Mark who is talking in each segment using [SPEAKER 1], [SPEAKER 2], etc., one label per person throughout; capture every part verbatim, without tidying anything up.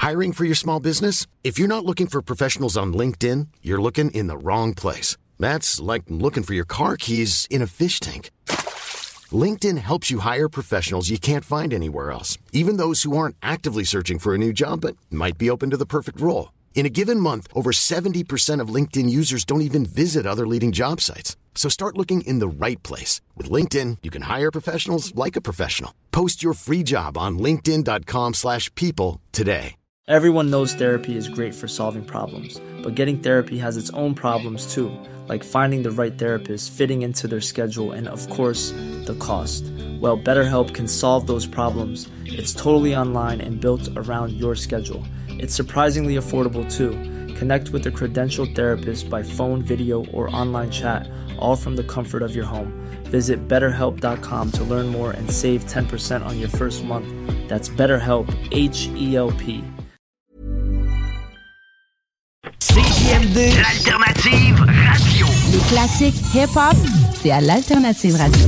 [SPEAKER 1] Hiring for your small business? If you're not looking for professionals on LinkedIn, you're looking in the wrong place. That's like looking for your car keys in a fish tank. LinkedIn helps you hire professionals you can't find anywhere else, even those who aren't actively searching for a new job but might be open to the perfect role. In a given month, over seventy percent of LinkedIn users don't even visit other leading job sites. So start looking in the right place. With LinkedIn, you can hire professionals like a professional. Post your free job on linkedin.com slash people today.
[SPEAKER 2] Everyone knows therapy is great for solving problems, but getting therapy has its own problems too, like finding the right therapist, fitting into their schedule, and of course, the cost. Well, BetterHelp can solve those problems. It's totally online and built around your schedule. It's surprisingly affordable too. Connect with a credentialed therapist by phone, video, or online chat, all from the comfort of your home. Visit better help dot com to learn more and save ten percent on your first month. That's BetterHelp, H E L P.
[SPEAKER 3] C J M D, l'alternative radio.
[SPEAKER 4] Les classiques hip-hop, c'est à l'alternative radio.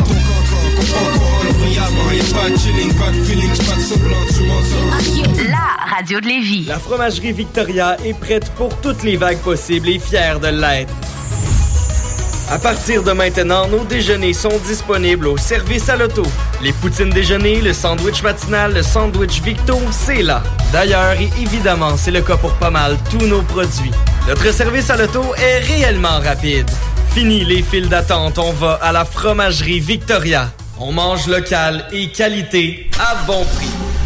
[SPEAKER 3] La radio de Lévis.
[SPEAKER 5] La fromagerie Victoria est prête pour toutes les vagues possibles et fière de l'être. À partir de maintenant, nos déjeuners sont disponibles au service à l'auto. Les poutines déjeuner, le sandwich matinal, le sandwich Victo, c'est là. D'ailleurs, et évidemment, c'est le cas pour pas mal tous nos produits. Notre service à l'auto est réellement rapide. Fini les files d'attente, on va à la fromagerie Victoria. On mange local et qualité à bon prix.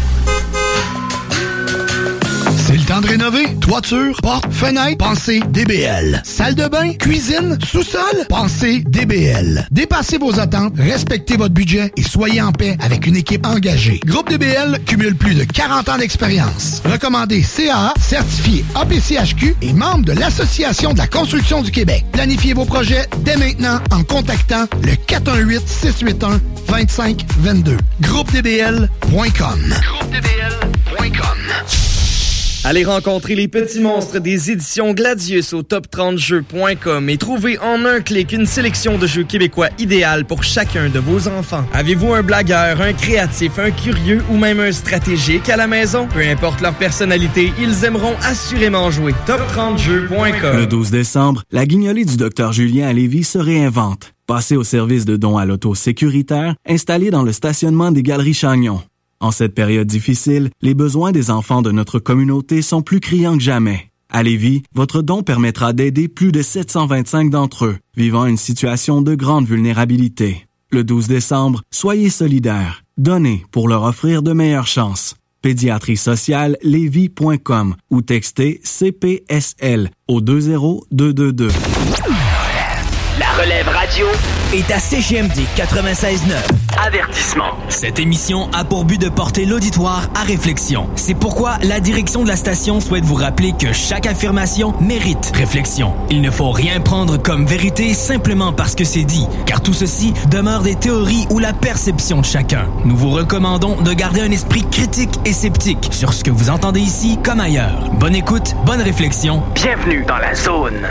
[SPEAKER 6] C'est le temps de rénover. Toiture, porte, fenêtre, pensez D B L. Salle de bain, cuisine, sous-sol, pensez D B L. Dépassez vos attentes, respectez votre budget et soyez en paix avec une équipe engagée. Groupe D B L cumule plus de quarante ans d'expérience. Recommandé C A A, certifié A P C H Q et membre de l'Association de la construction du Québec. Planifiez vos projets dès maintenant en contactant le quatre un huit, six huit un, deux cinq deux deux. groupe d b l point com.
[SPEAKER 3] groupe d b l point com.
[SPEAKER 5] Allez rencontrer les petits monstres des éditions Gladius au top trente jeux point com et trouvez en un clic une sélection de jeux québécois idéale pour chacun de vos enfants. Avez-vous un blagueur, un créatif, un curieux ou même un stratégique à la maison? Peu importe leur personnalité, ils aimeront assurément jouer. top trente jeux point com.
[SPEAKER 7] Le douze décembre, la guignolée du docteur Julien à Lévis se réinvente. Passez au service de dons à l'auto sécuritaire installé dans le stationnement des Galeries Chagnon. En cette période difficile, les besoins des enfants de notre communauté sont plus criants que jamais. À Lévis, votre don permettra d'aider plus de sept cent vingt-cinq d'entre eux, vivant une situation de grande vulnérabilité. Le douze décembre, soyez solidaires. Donnez pour leur offrir de meilleures chances. pédiatrie sociale lévis point com ou textez C P S L au deux zéro deux deux deux.
[SPEAKER 3] La relève radio
[SPEAKER 8] est à C G M D quatre-vingt-seize neuf.
[SPEAKER 3] Avertissement.
[SPEAKER 8] Cette émission a pour but de porter l'auditoire à réflexion. C'est pourquoi la direction de la station souhaite vous rappeler que chaque affirmation mérite réflexion. Il ne faut rien prendre comme vérité simplement parce que c'est dit, car tout ceci demeure des théories ou la perception de chacun. Nous vous recommandons de garder un esprit critique et sceptique sur ce que vous entendez ici comme ailleurs. Bonne écoute, bonne réflexion.
[SPEAKER 3] Bienvenue dans la zone.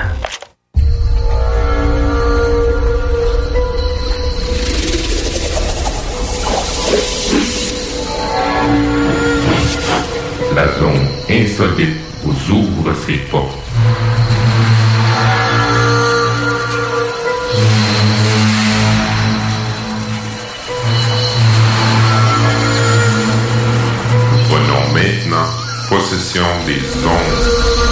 [SPEAKER 9] La zone insolite vous ouvre ses portes. Prenons maintenant possession des ondes.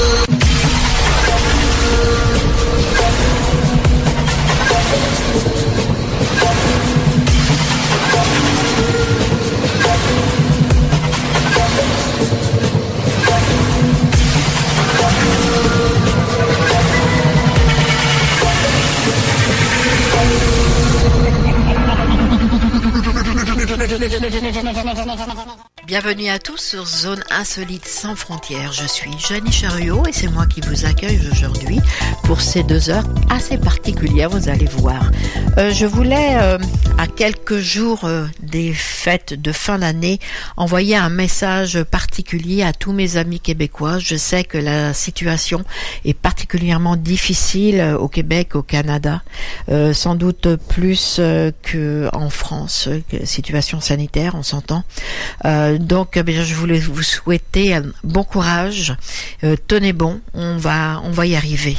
[SPEAKER 10] Bienvenue à tous sur Zone Insolite sans frontières. Je suis Jeannie Chariot et c'est moi qui vous accueille aujourd'hui pour ces deux heures assez particulières, vous allez voir. Euh, je voulais, euh, à quelques jours euh, des fêtes de fin d'année, envoyer un message particulier à tous mes amis québécois. Je sais que la situation est particulièrement difficile au Québec, au Canada, euh, sans doute plus euh, qu'en France, euh, situation sanitaire, on s'entend. Euh, donc, eh bien, je voulais vous souhaiter un bon courage. Euh, tenez bon, on va, on va y arriver.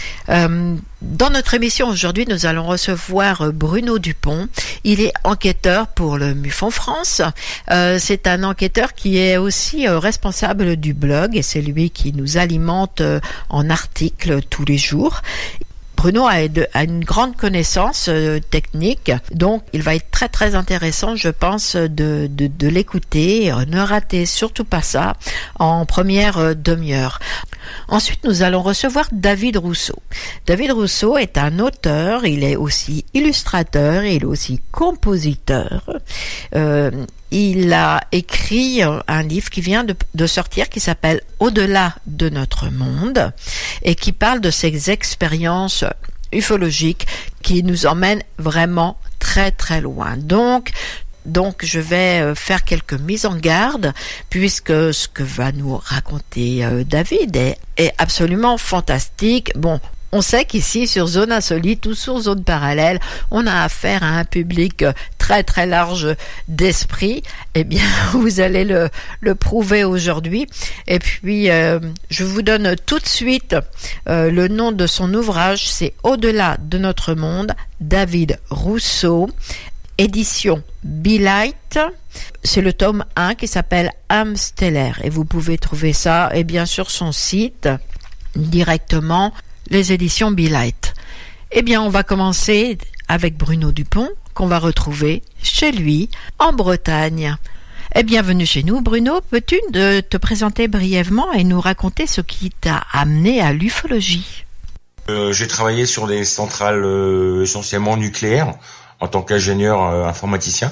[SPEAKER 10] Euh, dans notre émission aujourd'hui, nous allons recevoir Bruno Dupont. Il est enquêteur pour le MUFON France. Euh, c'est un enquêteur qui est aussi euh, responsable du blog et c'est lui qui nous alimente euh, en articles tous les jours. Bruno a, de, a une grande connaissance euh, technique, donc il va être très très intéressant, je pense, de, de, de l'écouter. Ne ratez surtout pas ça en première euh, demi-heure. Ensuite, nous allons recevoir David Rousseau. David Rousseau est un auteur, il est aussi illustrateur, il est aussi compositeur. Euh, il a écrit un livre qui vient de, de sortir qui s'appelle Au-delà de notre monde et qui parle de ses expériences ufologiques qui nous emmènent vraiment très très loin. Donc, Donc, je vais faire quelques mises en garde, puisque ce que va nous raconter euh, David est, est absolument fantastique. Bon, on sait qu'ici, sur Zone Insolite ou sur Zone Parallèle, on a affaire à un public très très large d'esprit. Eh bien, vous allez le, le prouver aujourd'hui. Et puis, euh, je vous donne tout de suite euh, le nom de son ouvrage. C'est Au-delà de notre monde, David Rousseau. Édition Be-Light, c'est le tome un qui s'appelle Âme stellaire et vous pouvez trouver ça et bien sur son site directement, les éditions Be-Light. Eh bien, on va commencer avec Bruno Dupont qu'on va retrouver chez lui en Bretagne. Eh bienvenue chez nous, Bruno. Peux-tu de te présenter brièvement et nous raconter ce qui t'a amené à l'ufologie?
[SPEAKER 11] euh, J'ai travaillé sur des centrales euh, essentiellement nucléaires en tant qu'ingénieur euh, informaticien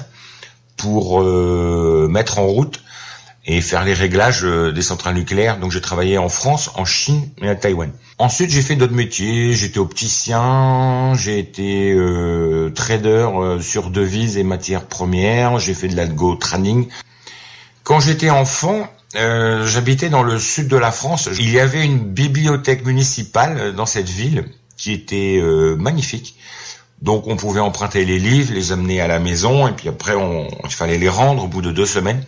[SPEAKER 11] pour euh, mettre en route et faire les réglages euh, des centrales nucléaires. Donc j'ai travaillé en France, en Chine et à Taïwan. Ensuite j'ai fait d'autres métiers, j'étais opticien, j'ai été euh, trader euh, sur devises et matières premières, j'ai fait de l'algo trading. Quand j'étais enfant, euh, j'habitais dans le sud de la France. Il y avait une bibliothèque municipale dans cette ville qui était euh, magnifique. Donc on pouvait emprunter les livres, les amener à la maison et puis après on, il fallait les rendre au bout de deux semaines.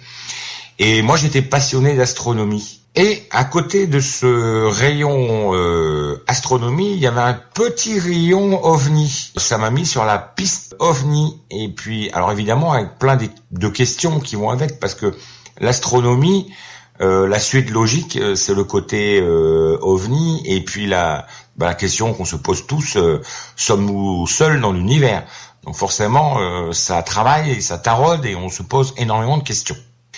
[SPEAKER 11] Et moi j'étais passionné d'astronomie. Et à côté de ce rayon euh, astronomie, il y avait un petit rayon ovni. Ça m'a mis sur la piste ovni. Et puis alors évidemment avec plein de, de questions qui vont avec parce que l'astronomie, euh, la suite logique, c'est le côté euh, ovni et puis la Ben, la question qu'on se pose tous, euh, sommes-nous seuls dans l'univers? Donc forcément, euh, ça travaille et ça taraude et on se pose énormément de questions.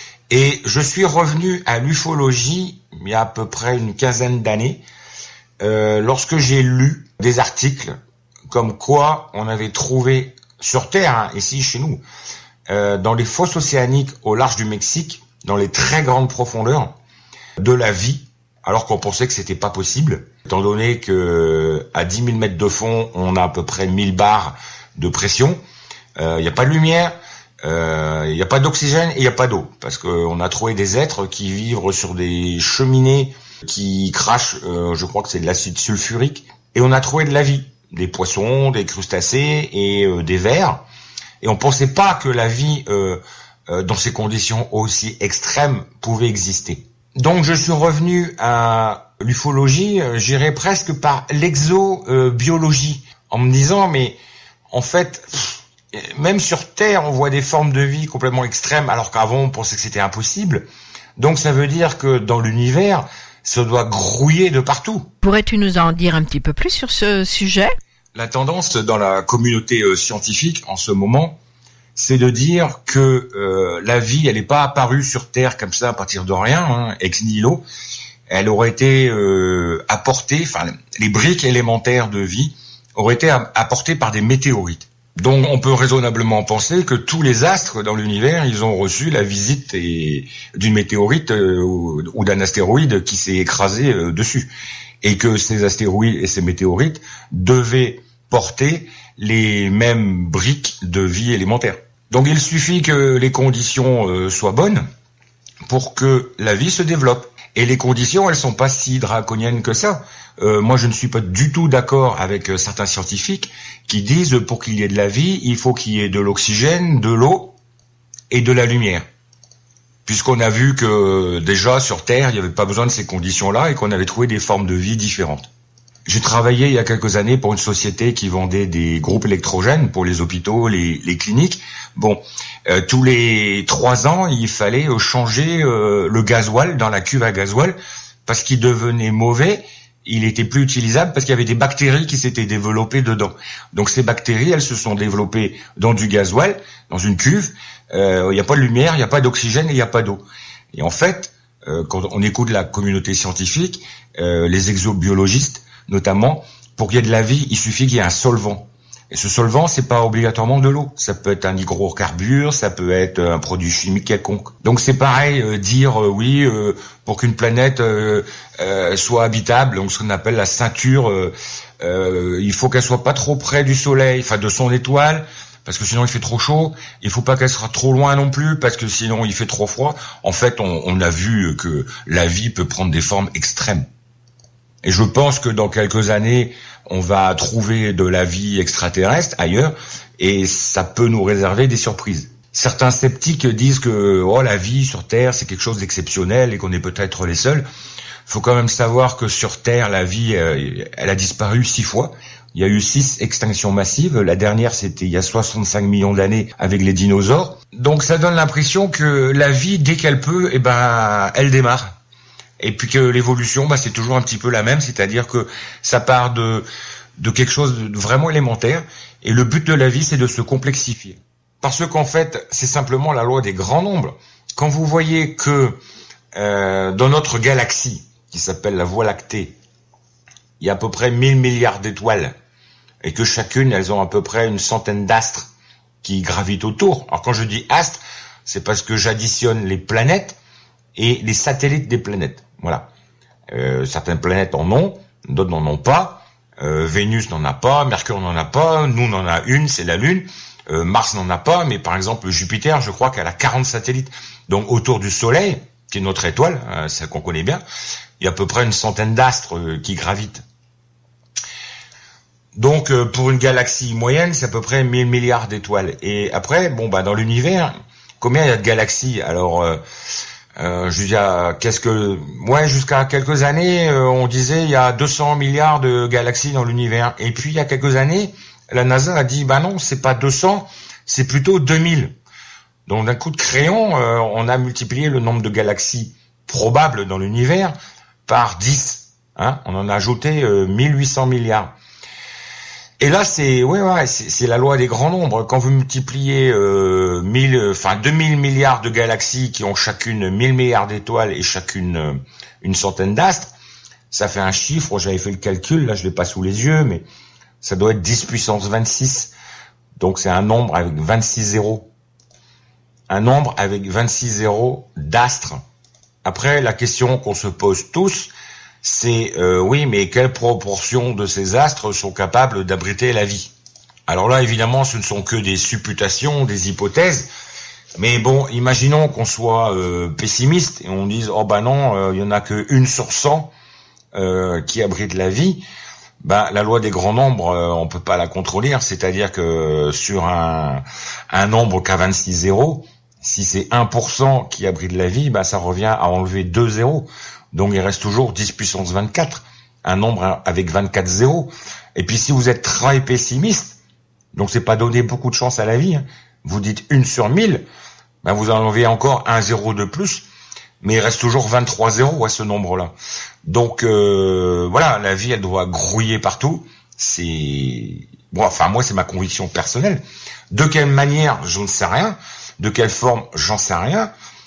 [SPEAKER 11] Et je suis revenu à l'ufologie il y a à peu près une quinzaine d'années, euh, lorsque j'ai lu des articles comme quoi on avait trouvé sur Terre, hein, ici chez nous, euh, dans les fosses océaniques au large du Mexique, dans les très grandes profondeurs, de la vie, alors qu'on pensait que c'était pas possible, étant donné que à dix mille mètres de fond, on a à peu près mille bars de pression, il euh, n'y a pas de lumière, il euh, n'y a pas d'oxygène et il n'y a pas d'eau, parce qu'on a trouvé des êtres qui vivent sur des cheminées qui crachent, euh, je crois que c'est de l'acide sulfurique, et on a trouvé de la vie, des poissons, des crustacés et euh, des vers, et on pensait pas que la vie euh, euh, dans ces conditions aussi extrêmes pouvait exister. Donc je suis revenu à l'ufologie, euh, j'irais presque par l'exobiologie, en me disant mais en fait, pff, même sur Terre on voit des formes de vie complètement extrêmes alors qu'avant on pensait que c'était impossible. Donc ça veut dire que dans l'univers, ça doit grouiller de partout.
[SPEAKER 10] Pourrais-tu nous en dire un petit peu plus sur ce sujet?
[SPEAKER 11] La tendance dans la communauté euh, scientifique en ce moment, c'est de dire que euh, la vie, elle n'est pas apparue sur Terre comme ça à partir de rien, hein, ex nihilo. Elle aurait été euh, apportée, enfin, les briques élémentaires de vie auraient été apportées par des météorites. Donc, on peut raisonnablement penser que tous les astres dans l'univers, ils ont reçu la visite et, d'une météorite euh, ou, ou d'un astéroïde qui s'est écrasé euh, dessus, et que ces astéroïdes et ces météorites devaient porter les mêmes briques de vie élémentaire. Donc il suffit que les conditions euh, soient bonnes pour que la vie se développe. Et les conditions, elles sont pas si draconiennes que ça. Euh, moi, je ne suis pas du tout d'accord avec euh, certains scientifiques qui disent pour qu'il y ait de la vie, il faut qu'il y ait de l'oxygène, de l'eau et de la lumière. puisqu'on a vu que déjà sur Terre, il n'y avait pas besoin de ces conditions-là et qu'on avait trouvé des formes de vie différentes. J'ai travaillé il y a quelques années pour une société qui vendait des groupes électrogènes pour les hôpitaux, les, les cliniques. Bon, euh, tous les trois ans, il fallait changer euh, le gasoil dans la cuve à gasoil parce qu'il devenait mauvais. Il était plus utilisable parce qu'il y avait des bactéries qui s'étaient développées dedans. Donc ces bactéries, elles se sont développées dans du gasoil, dans une cuve. Euh, il n'y a pas de lumière, il n'y a pas d'oxygène et il n'y a pas d'eau. Et en fait, euh, quand on écoute la communauté scientifique, euh, les exobiologistes notamment, pour qu'il y ait de la vie, il suffit qu'il y ait un solvant. Et ce solvant, c'est pas obligatoirement de l'eau. Ça peut être un hydrocarbure, ça peut être un produit chimique quelconque. Donc c'est pareil, euh, dire euh, oui, euh, pour qu'une planète euh, euh, soit habitable, donc ce qu'on appelle la ceinture, euh, euh, il faut qu'elle soit pas trop près du soleil, enfin de son étoile, parce que sinon il fait trop chaud. Il faut pas qu'elle soit trop loin non plus, parce que sinon il fait trop froid. En fait, on, on a vu que la vie peut prendre des formes extrêmes. Et je pense que dans quelques années, on va trouver de la vie extraterrestre ailleurs, et ça peut nous réserver des surprises. Certains sceptiques disent que oh, la vie sur Terre, c'est quelque chose d'exceptionnel et qu'on est peut-être les seuls. Il faut quand même savoir que sur Terre, la vie, euh, elle a disparu six fois. Il y a eu six extinctions massives. La dernière, c'était il y a soixante-cinq millions d'années avec les dinosaures. Donc ça donne l'impression que la vie, dès qu'elle peut, eh ben, elle démarre. Et puis que l'évolution, bah, c'est toujours un petit peu la même, c'est-à-dire que ça part de, de quelque chose de vraiment élémentaire, et le but de la vie, c'est de se complexifier. Parce qu'en fait, c'est simplement la loi des grands nombres. Quand vous voyez que euh, dans notre galaxie, qui s'appelle la Voie lactée, il y a à peu près mille milliards d'étoiles, et que chacune, elles ont à peu près une centaine d'astres qui gravitent autour. Alors quand je dis astres, c'est parce que j'additionne les planètes et les satellites des planètes. Voilà. Euh, certaines planètes en ont, d'autres n'en ont pas. Euh, Vénus n'en a pas, Mercure n'en a pas, nous n'en a une, c'est la Lune. Euh, Mars n'en a pas, mais par exemple Jupiter, je crois qu'elle a quarante satellites. Donc autour du Soleil, qui est notre étoile, euh, celle qu'on connaît bien, il y a à peu près une centaine d'astres euh, qui gravitent. Donc euh, pour une galaxie moyenne, c'est à peu près mille milliards d'étoiles. Et après, bon bah dans l'univers, combien il y a de galaxies? Alors euh, Euh, je dis, qu'est-ce que, ouais, jusqu'à quelques années, euh, on disait il y a deux cents milliards de galaxies dans l'univers. Et puis il y a quelques années, la NASA a dit, bah non, c'est pas deux cents, c'est plutôt deux mille. Donc d'un coup de crayon, euh, on a multiplié le nombre de galaxies probables dans l'univers par dix. Hein, on en a ajouté euh, mille huit cents milliards. Et là, c'est ouais, ouais, c'est, c'est la loi des grands nombres. Quand vous multipliez euh, mille, enfin deux mille milliards de galaxies qui ont chacune mille milliards d'étoiles et chacune euh, une centaine d'astres, ça fait un chiffre. J'avais fait le calcul, là je l'ai pas sous les yeux, mais ça doit être dix puissance vingt-six. Donc c'est un nombre avec vingt-six zéros. Un nombre avec vingt-six zéros d'astres. Après, la question qu'on se pose tous, c'est euh, oui, mais quelle proportion de ces astres sont capables d'abriter la vie? Alors là, évidemment, ce ne sont que des supputations, des hypothèses. Mais bon, imaginons qu'on soit euh, pessimiste et on dise oh bah non, euh, il y en a que une sur cent euh, qui abrite la vie. Bah la loi des grands nombres, euh, on peut pas la contrôler. C'est-à-dire que sur un un nombre qui a vingt-six zéros, si c'est un pour cent qui abrite la vie, bah ça revient à enlever deux zéros. Donc il reste toujours dix puissance vingt-quatre, un nombre avec vingt-quatre zéros. Et puis si vous êtes très pessimiste, donc c'est pas donner beaucoup de chance à la vie, hein, vous dites une sur mille, ben vous enlevez encore un zéro de plus, mais il reste toujours vingt-trois zéros à ce nombre-là. Donc euh, voilà, la vie elle doit grouiller partout. C'est bon, enfin moi c'est ma conviction personnelle. De quelle manière, je ne sais rien. De quelle forme, j'en sais rien.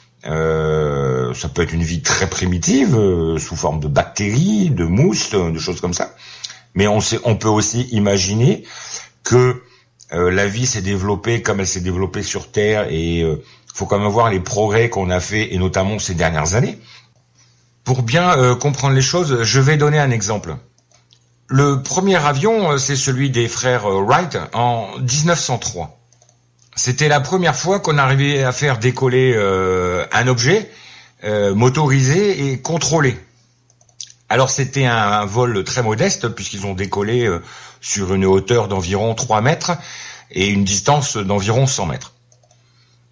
[SPEAKER 11] Euh, ça peut être une vie très primitive, euh, sous forme de bactéries, de mousse, de choses comme ça. Mais on, sait, on peut aussi imaginer que euh, la vie s'est développée comme elle s'est développée sur Terre, et il euh, faut quand même voir les progrès qu'on a fait, et notamment ces dernières années. Pour bien euh, comprendre les choses, je vais donner un exemple. Le premier avion, c'est celui des frères Wright en dix-neuf cent trois. C'était la première fois qu'on arrivait à faire décoller euh, un objet euh, motorisé et contrôlé. Alors c'était un, un vol très modeste, puisqu'ils ont décollé euh, sur une hauteur d'environ trois mètres et une distance d'environ cent mètres.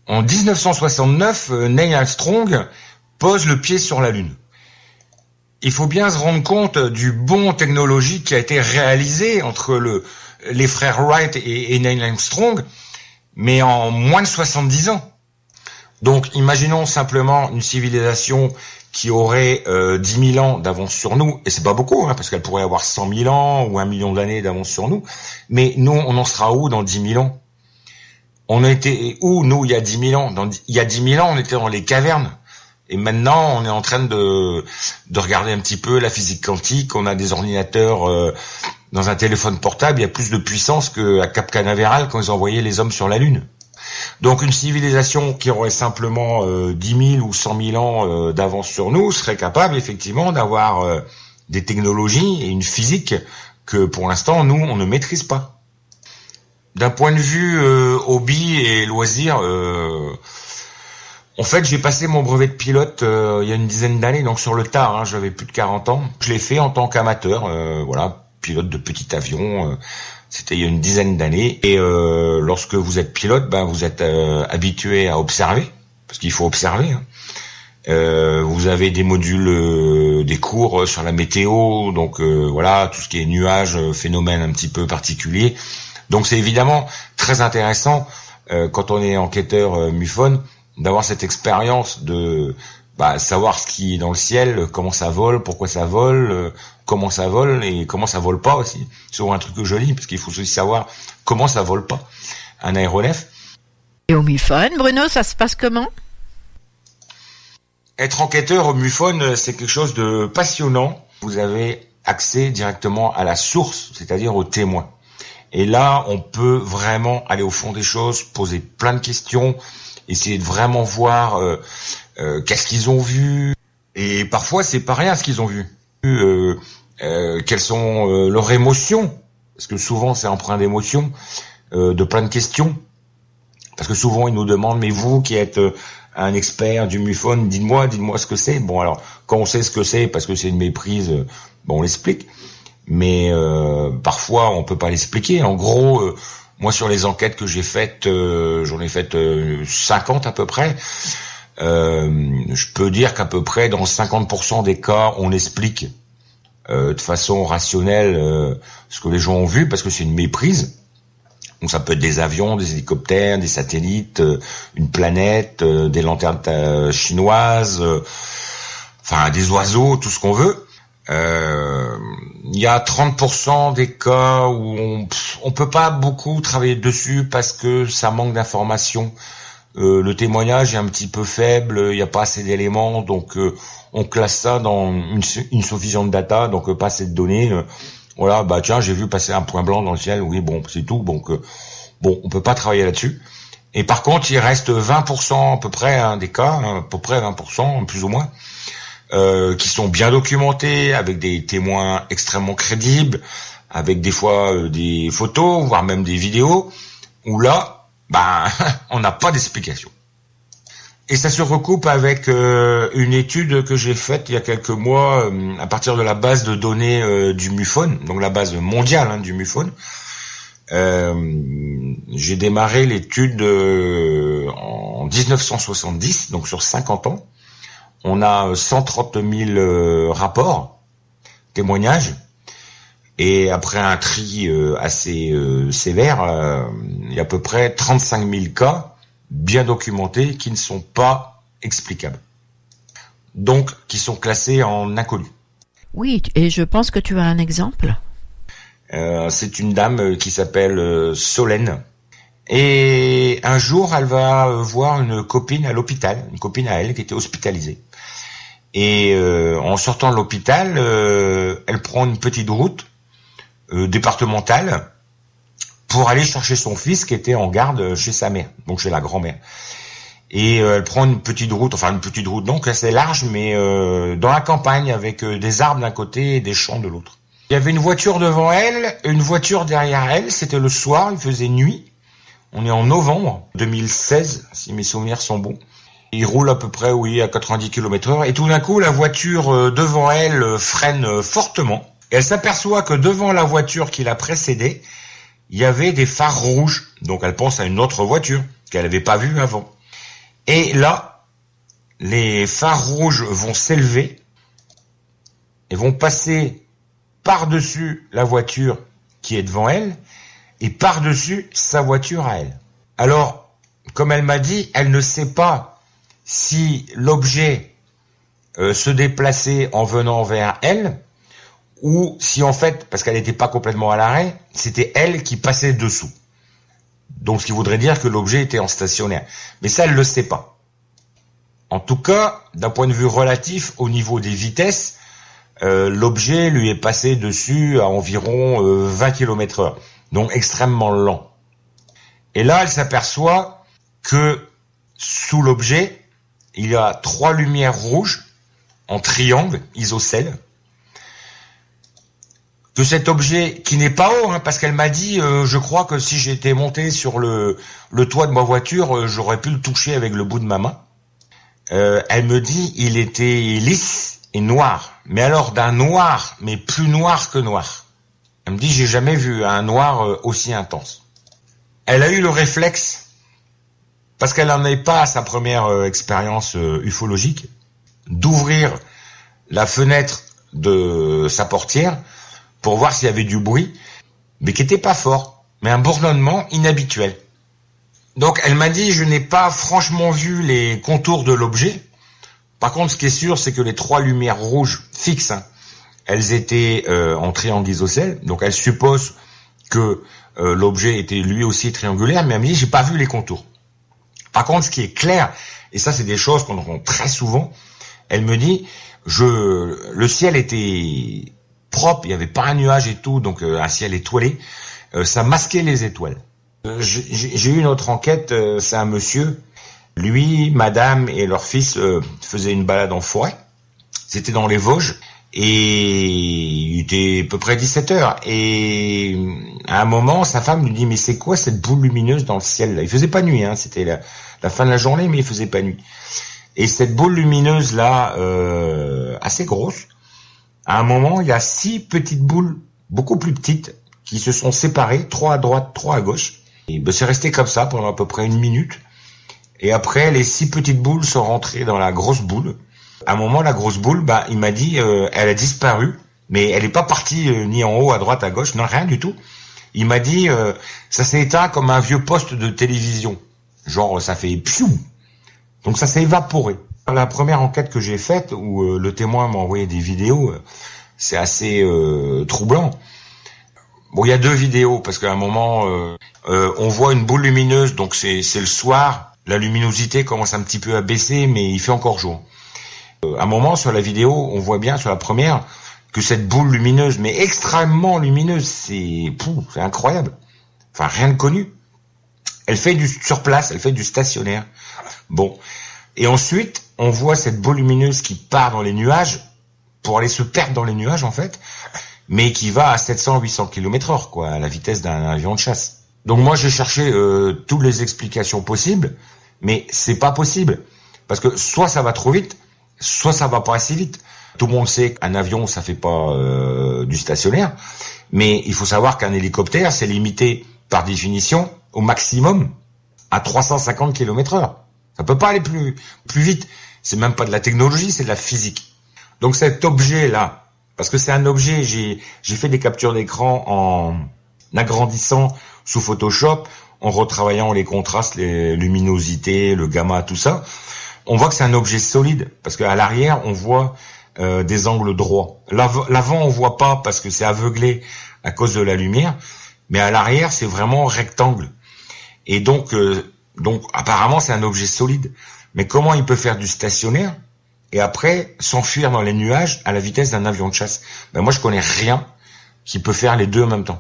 [SPEAKER 11] En dix-neuf cent soixante-neuf, Neil Armstrong pose le pied sur la Lune. Il faut bien se rendre compte du bond technologique qui a été réalisé entre le, les frères Wright et, et Neil Armstrong, mais en moins de soixante-dix ans. Donc, imaginons simplement une civilisation qui aurait euh, dix mille ans d'avance sur nous, et c'est pas beaucoup, hein, parce qu'elle pourrait avoir cent mille ans ou un million d'années d'avance sur nous, mais nous, on en sera où dans dix mille ans? On était où, nous, il y a dix mille ans? Dans, il y a dix mille ans, on était dans les cavernes. Et maintenant, on est en train de, de regarder un petit peu la physique quantique. On a des ordinateurs euh, dans un téléphone portable. Il y a plus de puissance qu'à Cap Canaveral quand ils envoyaient les hommes sur la Lune. Donc, une civilisation qui aurait simplement euh, dix mille ou cent mille ans euh, d'avance sur nous serait capable, effectivement, d'avoir euh, des technologies et une physique que, pour l'instant, nous, on ne maîtrise pas. D'un point de vue euh, hobby et loisir, euh, en fait, j'ai passé mon brevet de pilote euh, il y a une dizaine d'années, donc sur le tard, hein, j'avais plus de quarante ans. Je l'ai fait en tant qu'amateur, euh, voilà, pilote de petit avion, euh, c'était il y a une dizaine d'années. Et euh, lorsque vous êtes pilote, ben vous êtes euh, habitué à observer, parce qu'il faut observer. Hein. Euh, vous avez des modules, euh, des cours sur la météo, donc euh, voilà, tout ce qui est nuages, phénomènes un petit peu particuliers. Donc c'est évidemment très intéressant euh, quand on est enquêteur euh, MUFON d'avoir cette expérience de bah, savoir ce qui est dans le ciel, comment ça vole, pourquoi ça vole, euh, comment ça vole et comment ça vole pas aussi. C'est souvent un truc que je lis parce qu'il faut aussi savoir comment ça vole pas un aéronef.
[SPEAKER 10] Et au MUFON, Bruno, ça se passe comment?
[SPEAKER 11] Être enquêteur au MUFON, c'est quelque chose de passionnant. Vous avez accès directement à la source, c'est-à-dire aux témoins. Et là, on peut vraiment aller au fond des choses, poser plein de questions, essayer de vraiment voir euh, euh, qu'est-ce qu'ils ont vu. Et parfois, c'est pas rien ce qu'ils ont vu. Euh, euh, quelles sont euh, leurs émotions, parce que souvent, c'est empreint d'émotions, euh, de plein de questions. Parce que souvent, ils nous demandent, mais vous qui êtes euh, un expert du MUFON, dites-moi, dites-moi ce que c'est. Bon, alors, quand on sait ce que c'est, parce que c'est une méprise, euh, bon, on l'explique. Mais euh, parfois on peut pas l'expliquer. En gros, euh, moi sur les enquêtes que j'ai faites, euh, j'en ai fait euh, cinquante à peu près. Euh, je peux dire qu'à peu près dans cinquante pour cent des cas, on explique euh, de façon rationnelle euh, ce que les gens ont vu, parce que c'est une méprise. Donc ça peut être des avions, des hélicoptères, des satellites, euh, une planète, euh, des lanternes euh, chinoises, euh, enfin des oiseaux, tout ce qu'on veut. Euh, il y a trente pour cent des cas où on on peut pas beaucoup travailler dessus parce que ça manque d'informations. Euh, le témoignage est un petit peu faible, il n'y a pas assez d'éléments, donc euh, on classe ça dans une, une suffision de data, donc euh, pas assez de données. Euh, voilà, bah tiens, j'ai vu passer un point blanc dans le ciel, oui, bon, c'est tout. Donc euh, bon, on peut pas travailler là-dessus. Et par contre, il reste vingt pour cent à peu près hein, des cas, hein, à peu près vingt pour cent, plus ou moins. Euh, qui sont bien documentés, avec des témoins extrêmement crédibles, avec des fois euh, des photos, voire même des vidéos, où là, ben, on n'a pas d'explication. Et ça se recoupe avec euh, une étude que j'ai faite il y a quelques mois, euh, à partir de la base de données euh, du MUFON, donc la base mondiale hein, du MUFON. Euh, j'ai démarré l'étude euh, en dix-neuf cent soixante-dix, donc sur cinquante ans. On a cent trente mille euh, rapports, témoignages, et après un tri euh, assez euh, sévère, euh, il y a à peu près trente-cinq mille cas bien documentés qui ne sont pas explicables. Donc, qui sont classés en inconnu.
[SPEAKER 10] Oui, et je pense que tu as un exemple.
[SPEAKER 11] Euh, c'est une dame qui s'appelle euh, Solène. Et un jour, elle va voir une copine à l'hôpital, une copine à elle qui était hospitalisée. Et euh, en sortant de l'hôpital, euh, elle prend une petite route euh, départementale pour aller chercher son fils qui était en garde chez sa mère, donc chez la grand-mère. Et euh, elle prend une petite route, enfin une petite route donc assez large, mais euh, dans la campagne avec euh, des arbres d'un côté et des champs de l'autre. Il y avait une voiture devant elle, une voiture derrière elle, c'était le soir, il faisait nuit. On est en novembre deux mille seize, si mes souvenirs sont bons. Il roule à peu près, oui, à quatre-vingt-dix kilomètres heure. Et tout d'un coup, la voiture devant elle freine fortement. Et elle s'aperçoit que devant la voiture qui la précédait, il y avait des phares rouges. Donc elle pense à une autre voiture qu'elle n'avait pas vue avant. Et là, les phares rouges vont s'élever et vont passer par-dessus la voiture qui est devant elle et par-dessus sa voiture à elle. Alors, comme elle m'a dit, elle ne sait pas si l'objet euh, se déplaçait en venant vers elle ou si en fait, parce qu'elle n'était pas complètement à l'arrêt, c'était elle qui passait dessous. Donc ce qui voudrait dire que l'objet était en stationnaire. Mais ça, elle ne le sait pas. En tout cas, d'un point de vue relatif, au niveau des vitesses, euh, l'objet lui est passé dessus à environ euh, vingt kilomètres heure. Donc extrêmement lent. Et là, elle s'aperçoit que sous l'objet, il y a trois lumières rouges en triangle isocèle. Que cet objet, qui n'est pas haut, hein, parce qu'elle m'a dit, euh, je crois que si j'étais monté sur le, le toit de ma voiture, euh, j'aurais pu le toucher avec le bout de ma main. Euh, elle me dit, il était lisse et noir. Mais alors d'un noir, mais plus noir que noir. Elle me dit, j'ai jamais vu un noir euh, aussi intense. Elle a eu le réflexe, parce qu'elle n'en est pas à sa première euh, expérience euh, ufologique, d'ouvrir la fenêtre de sa portière pour voir s'il y avait du bruit, mais qui n'était pas fort, mais un bourdonnement inhabituel. Donc elle m'a dit, je n'ai pas franchement vu les contours de l'objet. Par contre, ce qui est sûr, c'est que les trois lumières rouges fixes, hein, elles étaient euh, en triangle isocèle, donc elle suppose que euh, l'objet était lui aussi triangulaire, mais elle me dit, j'ai pas vu les contours. Par contre, ce qui est clair, et ça c'est des choses qu'on entend très souvent, elle me dit, je, le ciel était propre, il n'y avait pas un nuage et tout, donc euh, un ciel étoilé, euh, ça masquait les étoiles. Euh, j'ai eu une autre enquête, euh, c'est un monsieur, lui, madame et leur fils euh, faisaient une balade en forêt, c'était dans les Vosges, et il était à peu près dix-sept heures, et à un moment, sa femme lui dit, mais c'est quoi cette boule lumineuse dans le ciel là? Il faisait pas nuit, hein, c'était la, la fin de la journée, mais il faisait pas nuit. Et cette boule lumineuse là, euh, assez grosse, à un moment, il y a six petites boules, beaucoup plus petites, qui se sont séparées, trois à droite, trois à gauche. Et ben, c'est resté comme ça pendant à peu près une minute. Et après, les six petites boules sont rentrées dans la grosse boule. À un moment, la grosse boule, bah, il m'a dit, euh, elle a disparu, mais elle n'est pas partie euh, ni en haut, à droite, à gauche, non, rien du tout. Il m'a dit, euh, ça s'est éteint comme un vieux poste de télévision. Genre, ça fait pfiou. Donc ça s'est évaporé. La première enquête que j'ai faite, où euh, le témoin m'a envoyé des vidéos, euh, c'est assez euh, troublant. Bon, il y a deux vidéos, parce qu'à un moment, euh, euh, on voit une boule lumineuse, donc c'est c'est le soir, la luminosité commence un petit peu à baisser, mais il fait encore jour. Euh, à un moment, sur la vidéo, on voit bien, sur la première, que cette boule lumineuse, mais extrêmement lumineuse, c'est c'est incroyable. Enfin, rien de connu. Elle fait du sur place, elle fait du stationnaire. Bon. Et ensuite, on voit cette boule lumineuse qui part dans les nuages, pour aller se perdre dans les nuages en fait, mais qui va à sept cents à huit cents kilomètres heure, quoi, à la vitesse d'un avion de chasse. Donc moi j'ai cherché euh, toutes les explications possibles, mais c'est pas possible. Parce que soit ça va trop vite, soit ça va pas assez vite. Tout le monde sait qu'un avion ça fait pas euh, du stationnaire, mais il faut savoir qu'un hélicoptère c'est limité par définition au maximum à trois cent cinquante kilomètres heure. Ça peut pas aller plus plus vite. C'est même pas de la technologie, c'est de la physique. Donc cet objet-là, parce que c'est un objet, j'ai j'ai fait des captures d'écran en agrandissant sous Photoshop, en retravaillant les contrastes, les luminosités, le gamma, tout ça. On voit que c'est un objet solide, parce qu'à l'arrière, on voit euh, des angles droits. L'av- L'avant, on voit pas parce que c'est aveuglé à cause de la lumière, mais à l'arrière, c'est vraiment rectangle. Et donc... Euh, Donc, apparemment, c'est un objet solide. Mais comment il peut faire du stationnaire et après s'enfuir dans les nuages à la vitesse d'un avion de chasse? Ben, moi, je connais rien qui peut faire les deux en même temps.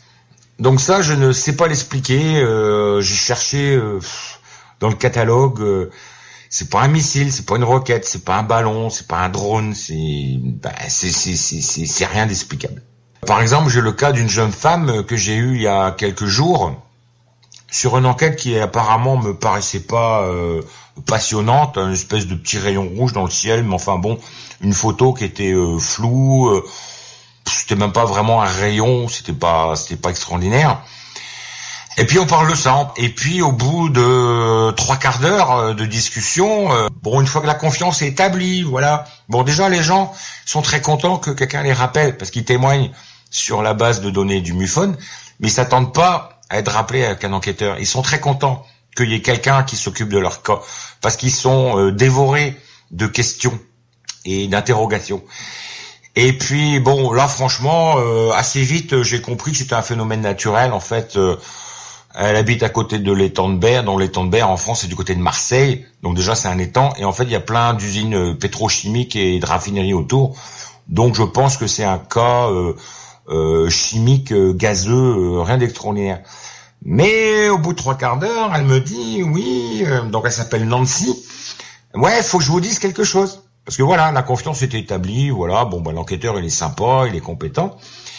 [SPEAKER 11] Donc ça, je ne sais pas l'expliquer. Euh, j'ai cherché euh, dans le catalogue. Euh, c'est pas un missile, c'est pas une roquette, c'est pas un ballon, c'est pas un drone. C'est, ben, c'est, c'est, c'est, c'est, c'est rien d'explicable. Par exemple, j'ai le cas d'une jeune femme que j'ai eue il y a quelques jours, sur une enquête qui apparemment me paraissait pas euh, passionnante, une espèce de petit rayon rouge dans le ciel, mais enfin bon, une photo qui était euh, floue, euh, c'était même pas vraiment un rayon, c'était pas c'était pas extraordinaire. Et puis on parle de ça. Et puis au bout de trois quarts d'heure de discussion, euh, bon, une fois que la confiance est établie, voilà. Bon, déjà les gens sont très contents que quelqu'un les rappelle parce qu'ils témoignent sur la base de données du MUFON, mais ils s'attendent pas à être rappelés avec un enquêteur. Ils sont très contents qu'il y ait quelqu'un qui s'occupe de leur cas parce qu'ils sont euh, dévorés de questions et d'interrogations. Et puis bon, là franchement, euh, assez vite, j'ai compris que c'était un phénomène naturel. En fait, euh, elle habite à côté de l'étang de Berre. Dont l'étang de Berre en France, c'est du côté de Marseille. Donc déjà, c'est un étang. Et en fait, il y a plein d'usines pétrochimiques et de raffineries autour. Donc je pense que c'est un cas euh, euh, chimique, euh, gazeux, euh, rien d'extraordinaire. Mais au bout de trois quarts d'heure, elle me dit, oui, euh, donc elle s'appelle Nancy. Ouais, faut que je vous dise quelque chose. Parce que voilà, la confiance est établie, voilà, bon, bah, l'enquêteur, il est sympa, il est compétent.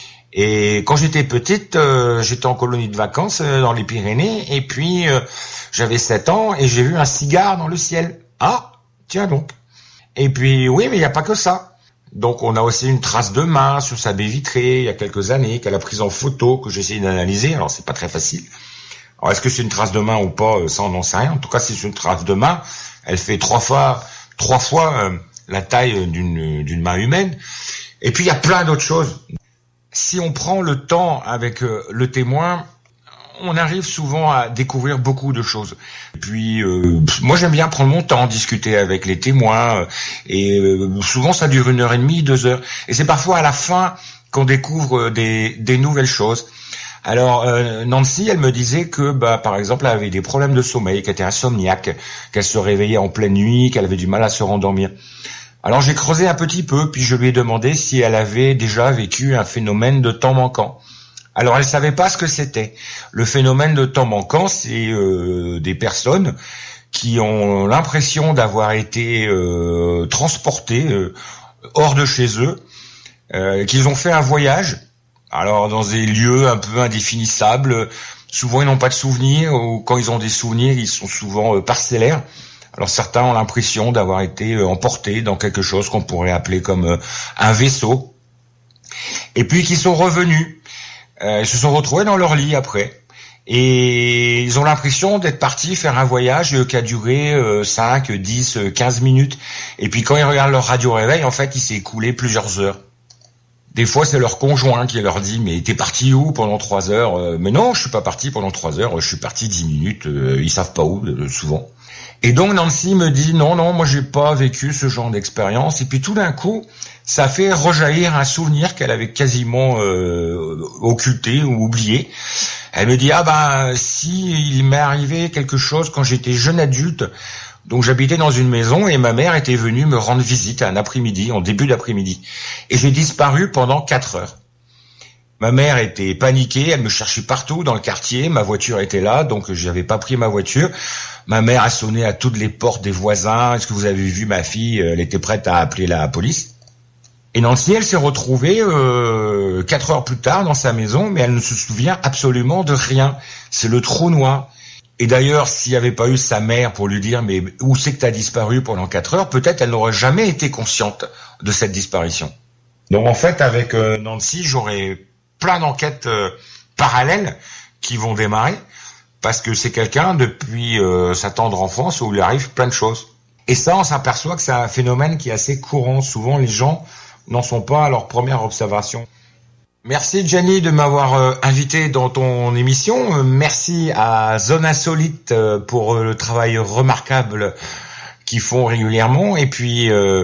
[SPEAKER 11] Et quand j'étais petite, euh, j'étais en colonie de vacances euh, dans les Pyrénées, et puis euh, j'avais sept ans, et j'ai vu un cigare dans le ciel. Ah, tiens donc. Et puis, oui, mais il n'y a pas que ça. Donc, on a aussi une trace de main sur sa baie vitrée, il y a quelques années, qu'elle a prise en photo, que j'ai essayé d'analyser, alors c'est pas très facile. Alors, est-ce que c'est une trace de main ou pas, ça, on n'en sait rien. En tout cas, si c'est une trace de main, elle fait trois fois, trois fois... Euh, la taille d'une d'une main humaine. Et puis il y a plein d'autres choses. Si on prend le temps avec euh, le témoin, on arrive souvent à découvrir beaucoup de choses. Et puis euh, moi j'aime bien prendre mon temps, discuter avec les témoins, euh, et euh, souvent ça dure une heure et demie, deux heures. Et c'est parfois à la fin qu'on découvre des des nouvelles choses. Alors euh, Nancy, elle me disait que bah par exemple elle avait des problèmes de sommeil, qu'elle était insomniaque, qu'elle se réveillait en pleine nuit, qu'elle avait du mal à se rendormir. Alors j'ai creusé un petit peu, puis je lui ai demandé si elle avait déjà vécu un phénomène de temps manquant. Alors elle savait pas ce que c'était. Le phénomène de temps manquant, c'est euh, des personnes qui ont l'impression d'avoir été euh, transportées euh, hors de chez eux, euh, qu'ils ont fait un voyage, alors dans des lieux un peu indéfinissables. Souvent ils n'ont pas de souvenirs, ou quand ils ont des souvenirs, ils sont souvent euh, parcellaires. Alors certains ont l'impression d'avoir été emportés dans quelque chose qu'on pourrait appeler comme un vaisseau. Et puis qui sont revenus. Euh, ils se sont retrouvés dans leur lit après. Et ils ont l'impression d'être partis faire un voyage qui a duré euh, cinq, dix, quinze minutes. Et puis quand ils regardent leur radio-réveil, en fait, il s'est écoulé plusieurs heures. Des fois, c'est leur conjoint qui leur dit « Mais t'es parti où pendant trois heures ?» euh, Mais non, je suis pas parti pendant trois heures, je suis parti dix minutes. Euh, ils savent pas où, euh, souvent. Et donc Nancy me dit non, non, moi j'ai pas vécu ce genre d'expérience. Et puis tout d'un coup, ça fait rejaillir un souvenir qu'elle avait quasiment euh, occulté ou oublié. Elle me dit ah ben si, il m'est arrivé quelque chose quand j'étais jeune adulte. Donc j'habitais dans une maison et ma mère était venue me rendre visite un après-midi, en début d'après-midi. Et j'ai disparu pendant quatre heures. Ma mère était paniquée, elle me cherchait partout dans le quartier, ma voiture était là, donc j'avais pas pris ma voiture. Ma mère a sonné à toutes les portes des voisins. Est-ce que vous avez vu ma fille? Elle était prête à appeler la police. Et Nancy, elle s'est retrouvée euh, quatre heures plus tard dans sa maison, mais elle ne se souvient absolument de rien. C'est le trou noir. Et d'ailleurs, s'il n'y avait pas eu sa mère pour lui dire « Mais où c'est que tu as disparu pendant quatre heures ?» peut-être elle n'aurait jamais été consciente de cette disparition. Donc en fait, avec euh, Nancy, j'aurais plein d'enquêtes euh, parallèles qui vont démarrer, parce que c'est quelqu'un depuis euh, sa tendre enfance où il arrive plein de choses. Et ça, on s'aperçoit que c'est un phénomène qui est assez courant. Souvent, les gens n'en sont pas à leur première observation. Merci Gianni de m'avoir euh, invité dans ton émission. Euh, merci à Zone Insolite euh, pour euh, le travail remarquable qu'ils font régulièrement. Et puis, euh,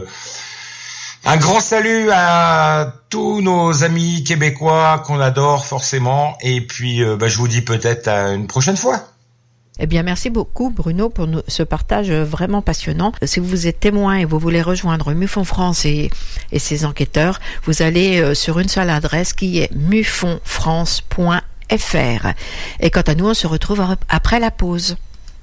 [SPEAKER 11] un grand salut à tous nos amis québécois qu'on adore forcément. Et puis, euh, bah, je vous dis peut-être à une prochaine fois.
[SPEAKER 10] Eh bien, merci beaucoup Bruno pour nous, ce partage vraiment passionnant. Si vous êtes témoin et vous voulez rejoindre MUFON France et, et ses enquêteurs, vous allez euh, sur une seule adresse qui est mufon france point f r. Et quant à nous, on se retrouve après la pause.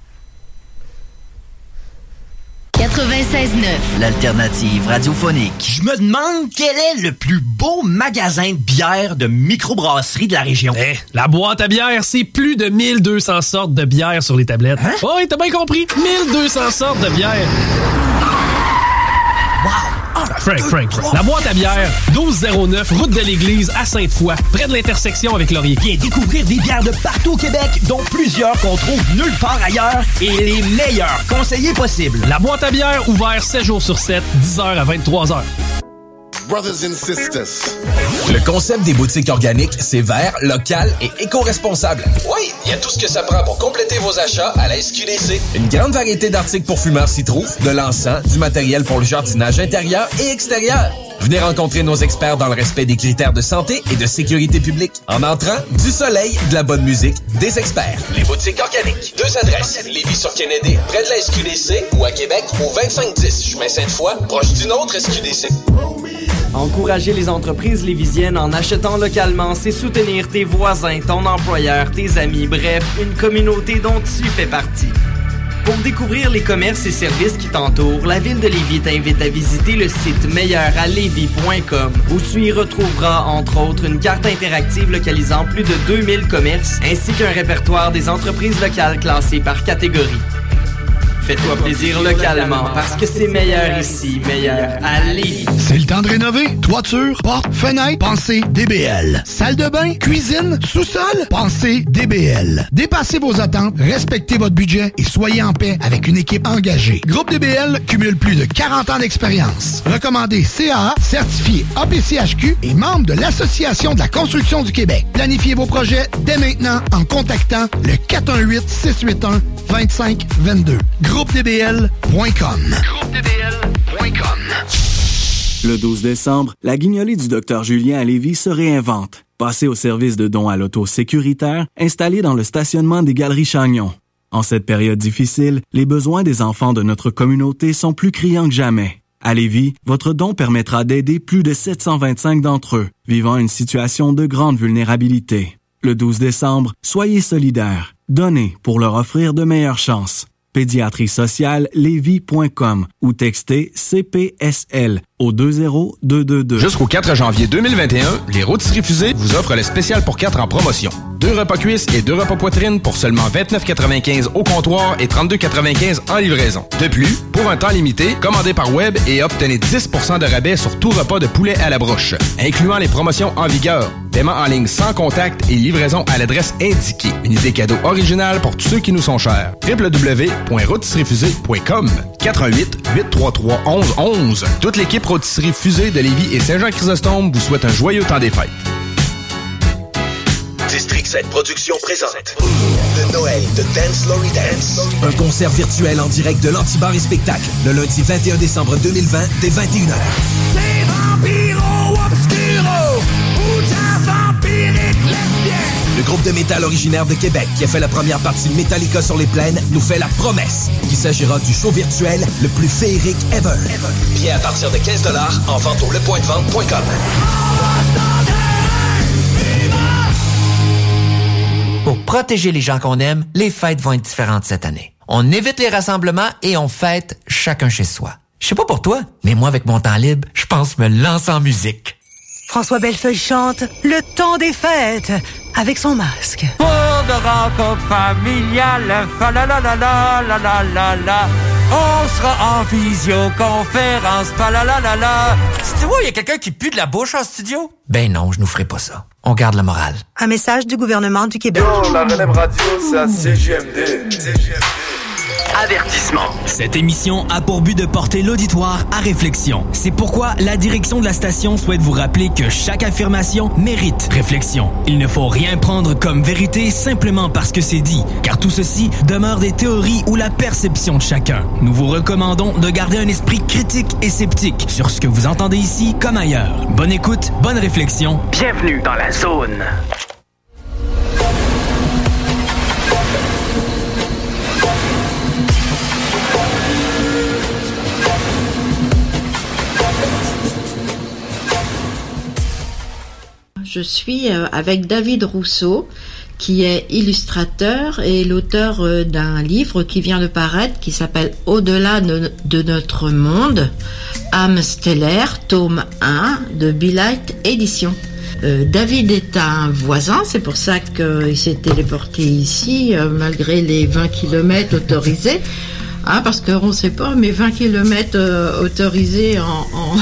[SPEAKER 3] quatre-vingt-seize neuf, l'alternative radiophonique.
[SPEAKER 12] Je me demande quel est le plus beau magasin de bière de microbrasserie de la région.
[SPEAKER 13] Eh, la boîte à bière, c'est plus de mille deux cents sortes de bière sur les tablettes. Hein? Oh, oui, t'as bien compris, mille deux cents sortes de bière.
[SPEAKER 12] Wow!
[SPEAKER 13] Frank, Frank, Frank. La boîte à bière, douze zéro neuf, route de l'église à Sainte-Foy, près de l'intersection avec Laurier.
[SPEAKER 12] Viens découvrir des bières de partout au Québec, dont plusieurs qu'on trouve nulle part ailleurs et les meilleurs conseillers possibles.
[SPEAKER 13] La boîte à bière, ouvert sept jours sur sept, dix heures à vingt-trois heures.
[SPEAKER 14] Brothers and sisters.
[SPEAKER 15] Le concept des boutiques organiques, c'est vert, local et éco-responsable. Oui, il y a tout ce que ça prend pour compléter vos achats à la S Q D C. Une grande variété d'articles pour fumeurs s'y trouve, de l'encens, du matériel pour le jardinage intérieur et extérieur. Venez rencontrer nos experts dans le respect des critères de santé et de sécurité publique. En entrant, du soleil, de la bonne musique, des experts. Les boutiques organiques. Deux adresses. Lévis-sur-Kennedy, près de la S Q D C, ou à Québec, au vingt-cinq dix chemin Sainte-Foy, proche d'une autre S Q D C.
[SPEAKER 5] Encourager les entreprises lévisiennes en achetant localement, c'est soutenir tes voisins, ton employeur, tes amis, bref, une communauté dont tu fais partie. Pour découvrir les commerces et services qui t'entourent, la Ville de Lévis t'invite à visiter le site meilleur à lévis point com où tu y retrouveras, entre autres, une carte interactive localisant plus de deux mille commerces ainsi qu'un répertoire des entreprises locales classées par catégorie. Fais-toi plaisir localement parce que c'est meilleur ici, meilleur à Lévis.
[SPEAKER 6] C'est le temps de rénover. Toiture, porte, fenêtre, pensez D B L. Salle de bain, cuisine, sous-sol, pensez D B L. Dépassez vos attentes, respectez votre budget et soyez en paix avec une équipe engagée. Groupe D B L cumule plus de quarante ans d'expérience. Recommandé C A A, certifié A P C H Q et membre de l'Association de la construction du Québec. Planifiez vos projets dès maintenant en contactant le quatre un huit, six huit un, deux cinq deux deux. groupe d b l point com.
[SPEAKER 3] groupe d b l point com.
[SPEAKER 7] Le douze décembre, la guignolée du docteur Julien à Lévis se réinvente. Passez au service de dons à l'auto sécuritaire installé dans le stationnement des Galeries Chagnon. En cette période difficile, les besoins des enfants de notre communauté sont plus criants que jamais. À Lévis, votre don permettra d'aider plus de sept cent vingt-cinq d'entre eux, vivant une situation de grande vulnérabilité. Le douze décembre, soyez solidaires. Donnez pour leur offrir de meilleures chances. pédiatrie sociale lévis point com ou textez C P S L au deux zéro deux deux deux.
[SPEAKER 16] Jusqu'au quatre janvier deux mille vingt et un, les Rôtisseries Fusées vous offrent le spécial pour quatre en promotion. Deux repas cuisses et deux repas poitrine pour seulement vingt-neuf quatre-vingt-quinze au comptoir et trente-deux quatre-vingt-quinze en livraison. De plus, pour un temps limité, commandez par web et obtenez dix pour cent de rabais sur tout repas de poulet à la broche, incluant les promotions en vigueur. Paiement en ligne sans contact et livraison à l'adresse indiquée. Une idée cadeau originale pour tous ceux qui nous sont chers. w w w point rôtisserie fusée point com quatre un huit, huit trois trois, un un un un. Toute l'équipe Rôtisserie Fusée de Lévis et Saint-Jean-Chrysostome vous souhaite un joyeux temps des fêtes.
[SPEAKER 15] District sept Productions présente le Noël de Dance Lory Dance. Un concert virtuel en direct de l'Antibar et Spectacle le lundi vingt et un décembre deux mille vingt dès vingt et une heures.
[SPEAKER 3] C'est Vampiro Obscuro ou jazz vampirique lesbien.
[SPEAKER 15] Le groupe de métal originaire de Québec qui a fait la première partie de Metallica sur les plaines nous fait la promesse qu'il s'agira du show virtuel le plus féerique ever. ever. Billets à partir de quinze dollars en vente au le point de vente point com.
[SPEAKER 17] Pour protéger les gens qu'on aime, les fêtes vont être différentes cette année. On évite les rassemblements et on fête chacun chez soi. Je sais pas pour toi, mais moi, avec mon temps libre, je pense me lancer en musique.
[SPEAKER 18] François Bellefeuille chante « Le temps des fêtes » avec son masque.
[SPEAKER 19] Pour de rencontres familiales, fa la la la la la la la la. On sera en visioconférence, fa la la la la. Tu vois, il y a quelqu'un qui pue de la bouche en studio?
[SPEAKER 17] Ben non, je nous ferai pas ça. On garde le moral.
[SPEAKER 18] Un message du gouvernement du Québec.
[SPEAKER 20] Yo, la relève radio, c'est à C G M D. C G M D.
[SPEAKER 8] Avertissement. Cette émission a pour but de porter l'auditoire à réflexion. C'est pourquoi la direction de la station souhaite vous rappeler que chaque affirmation mérite réflexion. Il ne faut rien prendre comme vérité simplement parce que c'est dit, car tout ceci demeure des théories ou la perception de chacun. Nous vous recommandons de garder un esprit critique et sceptique sur ce que vous entendez ici comme ailleurs. Bonne écoute, bonne réflexion.
[SPEAKER 3] Bienvenue dans la zone.
[SPEAKER 10] Je suis avec David Rousseau, qui est illustrateur et l'auteur d'un livre qui vient de paraître, qui s'appelle « Au-delà de, de notre monde, âme stellaire, tome un de Bilight Éditions ». Euh, David est un voisin, c'est pour ça qu'il s'est téléporté ici, euh, malgré les vingt kilomètres autorisés. Ah, parce qu'on ne sait pas, mais vingt kilomètres euh, autorisés en, en,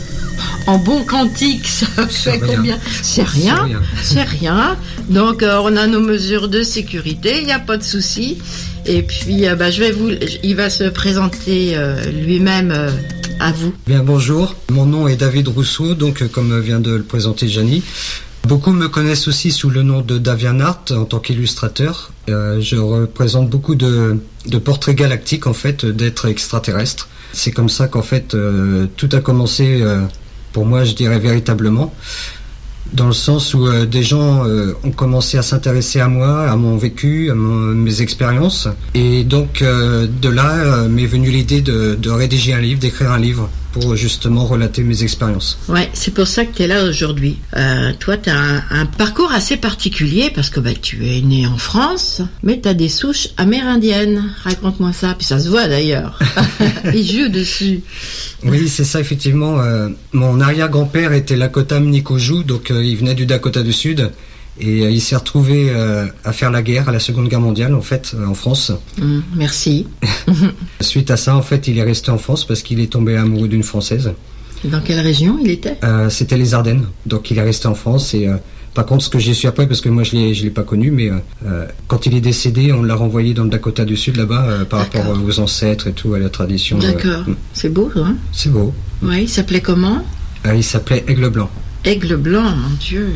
[SPEAKER 10] en bon cantique, ça fait combien? C'est rien, c'est rien. C'est rien. Donc, euh, on a nos mesures de sécurité, il n'y a pas de souci. Et puis, euh, bah, je vais vous, il va se présenter euh, lui-même euh, à vous.
[SPEAKER 21] Bien, bonjour. Mon nom est David Rousseau, donc euh, comme vient de le présenter Janie. Beaucoup me connaissent aussi sous le nom de DeviantArt en tant qu'illustrateur. Euh, je représente beaucoup de, de portraits galactiques, en fait, d'êtres extraterrestres. C'est comme ça qu'en fait, euh, tout a commencé, euh, pour moi, je dirais véritablement, dans le sens où euh, des gens euh, ont commencé à s'intéresser à moi, à mon vécu, à mon, mes expériences. Et donc, euh, de là, euh, m'est venue l'idée de, de rédiger un livre, d'écrire un livre, pour justement relater mes expériences.
[SPEAKER 10] Ouais, c'est pour ça que tu es là aujourd'hui. Euh, toi, tu as un, un parcours assez particulier parce que bah, tu es né en France, mais tu as des souches amérindiennes. Raconte-moi ça, puis ça se voit d'ailleurs. Il joue dessus.
[SPEAKER 21] Oui, c'est ça, effectivement. Euh, mon arrière-grand-père était Lakota Mnikoju, donc euh, il venait du Dakota du Sud. Et euh, il s'est retrouvé euh, à faire la guerre, à la Seconde Guerre mondiale, en fait, euh, en France.
[SPEAKER 10] Mmh, merci.
[SPEAKER 21] Suite à ça, en fait, il est resté en France parce qu'il est tombé amoureux d'une Française.
[SPEAKER 10] Dans quelle région il était?
[SPEAKER 21] euh, C'était les Ardennes. Donc il est resté en France. Et euh, par contre, ce que j'ai su après, parce que moi je ne l'ai pas connu, mais euh, quand il est décédé, on l'a renvoyé dans le Dakota du Sud, là-bas, euh, par rapport aux ancêtres et tout, à la tradition.
[SPEAKER 10] D'accord. Euh, C'est beau, hein?
[SPEAKER 21] C'est beau.
[SPEAKER 10] Oui, il s'appelait comment?
[SPEAKER 21] euh, Il s'appelait Aigle Blanc.
[SPEAKER 10] Aigle Blanc, mon Dieu.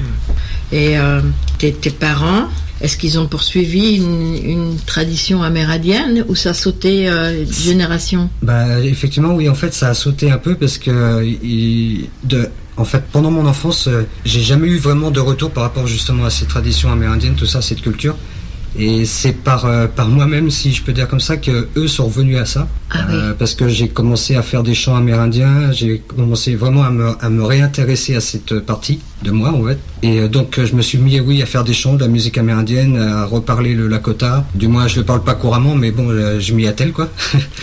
[SPEAKER 10] Et euh, tes, tes parents, est-ce qu'ils ont poursuivi une, une tradition amérindienne ou ça a sauté euh, de génération?
[SPEAKER 21] Bah, effectivement, oui, en fait, ça a sauté un peu parce que il, de, en fait, pendant mon enfance, euh, j'ai jamais eu vraiment de retour par rapport justement à ces traditions amérindiennes, tout ça, cette culture. Et c'est par, euh, par moi-même, si je peux dire comme ça, que eux sont revenus à ça.
[SPEAKER 10] Ah,
[SPEAKER 21] euh,
[SPEAKER 10] oui.
[SPEAKER 21] Parce que j'ai commencé à faire des chants amérindiens, j'ai commencé vraiment à me, à me réintéresser à cette partie de moi, en fait. Et euh, donc, je me suis mis, oui, à faire des chants, de la musique amérindienne, à reparler le Lakota. Du moins, je le parle pas couramment, mais bon, euh, je m'y attelle, quoi.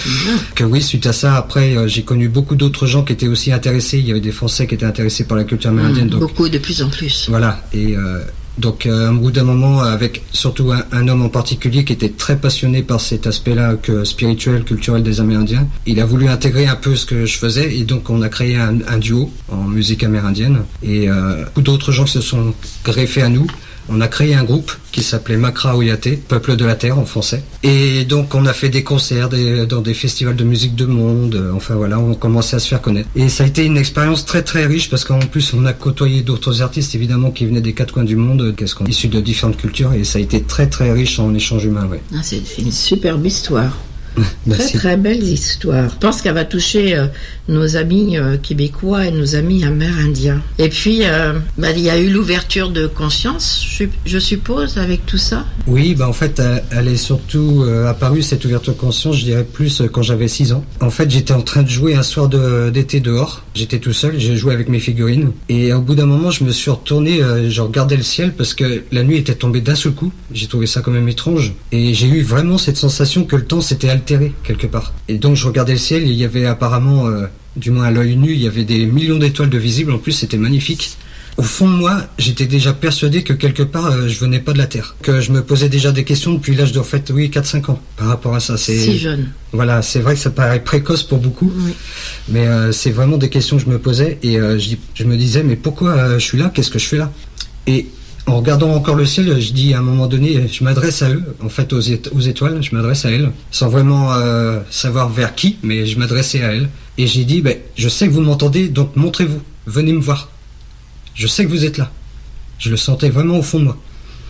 [SPEAKER 21] Que oui, suite à ça, après, euh, j'ai connu beaucoup d'autres gens qui étaient aussi intéressés. Il y avait des Français qui étaient intéressés par la culture amérindienne.
[SPEAKER 10] Mmh,
[SPEAKER 21] donc,
[SPEAKER 10] beaucoup, de plus en plus.
[SPEAKER 21] Voilà. Et... Euh, Donc, euh, au bout d'un moment, avec surtout un, un homme en particulier qui était très passionné par cet aspect-là que spirituel, culturel des Amérindiens, il a voulu intégrer un peu ce que je faisais et donc on a créé un, un duo en musique amérindienne. Et euh, beaucoup d'autres gens se sont greffés à nous. On a créé un groupe qui s'appelait Makra Oyate, Peuple de la Terre en français. Et donc on a fait des concerts des, dans des festivals de musique de monde. Euh, enfin voilà, on commençait à se faire connaître. Et ça a été une expérience très très riche parce qu'en plus on a côtoyé d'autres artistes évidemment qui venaient des quatre coins du monde, issus de différentes cultures. Et ça a été très très riche en échange humain. Ouais.
[SPEAKER 10] Ah, c'est une superbe histoire.
[SPEAKER 21] Merci.
[SPEAKER 10] Très très belle histoire. Je pense qu'elle va toucher euh, nos amis euh, québécois et nos amis amérindiens. Et puis, euh, bah, il y a eu l'ouverture de conscience, je, je suppose, avec tout ça.
[SPEAKER 21] Oui, bah en fait, elle, elle est surtout euh, apparue, cette ouverture de conscience, je dirais plus euh, quand j'avais six ans. En fait, j'étais en train de jouer un soir de, d'été dehors. J'étais tout seul, j'ai joué avec mes figurines. Et au bout d'un moment, je me suis retourné, euh, je regardais le ciel parce que la nuit était tombée d'un seul coup. J'ai trouvé ça quand même étrange. Et j'ai eu vraiment cette sensation que le temps s'était altéré quelque part. Et donc je regardais le ciel et il y avait apparemment, euh, du moins à l'œil nu, il y avait des millions d'étoiles de visibles. En plus, c'était magnifique. Au fond de moi, j'étais déjà persuadé que quelque part, euh, je venais pas de la Terre. Que je me posais déjà des questions depuis l'âge de, en fait, oui, quatre cinq ans par rapport à ça. C'est,
[SPEAKER 10] si jeune.
[SPEAKER 21] Voilà, c'est vrai que ça paraît précoce pour beaucoup.
[SPEAKER 10] Oui.
[SPEAKER 21] Mais euh, c'est vraiment des questions que je me posais et euh, je, je me disais, mais pourquoi euh, je suis là? Qu'est-ce que je fais là? Et en regardant encore le ciel, je dis à un moment donné, je m'adresse à eux, en fait aux, ét- aux étoiles, je m'adresse à elles, sans vraiment euh, savoir vers qui, mais je m'adressais à elles. Et j'ai dit, ben, je sais que vous m'entendez, donc montrez-vous, venez me voir. Je sais que vous êtes là. Je le sentais vraiment au fond de moi.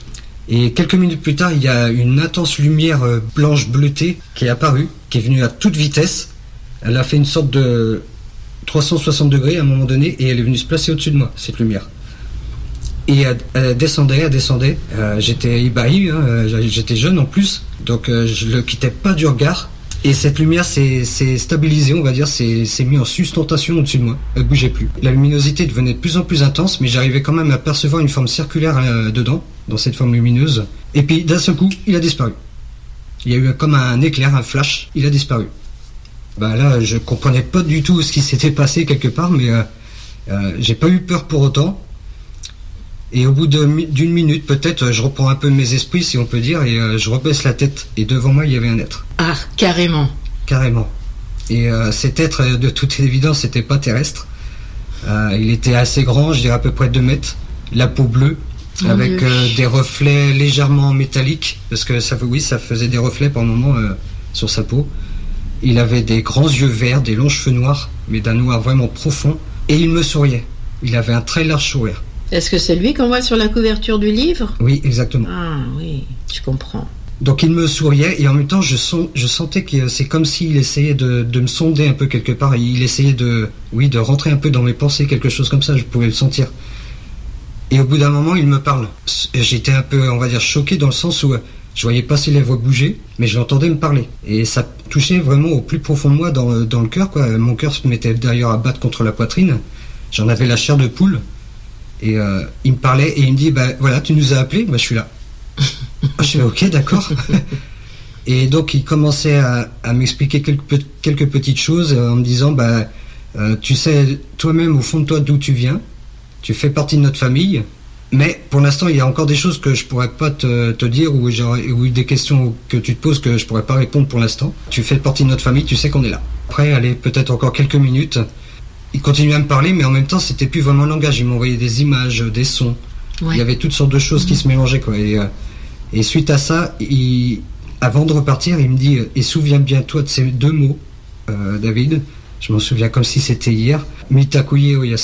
[SPEAKER 21] Et quelques minutes plus tard, il y a une intense lumière euh, blanche bleutée qui est apparue, qui est venue à toute vitesse. Elle a fait une sorte de trois cent soixante degrés à un moment donné, et elle est venue se placer au-dessus de moi, cette lumière. Et elle, elle descendait, elle descendait. Euh, j'étais ébahi, hein, j'étais jeune en plus, donc euh, je le quittais pas du regard. Et cette lumière s'est, s'est stabilisée, on va dire, s'est, s'est mise en sustentation au-dessus de moi. Elle bougeait plus. La luminosité devenait de plus en plus intense, mais j'arrivais quand même à percevoir une forme circulaire euh, dedans, dans cette forme lumineuse. Et puis d'un seul coup, il a disparu. Il y a eu comme un éclair, un flash, il a disparu. Bah là, je comprenais pas du tout ce qui s'était passé quelque part, mais euh, euh, j'ai pas eu peur pour autant. Et au bout de, d'une minute, peut-être, je reprends un peu mes esprits, si on peut dire, et euh, je rebaisse la tête. Et devant moi, il y avait un être.
[SPEAKER 10] Ah, carrément.
[SPEAKER 21] carrément. Et euh, cet être, de toute évidence, n'était pas terrestre. Euh, il était assez grand, je dirais à peu près deux mètres, la peau bleue, oh avec euh, des reflets légèrement métalliques, parce que ça, oui, ça faisait des reflets par moment euh, sur sa peau. Il avait des grands yeux verts, des longs cheveux noirs, mais d'un noir vraiment profond, et il me souriait. Il avait un très large sourire.
[SPEAKER 10] Est-ce que c'est lui qu'on voit sur la couverture du livre?
[SPEAKER 21] Oui, exactement.
[SPEAKER 10] Ah oui, je comprends.
[SPEAKER 21] Donc il me souriait, et en même temps, je, sens, je sentais que c'est comme s'il essayait de, de me sonder un peu quelque part. Il essayait de, oui, de rentrer un peu dans mes pensées, quelque chose comme ça, je pouvais le sentir. Et au bout d'un moment, il me parle. J'étais un peu, on va dire, choqué dans le sens où je voyais pas ses lèvres bouger, mais je l'entendais me parler. Et ça touchait vraiment au plus profond de moi, dans, dans le cœur, quoi. Mon cœur se mettait d'ailleurs à battre contre la poitrine. J'en avais la chair de poule. Et euh, il me parlait et il me dit, bah voilà, tu nous as appelés, bah je suis là. Je fais ok, d'accord. Et donc il commençait à, à m'expliquer quelques, quelques petites choses en me disant, bah euh, tu sais toi-même au fond de toi d'où tu viens, tu fais partie de notre famille, mais pour l'instant il y a encore des choses que je pourrais pas te, te dire, ou, genre, ou des questions que tu te poses que je pourrais pas répondre pour l'instant. Tu fais partie de notre famille, tu sais qu'on est là. Après, allez, peut-être encore quelques minutes. Il continuait à me parler, mais en même temps c'était plus vraiment un langage. Il m'envoyait des images, des sons. Ouais. Il y avait toutes sortes de choses mmh. qui se mélangeaient, quoi. Et, euh, et suite à ça, il, avant de repartir, il me dit « Et souviens-toi de ces deux mots, euh, David. » Je m'en souviens comme si c'était hier. « Mitakuye Oyasin. »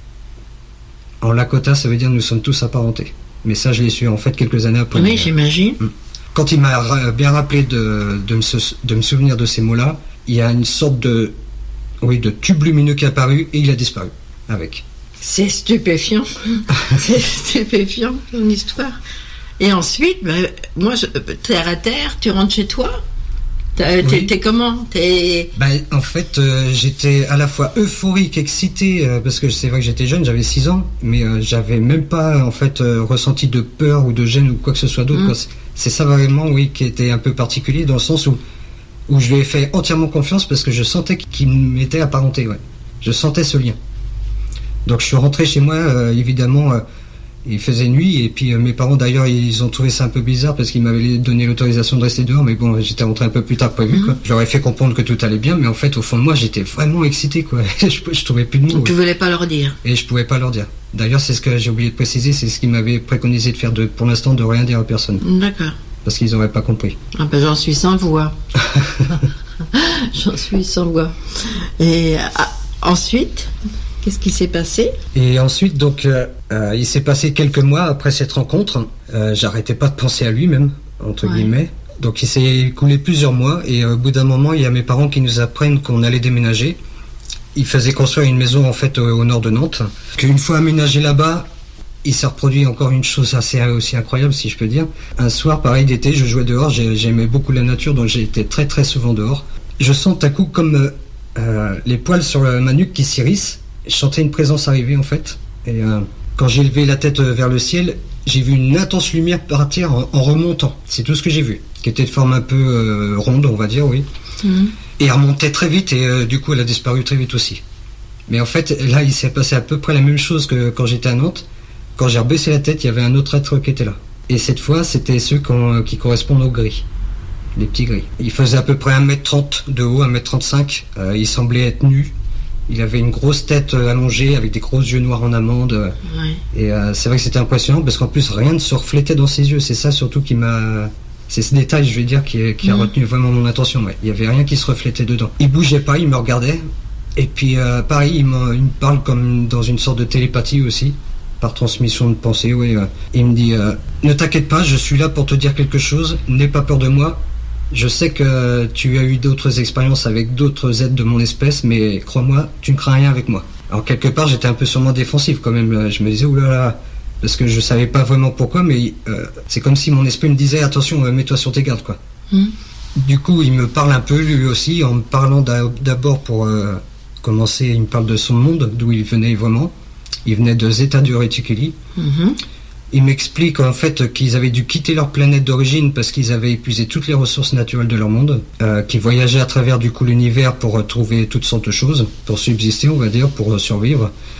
[SPEAKER 21] En Lakota, ça veut dire « Nous sommes tous apparentés ». Mais ça, je l'ai su en fait quelques années après.
[SPEAKER 10] Oui, j'imagine.
[SPEAKER 21] Quand il m'a ra- bien rappelé de, de, me, de me souvenir de ces mots-là, il y a une sorte de, oui, de tube lumineux qui est apparu et il a disparu avec.
[SPEAKER 10] C'est stupéfiant. C'est stupéfiant, ton histoire. Et ensuite, bah, moi, je, terre à terre, tu rentres chez toi. T'es, oui. t'es comment t'es...
[SPEAKER 21] Ben, en fait, euh, j'étais à la fois euphorique, excité, euh, parce que c'est vrai que j'étais jeune, j'avais six ans, mais euh, j'avais même pas en fait euh, ressenti de peur ou de gêne ou quoi que ce soit d'autre. Mm. Quoi. C'est, c'est ça vraiment, oui, qui était un peu particulier dans le sens où où je lui ai fait entièrement confiance parce que je sentais qu'il m'était apparenté. Ouais. Je sentais ce lien. Donc je suis rentré chez moi, euh, évidemment. Euh, Il faisait nuit et puis euh, mes parents d'ailleurs ils ont trouvé ça un peu bizarre parce qu'ils m'avaient donné l'autorisation de rester dehors, mais bon j'étais rentré un peu plus tard que prévu, quoi. Je leur ai fait comprendre que tout allait bien, mais en fait au fond de moi j'étais vraiment excité, quoi. je, je trouvais plus de mots.
[SPEAKER 10] Tu ouais. voulais pas leur dire.
[SPEAKER 21] Et je pouvais pas leur dire. D'ailleurs c'est ce que j'ai oublié de préciser, c'est ce qu'ils m'avaient préconisé de faire, de, pour l'instant de rien dire à personne.
[SPEAKER 10] D'accord.
[SPEAKER 21] Parce qu'ils auraient pas compris.
[SPEAKER 10] Ah ben j'en suis sans voix. J'en suis sans voix. Et ah, ensuite qu'est-ce qui s'est passé?
[SPEAKER 21] Et ensuite, donc, euh, euh, il s'est passé quelques mois après cette rencontre. Euh, j'arrêtais pas de penser à lui, même, entre ouais. guillemets. Donc, il s'est écoulé plusieurs mois. Et euh, au bout d'un moment, il y a mes parents qui nous apprennent qu'on allait déménager. Ils faisaient construire une maison, en fait, au, au nord de Nantes. Qu'une fois aménagé là-bas, il s'est reproduit encore une chose assez aussi incroyable, si je peux dire. Un soir, pareil, d'été, je jouais dehors. J'ai, j'aimais beaucoup la nature, donc j'étais très, très souvent dehors. Je sens tout à coup comme euh, euh, les poils sur ma nuque qui s'hérissent. Je sentais une présence arriver en fait, et euh, quand j'ai levé la tête vers le ciel, j'ai vu une intense lumière partir en, en remontant. C'est tout ce que j'ai vu, qui était de forme un peu euh, ronde, on va dire, oui. Mmh. Et elle remontait très vite et euh, du coup elle a disparu très vite aussi. Mais en fait là il s'est passé à peu près la même chose que quand j'étais à Nantes. Quand j'ai rebaissé la tête, il y avait un autre être qui était là. Et cette fois c'était ceux qui correspondent aux gris, les petits gris. Il faisait à peu près un mètre trente de haut, un mètre trente-cinq, euh, il semblait être nu. Il avait une grosse tête allongée avec des gros yeux noirs en amande. Ouais. Et euh, c'est vrai que c'était impressionnant parce qu'en plus rien ne se reflétait dans ses yeux. C'est ça surtout qui m'a... C'est ce détail, je vais dire, qui, qui a mmh. retenu vraiment mon attention. Ouais. Il n'y avait rien qui se reflétait dedans. Il bougeait pas, il me regardait. Et puis euh, pareil, il, il me parle comme dans une sorte de télépathie aussi, par transmission de pensée. Ouais, euh. Il me dit euh, « Ne t'inquiète pas, je suis là pour te dire quelque chose. N'aie pas peur de moi. Je sais que tu as eu d'autres expériences avec d'autres êtres de mon espèce, mais crois-moi, tu ne crains rien avec moi. » Alors quelque part, j'étais un peu sûrement défensif quand même. Je me disais, oulala, parce que je savais pas vraiment pourquoi, mais euh, c'est comme si mon esprit me disait, attention, euh, mets-toi sur tes gardes, quoi. Mmh. Du coup, il me parle un peu, lui aussi, en me parlant d'abord pour euh, commencer, il me parle de son monde, d'où il venait vraiment. Il venait de Zeta du Reticuli. Mmh. Il m'explique en fait qu'ils avaient dû quitter leur planète d'origine parce qu'ils avaient épuisé toutes les ressources naturelles de leur monde, euh, qu'ils voyageaient à travers du coup l'univers pour trouver toutes sortes de choses, pour subsister on va dire, pour survivre.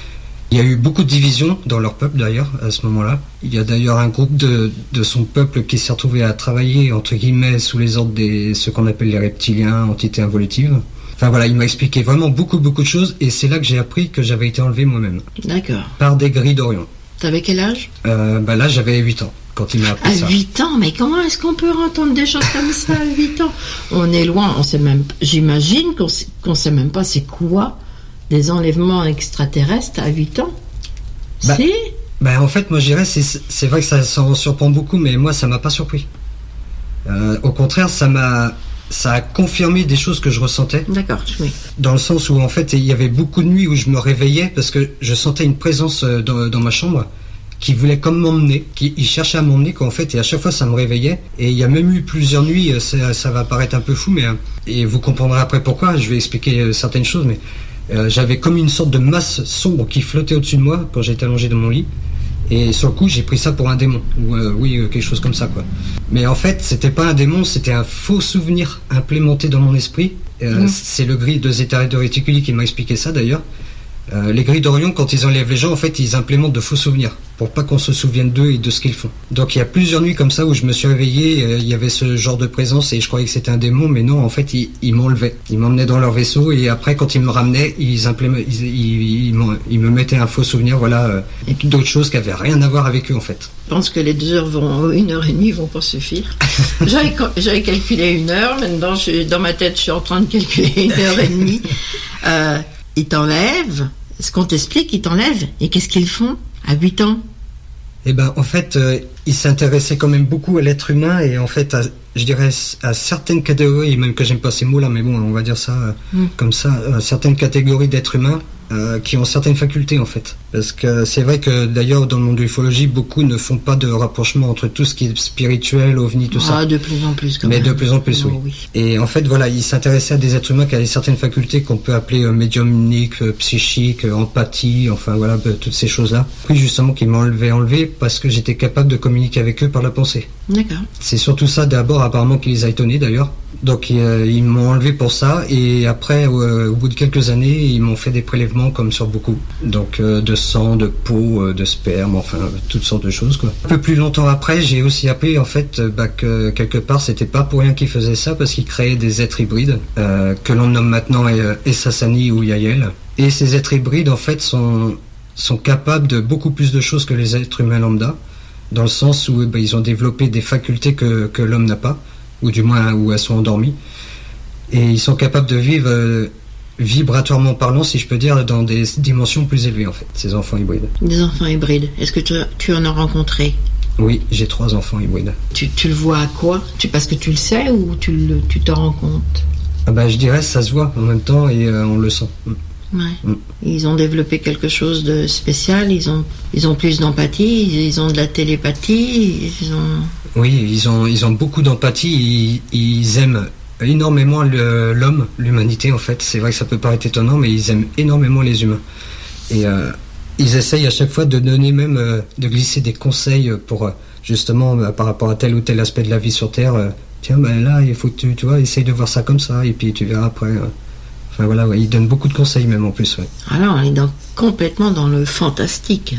[SPEAKER 21] Il y a eu beaucoup de divisions dans leur peuple d'ailleurs à ce moment-là. Il y a d'ailleurs un groupe de, de son peuple qui s'est retrouvé à travailler entre guillemets sous les ordres des ce qu'on appelle les reptiliens, entités involutives. Enfin voilà, il m'a expliqué vraiment beaucoup beaucoup de choses et c'est là que j'ai appris que j'avais été enlevé moi-même.
[SPEAKER 10] D'accord.
[SPEAKER 21] Par des grilles d'Orion.
[SPEAKER 10] T'avais quel âge?
[SPEAKER 21] euh, bah Là j'avais huit ans quand il m'a appris
[SPEAKER 10] à
[SPEAKER 21] ça.
[SPEAKER 10] À huit ans, mais comment est-ce qu'on peut entendre des choses comme ça à huit ans? On est loin, on sait même, j'imagine qu'on sait, qu'on sait même pas c'est quoi des enlèvements extraterrestres à huit ans.
[SPEAKER 21] Bah,
[SPEAKER 10] c'est
[SPEAKER 21] bah en fait moi je dirais c'est, c'est vrai que ça, ça en surprend beaucoup mais moi ça m'a pas surpris. Euh, au contraire ça m'a ça a confirmé des choses que je ressentais.
[SPEAKER 10] D'accord, oui.
[SPEAKER 21] Dans le sens où en fait il y avait beaucoup de nuits où je me réveillais parce que je sentais une présence dans, dans ma chambre qui voulait comme m'emmener, qui il cherchait à m'emmener quoi en fait et à chaque fois ça me réveillait et il y a même eu plusieurs nuits, ça, ça va paraître un peu fou mais et vous comprendrez après pourquoi, je vais expliquer certaines choses mais euh, j'avais comme une sorte de masse sombre qui flottait au-dessus de moi quand j'étais allongé dans mon lit. Et sur le coup, j'ai pris ça pour un démon, ou euh, oui, euh, quelque chose comme ça, quoi. Mais en fait, c'était pas un démon, c'était un faux souvenir implémenté dans mon esprit. Euh, mmh. C'est le gris de Zeta de Reticuli qui m'a expliqué ça, d'ailleurs. Euh, les grilles d'Orion, quand ils enlèvent les gens, en fait, ils implémentent de faux souvenirs, pour pas qu'on se souvienne d'eux et de ce qu'ils font. Donc il y a plusieurs nuits comme ça où je me suis réveillé, euh, il y avait ce genre de présence et je croyais que c'était un démon, mais non, en fait, ils, ils m'enlevaient. Ils m'emmenaient dans leur vaisseau et après, quand ils me ramenaient, ils, implément, ils, ils, ils, ils me mettaient un faux souvenir, voilà, euh, et puis d'autres choses qui avaient rien à voir avec eux, en fait.
[SPEAKER 10] Je pense que les deux heures vont, une heure et demie vont pas suffire. j'avais, j'avais calculé une heure, maintenant, je, dans ma tête, je suis en train de calculer une heure et demie. Euh, ils t'enlèvent. Ce qu'on t'explique, ils t'enlèvent. Et qu'est-ce qu'ils font à huit ans?
[SPEAKER 21] Eh ben, en fait, euh, ils s'intéressaient quand même beaucoup à l'être humain et en fait, à, je dirais à certaines catégories, même que j'aime pas ces mots-là, mais bon, on va dire ça euh, mm. comme ça, à certaines catégories d'êtres humains euh, qui ont certaines facultés en fait. Parce que c'est vrai que d'ailleurs, dans le monde de l'ufologie, beaucoup ne font pas de rapprochement entre tout ce qui est spirituel, ovni, tout
[SPEAKER 10] ah,
[SPEAKER 21] ça.
[SPEAKER 10] de plus en plus quand
[SPEAKER 21] mais
[SPEAKER 10] même.
[SPEAKER 21] Mais de plus en plus, oh, oui. oui. Et en fait, voilà, ils s'intéressaient à des êtres humains qui avaient certaines facultés qu'on peut appeler euh, médiumniques, euh, psychiques, euh, empathie, enfin voilà, euh, toutes ces choses-là. Puis justement, qu'ils m'enlevaient enlevé parce que j'étais capable de communiquer avec eux par la pensée.
[SPEAKER 10] D'accord.
[SPEAKER 21] C'est surtout ça d'abord, apparemment, qui les a étonnés d'ailleurs. Donc euh, ils m'ont enlevé pour ça et après euh, au bout de quelques années ils m'ont fait des prélèvements comme sur beaucoup, donc euh, de sang, de peau, euh, de sperme, enfin euh, toutes sortes de choses quoi. Un peu plus longtemps après j'ai aussi appris en fait euh, bah, que quelque part c'était pas pour rien qu'ils faisaient ça parce qu'ils créaient des êtres hybrides euh, que l'on nomme maintenant euh, Essassani ou Yael et ces êtres hybrides en fait sont, sont capables de beaucoup plus de choses que les êtres humains lambda dans le sens où bah, ils ont développé des facultés que, que l'homme n'a pas ou du moins où elles sont endormies et ils sont capables de vivre euh, vibratoirement parlant si je peux dire dans des dimensions plus élevées en fait ces enfants hybrides.
[SPEAKER 10] Des enfants hybrides, est-ce que tu, tu en as rencontré?
[SPEAKER 21] Oui, j'ai trois enfants hybrides.
[SPEAKER 10] Tu, tu le vois à quoi? tu, Parce que tu le sais ou tu, le, tu t'en rends compte?
[SPEAKER 21] Ah bah, je dirais ça se voit en même temps et euh, on le sent.
[SPEAKER 10] Ouais. Mm. Ils ont développé quelque chose de spécial, ils ont, ils ont plus d'empathie, ils, ils ont de la télépathie, ils ont...
[SPEAKER 21] Oui, ils ont, ils ont beaucoup d'empathie, ils, ils aiment énormément le, l'homme, l'humanité en fait. C'est vrai que ça peut paraître étonnant, mais ils aiment énormément les humains. Et euh, ils essayent à chaque fois de donner même, euh, de glisser des conseils pour, euh, justement, euh, par rapport à tel ou tel aspect de la vie sur Terre. Euh, Tiens, ben là, il faut que tu, tu vois, essaye de voir ça comme ça, et puis tu verras après... Euh, Enfin voilà, ouais, ils donnent beaucoup de conseils même en plus. Ouais.
[SPEAKER 10] Alors, on est dans, complètement dans le fantastique.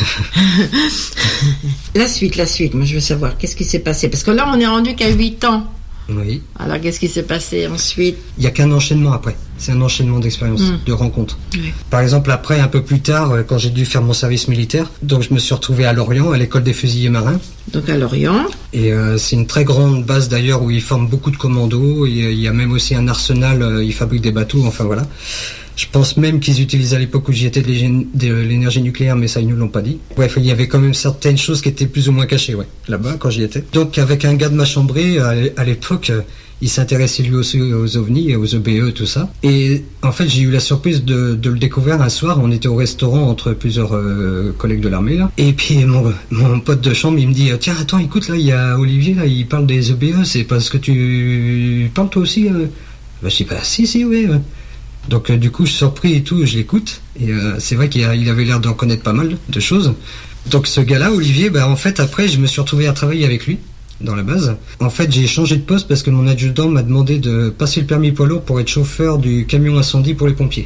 [SPEAKER 10] la suite, la suite, moi je veux savoir, qu'est-ce qui s'est passé? Parce que là, on est rendu qu'à huit ans.
[SPEAKER 21] Oui.
[SPEAKER 10] Alors, qu'est-ce qui s'est passé ensuite?
[SPEAKER 21] Il n'y a qu'un enchaînement après. C'est un enchaînement d'expériences, mmh. de rencontres. Oui. Par exemple, après, un peu plus tard, quand j'ai dû faire mon service militaire, donc je me suis retrouvé à Lorient, à l'école des fusiliers marins.
[SPEAKER 10] Donc à Lorient.
[SPEAKER 21] Et euh, c'est une très grande base d'ailleurs où ils forment beaucoup de commandos. Et, il y a même aussi un arsenal, euh, ils fabriquent des bateaux, enfin voilà. Je pense même qu'ils utilisaient à l'époque où j'y étais de l'énergie nucléaire, mais ça, ils ne l'ont pas dit. Bref, il y avait quand même certaines choses qui étaient plus ou moins cachées, ouais, là-bas, quand j'y étais. Donc, avec un gars de ma chambrée, à l'époque, il s'intéressait lui aussi aux ovnis et aux O B E, tout ça. Et en fait, j'ai eu la surprise de, de le découvrir un soir. On était au restaurant entre plusieurs euh, collègues de l'armée, là. Et puis, mon, mon pote de chambre, il me dit, tiens, attends, écoute, là, il y a Olivier, là, il parle des O B E, c'est parce que tu parles toi aussi euh... bah, je dis, bah, si, si, oui, ouais. Donc euh, du coup je suis surpris et tout, je l'écoute et euh, c'est vrai qu'il a, il avait l'air d'en connaître pas mal de choses. Donc ce gars-là, Olivier, bah en fait après je me suis retrouvé à travailler avec lui dans la base. En fait j'ai changé de poste parce que mon adjudant m'a demandé de passer le permis poids lourd pour être chauffeur du camion incendie pour les pompiers.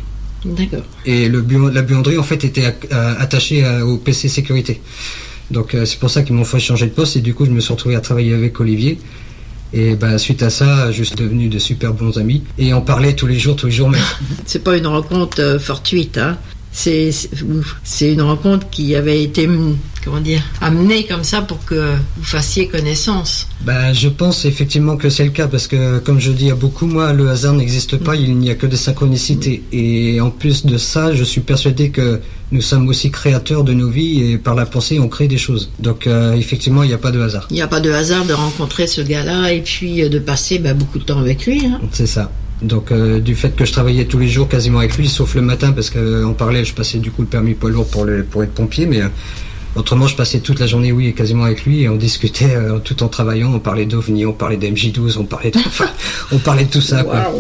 [SPEAKER 10] D'accord.
[SPEAKER 21] Et le bu- la buanderie en fait était a- a- attachée à- au P C sécurité. Donc euh, c'est pour ça qu'ils m'ont fait changer de poste et du coup je me suis retrouvé à travailler avec Olivier. Et bah, suite à ça, je suis devenu de super bons amis et on parlait tous les jours, tous les jours même.
[SPEAKER 10] C'est pas une rencontre euh, fortuite, hein. C'est, c'est, c'est une rencontre qui avait été, comment dire, amenée comme ça pour que vous fassiez connaissance.
[SPEAKER 21] Bah, je pense effectivement que c'est le cas parce que, comme je dis à beaucoup, moi, le hasard n'existe pas, il n'y a que des synchronicités. Et en plus de ça, je suis persuadé que nous sommes aussi créateurs de nos vies et par la pensée, on crée des choses. Donc, euh, effectivement, il n'y a pas de hasard.
[SPEAKER 10] Il n'y a pas de hasard de rencontrer ce gars-là et puis de passer bah, beaucoup de temps avec lui. Hein.
[SPEAKER 21] C'est ça. Donc euh, du fait que je travaillais tous les jours quasiment avec lui, sauf le matin parce qu'on parlait, je passais du coup le permis poids lourd pour, le, pour être pompier, mais euh, autrement je passais toute la journée oui quasiment avec lui et on discutait euh, tout en travaillant, on parlait d'OVNI, on parlait d'M J douze, on parlait de, enfin, on parlait de tout ça. Quoi.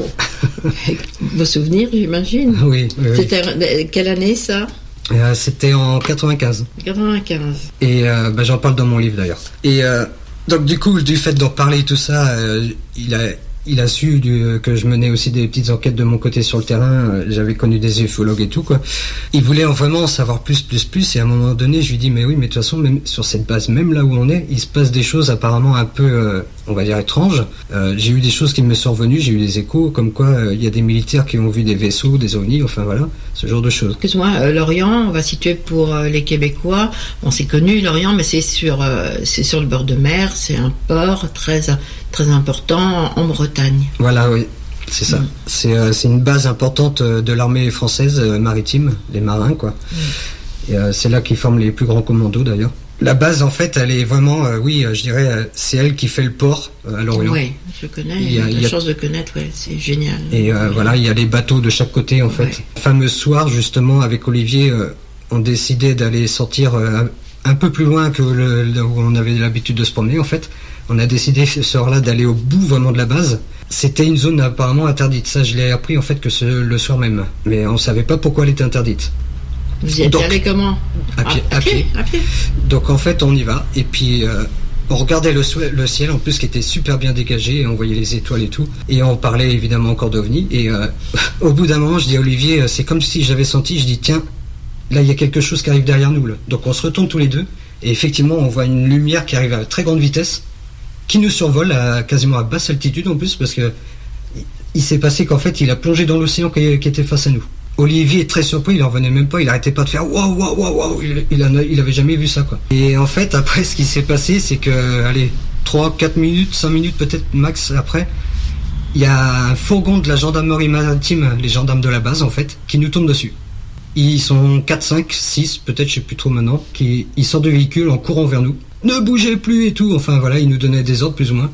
[SPEAKER 10] Vos souvenirs j'imagine.
[SPEAKER 21] Oui. oui
[SPEAKER 10] C'était
[SPEAKER 21] oui.
[SPEAKER 10] Quelle année ça?
[SPEAKER 21] euh, C'était en quatre-vingt-quinze.
[SPEAKER 10] quatre-vingt-quinze.
[SPEAKER 21] Et euh, bah, j'en parle dans mon livre d'ailleurs. Et euh, donc du coup du fait d'en parler et tout ça, euh, il a... Il a su du, que je menais aussi des petites enquêtes de mon côté sur le terrain. J'avais connu des ufologues et tout, quoi. Il voulait vraiment en savoir plus, plus, plus. Et à un moment donné, je lui dis, mais oui, mais de toute façon, même sur cette base, même là où on est, il se passe des choses apparemment un peu, euh, on va dire, étranges. Euh, j'ai eu des choses qui me sont revenues. J'ai eu des échos, comme quoi il euh, y a des militaires qui ont vu des vaisseaux, des ovnis, enfin voilà, ce genre de choses.
[SPEAKER 10] Excuse-moi, euh, Lorient, on va situer pour euh, les Québécois. On s'est connu, Lorient, mais c'est sur, euh, c'est sur le bord de mer. C'est un port très, très important en Bretagne.
[SPEAKER 21] Voilà, oui, c'est ça. Mmh. C'est, euh, c'est une base importante de l'armée française euh, maritime, les marins, quoi. Mmh. Et euh, c'est là qu'ils forment les plus grands commandos, d'ailleurs. La base, en fait, elle est vraiment, euh, oui, euh, je dirais, euh, c'est elle qui fait le port euh, à Lorient.
[SPEAKER 10] Oui, je connais, il y a, la il y a... chance de connaître, ouais, c'est génial.
[SPEAKER 21] Et euh, oui. Voilà, il y a les bateaux de chaque côté, en fait. Ouais. Le fameux soir, justement, avec Olivier, euh, on décidait d'aller sortir euh, un peu plus loin que le, là où on avait l'habitude de se promener, en fait. On a décidé ce soir-là d'aller au bout vraiment de la base. C'était une zone apparemment interdite. Ça, je l'ai appris en fait que ce, le soir même. Mais on savait pas pourquoi elle était interdite.
[SPEAKER 10] Vous y êtes allé comment?
[SPEAKER 21] À pied,
[SPEAKER 10] à, à,
[SPEAKER 21] à, pied.
[SPEAKER 10] pied, à pied.
[SPEAKER 21] Donc en fait, on y va. Et puis euh, on regardait le, le ciel en plus qui était super bien dégagé. Et on voyait les étoiles et tout. Et on parlait évidemment encore d'OVNI. Et euh, au bout d'un moment, je dis à Olivier, c'est comme si j'avais senti. Je dis tiens, là il y a quelque chose qui arrive derrière nous. Là. Donc on se retourne tous les deux. Et effectivement, on voit une lumière qui arrive à très grande vitesse, qui nous survole à, quasiment à basse altitude en plus, parce que il s'est passé qu'en fait il a plongé dans l'océan qui, qui était face à nous. Olivier est très surpris, il en venait même pas, il arrêtait pas de faire waouh waouh waouh waouh, il, il, a, il avait jamais vu ça quoi. Et en fait après ce qui s'est passé c'est que allez trois quatre minutes, cinq minutes peut-être max après, il y a un fourgon de la gendarmerie maritime, les gendarmes de la base en fait, qui nous tombe dessus. Ils sont quatre, cinq, six, peut-être je sais plus trop maintenant, qui ils sortent du véhicule en courant vers nous. Ne bougez plus et tout, enfin voilà, ils nous donnaient des ordres plus ou moins.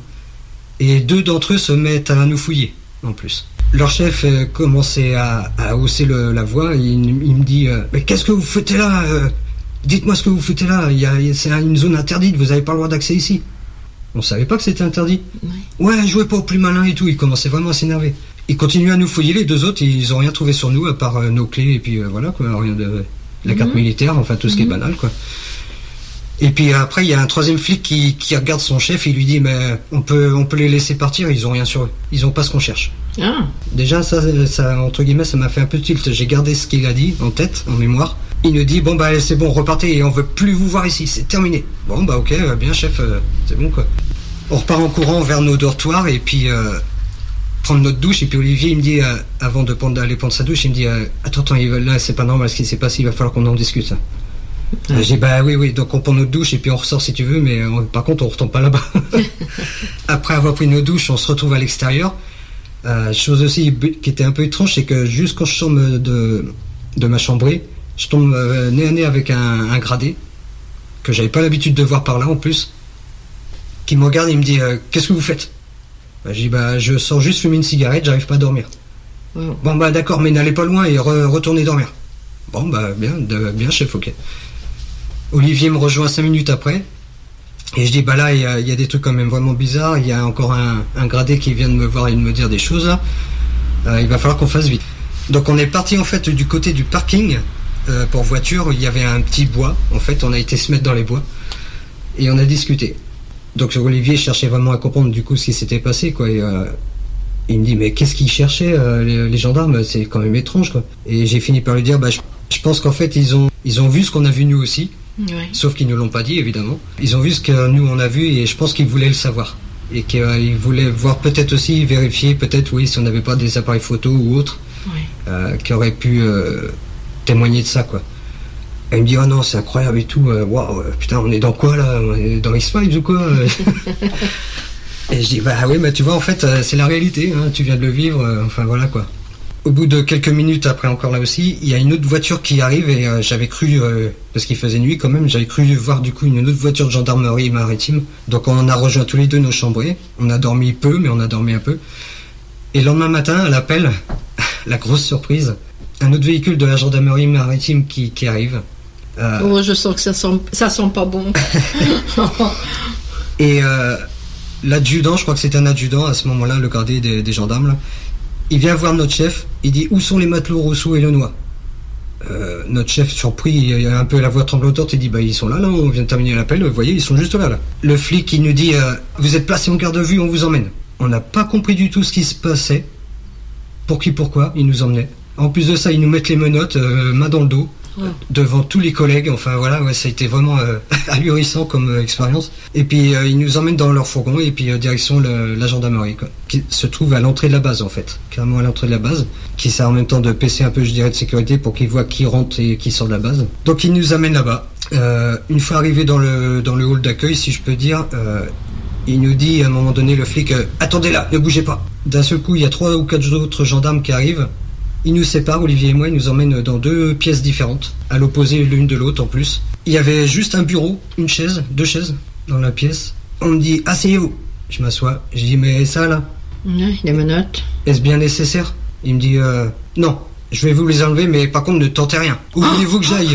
[SPEAKER 21] Et deux d'entre eux se mettent à nous fouiller, en plus. Leur chef euh, commençait à, à hausser le, la voix, il, il me dit euh, « Mais qu'est-ce que vous foutez là euh, Dites-moi ce que vous foutez là, il y a, c'est une zone interdite, vous n'avez pas le droit d'accès ici. » On savait pas que c'était interdit. Oui. Ouais, jouez pas au plus malin et tout, il commençait vraiment à s'énerver. Ils continuaient à nous fouiller, les deux autres, ils ont rien trouvé sur nous, à part euh, nos clés, et puis euh, voilà, quoi, rien de... La carte mmh. militaire, enfin tout ce mmh. qui est banal, quoi. Et puis après, il y a un troisième flic qui, qui regarde son chef et il lui dit mais on peut, on peut les laisser partir, ils ont rien sur eux. Ils ont pas ce qu'on cherche. Ah. Déjà, ça, ça, entre guillemets, ça m'a fait un peu tilt. J'ai gardé ce qu'il a dit en tête, en mémoire. Il nous dit bon bah c'est bon, repartez et on veut plus vous voir ici, c'est terminé. Bon bah ok, bien chef, euh, c'est bon quoi. On repart en courant vers nos dortoirs et puis euh, prendre notre douche. Et puis Olivier il me dit, euh, avant de prendre, d'aller prendre sa douche, il me dit euh, attends, attends, là c'est pas normal ce qui s'est passé, il va falloir qu'on en discute. Ouais. J'ai dit bah oui oui, donc on prend notre douche et puis on ressort si tu veux, mais on, par contre on retombe pas là-bas. Après avoir pris nos douches, on se retrouve à l'extérieur. Euh, chose aussi qui était un peu étrange, c'est que juste quand je sors de, de ma chambrée, je tombe euh, nez à nez avec un, un gradé que j'avais pas l'habitude de voir par là en plus, qui me regarde et il me dit euh, qu'est-ce que vous faites? Bah, je dis bah je sors juste fumer une cigarette, j'arrive pas à dormir. Ouais. Bon bah d'accord, mais n'allez pas loin et re- retournez dormir. Bon bah bien, de, bien chef, ok. Olivier me rejoint cinq minutes après et je dis bah là il y, y a des trucs quand même vraiment bizarres, il y a encore un, un gradé qui vient de me voir et de me dire des choses là. Euh, il va falloir qu'on fasse vite. Donc on est parti en fait du côté du parking euh, pour voiture, il y avait un petit bois, en fait on a été se mettre dans les bois et on a discuté. Donc Olivier cherchait vraiment à comprendre du coup ce qui s'était passé quoi. Et, euh, Il me dit mais qu'est-ce qu'ils cherchaient euh, les, les gendarmes, c'est quand même étrange quoi. Et j'ai fini par lui dire bah je, je pense qu'en fait ils ont ils ont vu ce qu'on a vu nous aussi, ouais. Sauf qu'ils ne l'ont pas dit évidemment. Ils ont vu ce que nous on a vu et je pense qu'ils voulaient le savoir et qu'ils euh, voulaient voir peut-être aussi vérifier peut-être oui si on n'avait pas des appareils photo ou autres ouais. euh, qui auraient pu euh, témoigner de ça quoi. Et il me dit oh non c'est incroyable et tout, waouh wow, putain on est dans quoi là, on est dans X-Files ou quoi. Et je dis bah oui mais tu vois en fait euh, c'est la réalité hein, tu viens de le vivre euh, enfin voilà quoi. Au bout de quelques minutes après encore là aussi il y a une autre voiture qui arrive et euh, j'avais cru euh, parce qu'il faisait nuit quand même j'avais cru voir du coup une autre voiture de gendarmerie maritime, donc on a rejoint tous les deux nos chambriers, on a dormi peu mais on a dormi un peu et le lendemain matin elle appelle la grosse surprise, un autre véhicule de la gendarmerie maritime qui, qui arrive euh...
[SPEAKER 10] oh je sens que ça sent, ça sent pas bon.
[SPEAKER 21] Et euh, l'adjudant, je crois que c'était un adjudant à ce moment-là, le gardien des, des gendarmes, là, il vient voir notre chef, il dit « Où sont les matelots Rousseau et Lenoir ?» euh, Notre chef, surpris, il a un peu la voix tremblotante, il dit « Bah ils sont là, là, on vient de terminer l'appel, vous voyez, ils sont juste là, là. » Le flic, il nous dit euh, « Vous êtes placé en garde à vue, on vous emmène. » On n'a pas compris du tout ce qui se passait, pour qui, pourquoi, il nous emmenait. En plus de ça, ils nous mettent les menottes, euh, main dans le dos. Ouais. Devant tous les collègues, enfin voilà, ouais, ça a été vraiment euh, ahurissant comme euh, expérience. Et puis euh, ils nous emmènent dans leur fourgon et puis euh, direction le, la gendarmerie, quoi, qui se trouve à l'entrée de la base en fait, carrément à l'entrée de la base, qui sert en même temps de P C un peu, je dirais, de sécurité pour qu'ils voient qui rentre et qui sort de la base. Donc ils nous amènent là-bas. Euh, une fois arrivés dans le dans le hall d'accueil, si je peux dire, euh, il nous dit à un moment donné le flic, euh, attendez là, ne bougez pas. D'un seul coup, il y a trois ou quatre autres gendarmes qui arrivent. Il nous sépare, Olivier et moi, il nous emmène dans deux pièces différentes, à l'opposé l'une de l'autre en plus. Il y avait juste un bureau, une chaise, deux chaises dans la pièce. On me dit, asseyez-vous. Je m'assois, je dis, mais ça là
[SPEAKER 10] Oui, les menottes.
[SPEAKER 21] Est-ce bien nécessaire? Il me dit, euh, non, je vais vous les enlever, mais par contre ne tentez rien. Où voulez-vous que j'aille?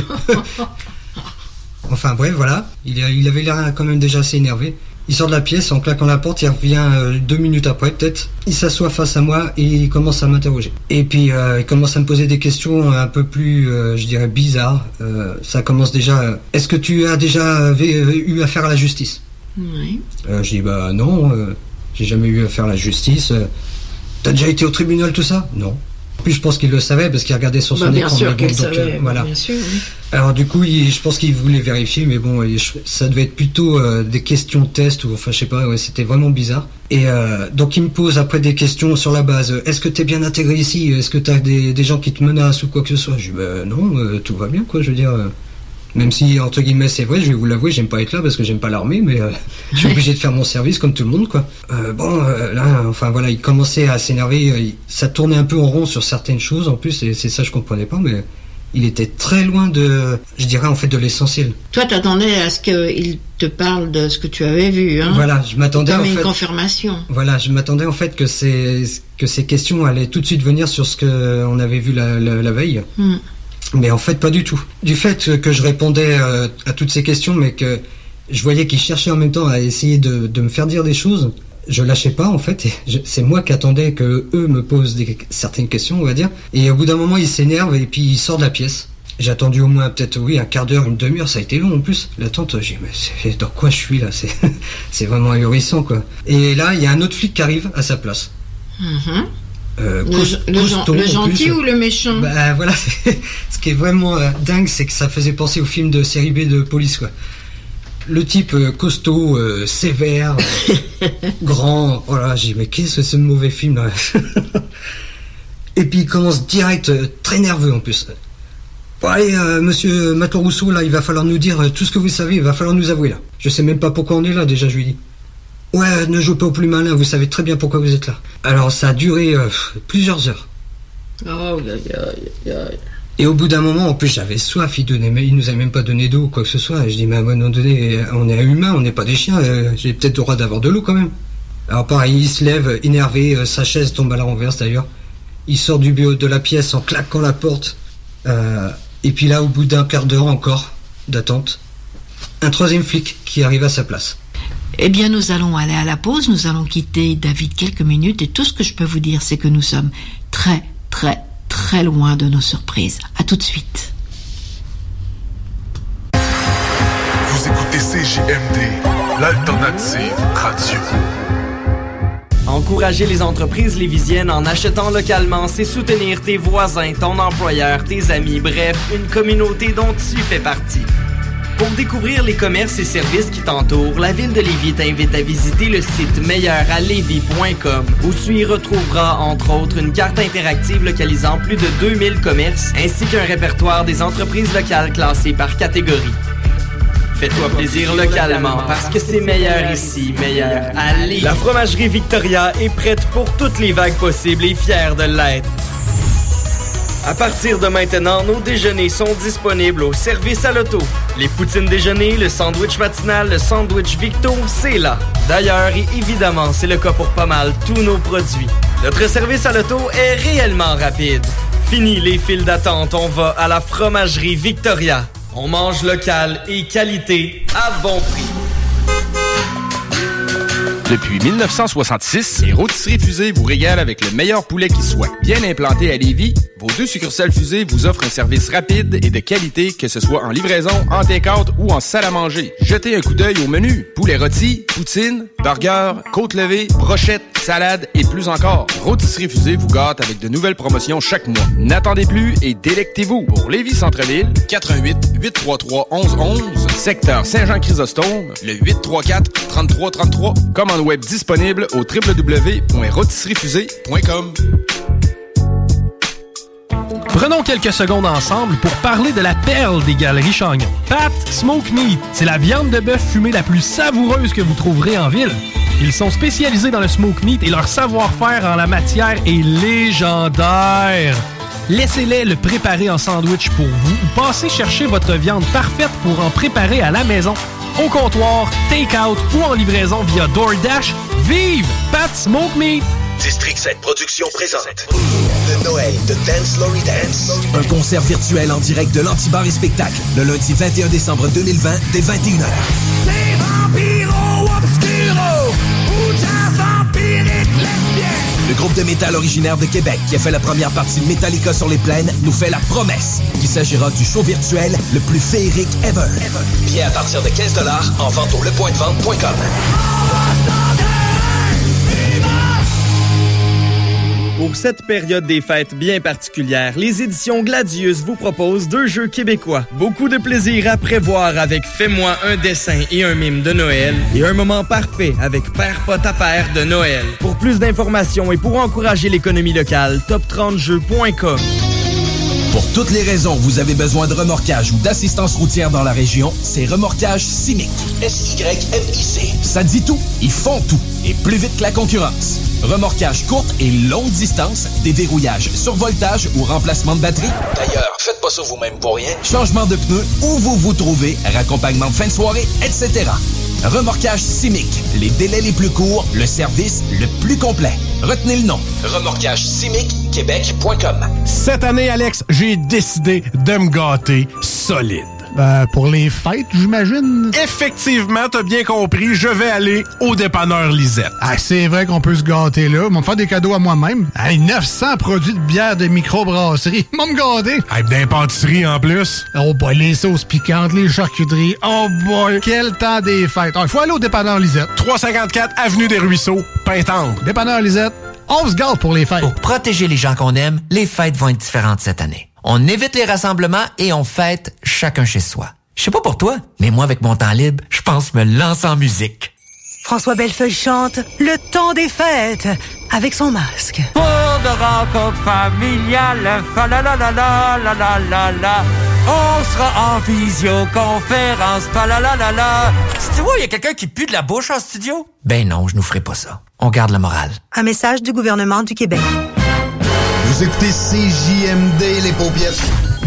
[SPEAKER 21] Enfin bref, voilà, il, il avait l'air quand même déjà assez énervé. Il sort de la pièce, en claquant la porte, il revient euh, deux minutes après peut-être. Il s'assoit face à moi et il commence à m'interroger. Et puis euh, il commence à me poser des questions un peu plus, euh, je dirais, bizarres. Euh, ça commence déjà... Euh, Est-ce que tu as déjà euh, eu affaire à la justice?
[SPEAKER 10] Oui.
[SPEAKER 21] Euh, je dis, bah non, euh, j'ai jamais eu affaire à la justice. Euh, T'as déjà été au tribunal, tout ça? Non. En plus, je pense qu'il le savait parce qu'il regardait sur son
[SPEAKER 10] bah, bien
[SPEAKER 21] écran.
[SPEAKER 10] Sûr
[SPEAKER 21] bon,
[SPEAKER 10] donc, savait,
[SPEAKER 21] euh, voilà.
[SPEAKER 10] Bien sûr, oui.
[SPEAKER 21] Alors du coup, il, je pense qu'il voulait vérifier, mais bon, il, ça devait être plutôt euh, des questions de test ou enfin je sais pas. Ouais, c'était vraiment bizarre. Et euh, donc il me pose après des questions sur la base. Est-ce que t'es bien intégré ici? Est-ce que t'as des, des gens qui te menacent ou quoi que ce soit? Je dis bah, non, euh, tout va bien quoi. Je veux dire. Euh, Même si, entre guillemets, c'est vrai, je vais vous l'avouer, j'aime pas être là parce que j'aime pas l'armée, mais euh, je suis obligé de faire mon service comme tout le monde, quoi. Euh, bon, euh, là, enfin voilà, il commençait à s'énerver, euh, ça tournait un peu en rond sur certaines choses, en plus, et c'est ça je comprenais pas, mais il était très loin de, je dirais, en fait, de l'essentiel.
[SPEAKER 10] Toi, t'attendais à ce qu'il te parle de ce que tu avais vu, hein?
[SPEAKER 21] Voilà, je m'attendais
[SPEAKER 10] Comme
[SPEAKER 21] en
[SPEAKER 10] une
[SPEAKER 21] fait...
[SPEAKER 10] confirmation.
[SPEAKER 21] Voilà, je m'attendais en fait que ces, que ces questions allaient tout de suite venir sur ce qu'on avait vu la, la, la veille. Hmm. Mais en fait, pas du tout. Du fait que je répondais euh, à toutes ces questions, mais que je voyais qu'ils cherchaient en même temps à essayer de, de me faire dire des choses, je lâchais pas, en fait. Et je, c'est moi qui attendais que eux me posent des, certaines questions, on va dire. Et au bout d'un moment, ils s'énervent et puis ils sortent de la pièce. J'ai attendu au moins peut-être, oui, un quart d'heure, une demi-heure. Ça a été long en plus. L'attente, j'ai dit, mais c'est, dans quoi je suis là? C'est, c'est vraiment ahurissant, quoi. Et là, il y a un autre flic qui arrive à sa place.
[SPEAKER 10] Mm-hmm.
[SPEAKER 21] Euh,
[SPEAKER 10] le,
[SPEAKER 21] cost-
[SPEAKER 10] le,
[SPEAKER 21] costaud,
[SPEAKER 10] le gentil
[SPEAKER 21] plus.
[SPEAKER 10] Ou le méchant?
[SPEAKER 21] Bah voilà, c'est, ce qui est vraiment euh, dingue, c'est que ça faisait penser au film de série B de police, quoi. Le type euh, costaud, euh, sévère, euh, grand, voilà, j'ai dit mais qu'est-ce que c'est ce mauvais film là? Et puis il commence direct, euh, très nerveux en plus. Bon allez, euh, monsieur Matelot Rousseau, là, il va falloir nous dire euh, tout ce que vous savez, il va falloir nous avouer là. Je sais même pas pourquoi on est là déjà, je lui dis. Ouais, ne jouez pas au plus malin, vous savez très bien pourquoi vous êtes là. Alors ça a duré euh, plusieurs heures.
[SPEAKER 10] Oh, aïe, aïe, aïe.
[SPEAKER 21] Et au bout d'un moment, en plus j'avais soif, il, donnait, il nous avait même pas donné d'eau ou quoi que ce soit. Et je dis, mais à un moment donné, on est humain, on n'est pas des chiens, euh, j'ai peut-être le droit d'avoir de l'eau quand même. Alors pareil, il se lève, énervé, euh, sa chaise tombe à la renverse d'ailleurs. Il sort du bureau de la pièce en claquant la porte. Euh, et puis là, au bout d'un quart d'heure encore d'attente, un troisième flic qui arrive à sa place.
[SPEAKER 10] Eh bien, nous allons aller à la pause, nous allons quitter David quelques minutes et tout ce que je peux vous dire, c'est que nous sommes très, très, très loin de nos surprises. À tout de suite.
[SPEAKER 14] Vous écoutez C J M D, l'alternative radio.
[SPEAKER 5] Encourager les entreprises lévisiennes en achetant localement, c'est soutenir tes voisins, ton employeur, tes amis, bref, une communauté dont tu fais partie. Pour découvrir les commerces et services qui t'entourent, la Ville de Lévis t'invite à visiter le site meilleur à lévis point com où tu y retrouveras, entre autres, une carte interactive localisant plus de deux mille commerces ainsi qu'un répertoire des entreprises locales classées par catégorie. Fais-toi plaisir localement parce que c'est meilleur ici, meilleur à Lévis.
[SPEAKER 1] La fromagerie Victoria est prête pour toutes les vagues possibles et fière de l'être. À partir de maintenant, nos déjeuners sont disponibles au service à l'auto. Les poutines déjeuner, le sandwich matinal, le sandwich Victo, c'est là. D'ailleurs, et évidemment, c'est le cas pour pas mal tous nos produits. Notre service à l'auto est réellement rapide. Fini les files d'attente, on va à la fromagerie Victoria. On mange local et qualité à bon prix.
[SPEAKER 16] Depuis mille neuf cent soixante-six, les Rôtisseries Fusées vous régalent avec le meilleur poulet qui soit. Bien implanté à Lévis, vos deux succursales Fusées vous offrent un service rapide et de qualité, que ce soit en livraison, en take-out ou en salle à manger. Jetez un coup d'œil au menu. Poulet rôti, poutine, burger, côte levée, brochette, salade et plus encore. Rôtisseries Fusées vous gâte avec de nouvelles promotions chaque mois. N'attendez plus et délectez-vous. Pour Lévis Centre-Ville, quatre un huit, huit trois trois, un un un un. Secteur Saint-Jean-Chrysostome, le huit trois quatre, trois trois trois trois. Commande web disponible au w w w point rôtisserie fusée point com.
[SPEAKER 13] Prenons quelques secondes ensemble pour parler de la perle des Galeries Chagnon. Pat Smoke Meat, c'est la viande de bœuf fumée la plus savoureuse que vous trouverez en ville. Ils sont spécialisés dans le smoke meat et leur savoir-faire en la matière est légendaire. Laissez-les le préparer en sandwich pour vous ou passez chercher votre viande parfaite pour en préparer à la maison, au comptoir, take-out ou en livraison via DoorDash. Vive Pat Smoke Meat!
[SPEAKER 3] District sept Productions présente
[SPEAKER 22] Le Noël de Dance Lory Dance.
[SPEAKER 12] Un concert virtuel en direct de l'Antibar et Spectacle le lundi vingt et un décembre deux mille vingt dès vingt et une heures.
[SPEAKER 22] C'est Vampiro Obscuro ou jazz vampirique lesbien.
[SPEAKER 12] Le groupe de métal originaire de Québec qui a fait la première partie de Metallica sur les plaines nous fait la promesse qu'il s'agira du show virtuel le plus féerique ever. ever.
[SPEAKER 22] Billets à partir de quinze dollars en vente au le point de vente point com.
[SPEAKER 1] Pour cette période des fêtes bien particulière, les éditions Gladius vous proposent deux jeux québécois. Beaucoup de plaisir à prévoir avec Fais-moi un dessin et un mime de Noël et un moment parfait avec Père Pot à Père de Noël. Pour plus d'informations et pour encourager l'économie locale, top trente jeux point com.
[SPEAKER 12] Pour toutes les raisons vous avez besoin de remorquage ou d'assistance routière dans la région, c'est Remorquage Simic.
[SPEAKER 22] S Y M I C.
[SPEAKER 12] Ça dit tout, ils font tout, et plus vite que la concurrence. Remorquage courte et longue distance, déverrouillage, survoltage ou remplacement de batterie.
[SPEAKER 22] D'ailleurs, faites pas ça vous-même pour rien.
[SPEAKER 12] Changement de pneus, où vous vous trouvez, raccompagnement de fin de soirée, et cetera. Remorquage Simic, les délais les plus courts, le service le plus complet. Retenez le nom.
[SPEAKER 22] Remorquage Simic Québec point com.
[SPEAKER 23] Cette année, Alex, j'ai décidé de me gâter solide.
[SPEAKER 6] Ben, pour les fêtes, j'imagine.
[SPEAKER 23] Effectivement, t'as bien compris, je vais aller au dépanneur Lisette.
[SPEAKER 6] Ah, c'est vrai qu'on peut se gâter là. Ils vont me faire des cadeaux à moi-même. Hey, neuf cents produits de bière de microbrasserie. Ils vont me gâter.
[SPEAKER 23] Hey, d'impantisserie en plus.
[SPEAKER 6] Oh boy, les sauces piquantes, les charcuteries. Oh boy, quel temps des fêtes. Il faut aller au dépanneur Lisette.
[SPEAKER 23] trois cent cinquante-quatre Avenue des Ruisseaux, Pintendre.
[SPEAKER 6] Dépanneur Lisette, on se gâte pour les fêtes.
[SPEAKER 17] Pour protéger les gens qu'on aime, les fêtes vont être différentes cette année. On évite les rassemblements et on fête chacun chez soi. Je sais pas pour toi, mais moi, avec mon temps libre, je pense me lancer en musique.
[SPEAKER 18] François Bellefeuille chante « Le temps des fêtes » avec son masque.
[SPEAKER 19] Pour de rencontres familiales, fa la la la la la la la la. On sera en visioconférence, fa la la la la. Tu vois, il y a quelqu'un qui pue de la bouche en studio?
[SPEAKER 17] Ben non, je nous ferai pas ça. On garde le moral.
[SPEAKER 18] Un message du gouvernement du Québec.
[SPEAKER 24] Vous écoutez C J M D, les paupiètes.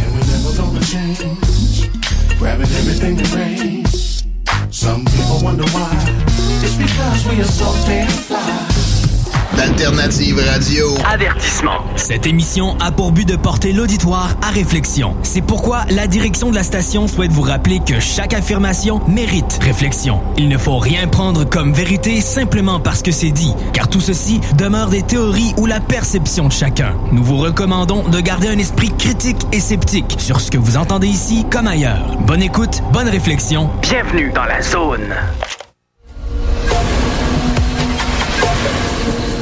[SPEAKER 25] Grabbing everything that rains. Some people wonder why. It's because we are so damn fly.
[SPEAKER 24] D'Alternative Radio.
[SPEAKER 8] Avertissement. Cette émission a pour but de porter l'auditoire à réflexion. C'est pourquoi la direction de la station souhaite vous rappeler que chaque affirmation mérite réflexion. Il ne faut rien prendre comme vérité simplement parce que c'est dit, car tout ceci demeure des théories ou la perception de chacun. Nous vous recommandons de garder un esprit critique et sceptique sur ce que vous entendez ici comme ailleurs. Bonne écoute, bonne réflexion. Bienvenue dans la zone.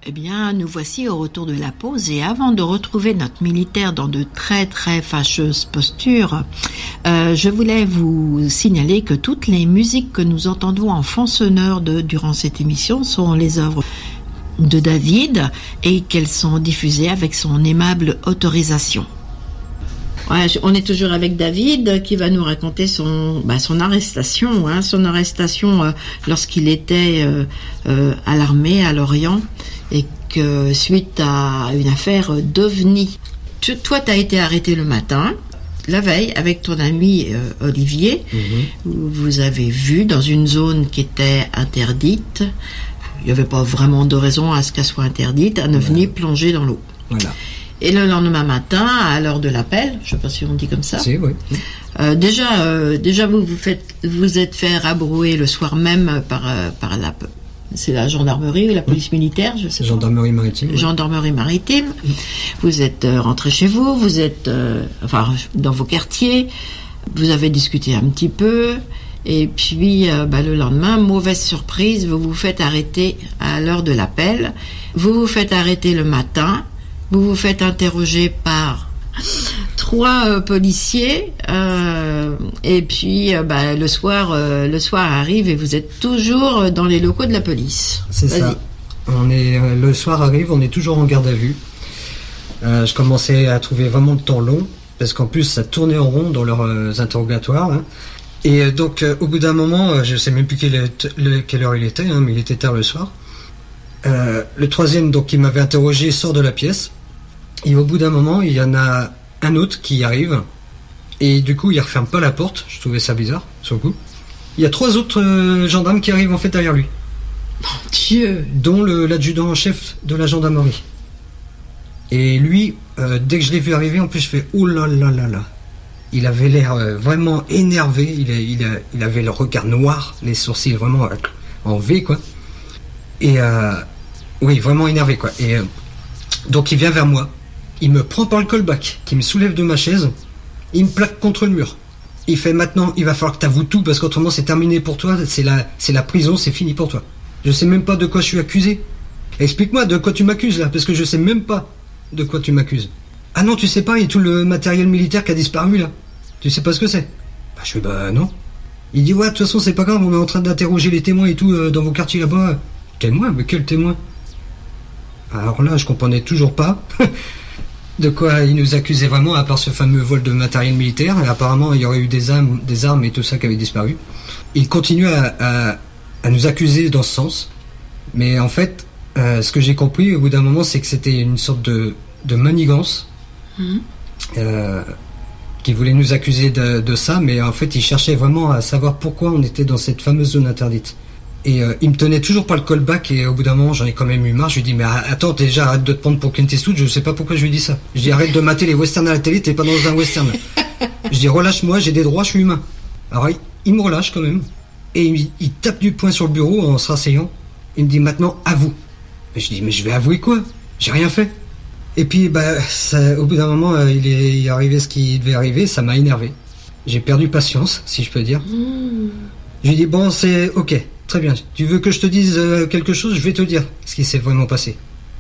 [SPEAKER 10] Eh bien, nous voici au retour de la pause et avant de retrouver notre militaire dans de très très fâcheuses postures, euh, je voulais vous signaler que toutes les musiques que nous entendons en fond sonore de, durant cette émission sont les œuvres de David et qu'elles sont diffusées avec son aimable autorisation. Ouais, on est toujours avec David qui va nous raconter son, bah, son arrestation, hein, son arrestation euh, lorsqu'il était euh, euh, à l'armée à Lorient et que suite à une affaire d'OVNI. Tu, toi, tu as été arrêté le matin, la veille, avec ton ami euh, Olivier. Mm-hmm. Vous avez vu dans une zone qui était interdite. Il n'y avait pas vraiment de raison à ce qu'elle soit interdite, un OVNI voilà. plongé dans l'eau. Voilà. Et le lendemain matin, à l'heure de l'appel, je ne sais pas si on dit comme ça.
[SPEAKER 21] Si, oui.
[SPEAKER 10] Euh, déjà, euh, déjà vous vous faites, vous êtes fait rabrouer le soir même par euh, par la, c'est la gendarmerie ou la police oui. militaire, je sais
[SPEAKER 21] gendarmerie pas. maritime. Oui.
[SPEAKER 10] Gendarmerie maritime. Oui. Vous êtes euh, rentré chez vous, vous êtes, euh, enfin, dans vos quartiers. Vous avez discuté un petit peu. Et puis, euh, bah, le lendemain, mauvaise surprise, vous vous faites arrêter à l'heure de l'appel. Vous vous faites arrêter le matin. Vous vous faites interroger par trois euh, policiers euh, et puis euh, bah, le soir, euh, le soir arrive et vous êtes toujours dans les locaux de la police.
[SPEAKER 21] C'est Vas-y. ça. On est euh, le soir arrive, on est toujours en garde à vue. Euh, je commençais à trouver vraiment le temps long parce qu'en plus ça tournait en rond dans leurs euh, interrogatoires. Hein. Et euh, donc euh, au bout d'un moment, euh, je sais même plus quelle, le, quelle heure il était, hein, mais il était tard le soir. Euh, le troisième, donc qui m'avait interrogé, sort de la pièce. Et au bout d'un moment, il y en a un autre qui arrive. Et du coup, il referme pas la porte. Je trouvais ça bizarre, sur le coup. Il y a trois autres euh, gendarmes qui arrivent en fait derrière lui.
[SPEAKER 10] Mon Dieu!
[SPEAKER 21] Dont le, l'adjudant en chef de la gendarmerie. Et lui, euh, dès que je l'ai vu arriver, en plus, je fais « Oh là là là là !» Il avait l'air euh, vraiment énervé. Il, a, il, a, il avait le regard noir, les sourcils vraiment euh, en V, quoi. Et euh, oui, vraiment énervé, quoi. Et euh, donc, il vient vers moi. Il me prend par le callback, qui me soulève de ma chaise, il me plaque contre le mur. Il fait maintenant, il va falloir que t'avoues tout, parce qu'autrement c'est terminé pour toi, c'est la, c'est la prison, c'est fini pour toi. Je sais même pas de quoi je suis accusé. Explique-moi de quoi tu m'accuses là, parce que je sais même pas de quoi tu m'accuses. Ah non, tu sais pas, il y a tout le matériel militaire qui a disparu là. Tu sais pas ce que c'est? Bah je fais bah non. Il dit ouais, de toute façon c'est pas grave, on est en train d'interroger les témoins et tout euh, dans vos quartiers là-bas. Témoins? Mais quel témoin? Alors là, je comprenais toujours pas. De quoi il nous accusait vraiment, à part ce fameux vol de matériel militaire. Et apparemment, il y aurait eu des armes, des armes et tout ça qui avait disparu. Il continue à, à, à nous accuser dans ce sens. Mais en fait, euh, ce que j'ai compris au bout d'un moment, c'est que c'était une sorte de, de manigance. Mmh. Euh, qui voulait nous accuser de, de ça. Mais en fait, il cherchait vraiment à savoir pourquoi on était dans cette fameuse zone interdite. Et euh, il me tenait toujours par le callback et au bout d'un moment j'en ai quand même eu marre. Je lui dis mais attends, déjà arrête de te prendre pour Clint Eastwood. Je sais pas pourquoi je lui dis ça. Je dis arrête de mater les westerns à la télé, t'es pas dans un western. Je dis relâche-moi, j'ai des droits, je suis humain. Alors il, il me relâche quand même et il, il tape du poing sur le bureau en se rasseyant. Il me dit maintenant avoue. Et je dis mais je vais avouer quoi? J'ai rien fait. Et puis bah ça, au bout d'un moment euh, il, est, il est arrivé ce qui devait arriver. Ça m'a énervé. J'ai perdu patience, si je peux dire. Mmh. Je lui dis bon c'est ok. Très bien. Tu veux que je te dise euh, quelque chose? Je vais te dire ce qui s'est vraiment passé.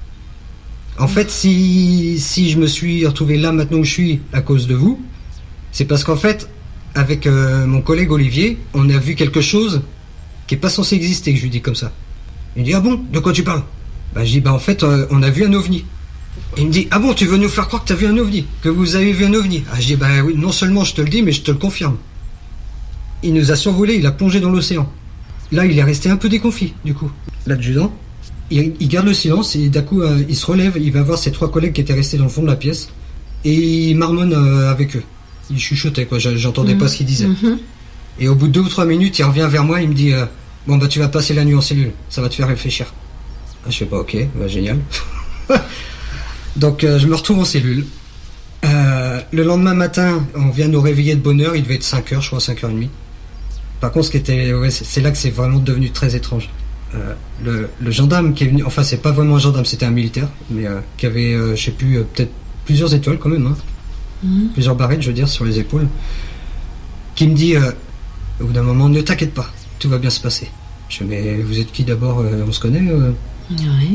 [SPEAKER 21] En fait, si, si je me suis retrouvé là maintenant où je suis à cause de vous, c'est parce qu'en fait, avec euh, mon collègue Olivier, on a vu quelque chose qui est pas censé exister, que je lui dis comme ça. Il me dit ah bon? De quoi tu parles? Bah je dis bah en fait euh, on a vu un ovni. Il me dit ah bon, tu veux nous faire croire que t'as vu un ovni, que vous avez vu un ovni? Ah je dis bah oui, non seulement je te le dis, mais je te le confirme. Il nous a survolé, il a plongé dans l'océan. Là, il est resté un peu déconfit, du coup. L'adjudant, il, il garde le silence et d'un coup, euh, il se relève, il va voir ses trois collègues qui étaient restés dans le fond de la pièce et il marmonne euh, avec eux. Il chuchotait, quoi. J'entendais mmh. pas ce qu'il disait. Mmh. Et au bout de deux ou trois minutes, il revient vers moi, il me dit euh, bon bah tu vas passer la nuit en cellule, ça va te faire réfléchir. Ah, je fais pas ok, bah génial. Donc euh, je me retrouve en cellule. Euh, le lendemain matin, on vient nous réveiller de bonne heure, il devait être cinq heures, je crois, cinq heures trente. Par contre, ce qui était, ouais, c'est, c'est là que c'est vraiment devenu très étrange. Euh, le, le gendarme qui est venu, enfin, c'est pas vraiment un gendarme, c'était un militaire, mais euh, qui avait, euh, je sais plus, euh, peut-être plusieurs étoiles quand même, hein, mmh. plusieurs barrettes, je veux dire, sur les épaules, qui me dit, euh, au bout d'un moment, ne t'inquiète pas, tout va bien se passer. Je dis, mais vous êtes qui d'abord? euh, On se connaît euh...
[SPEAKER 10] Oui.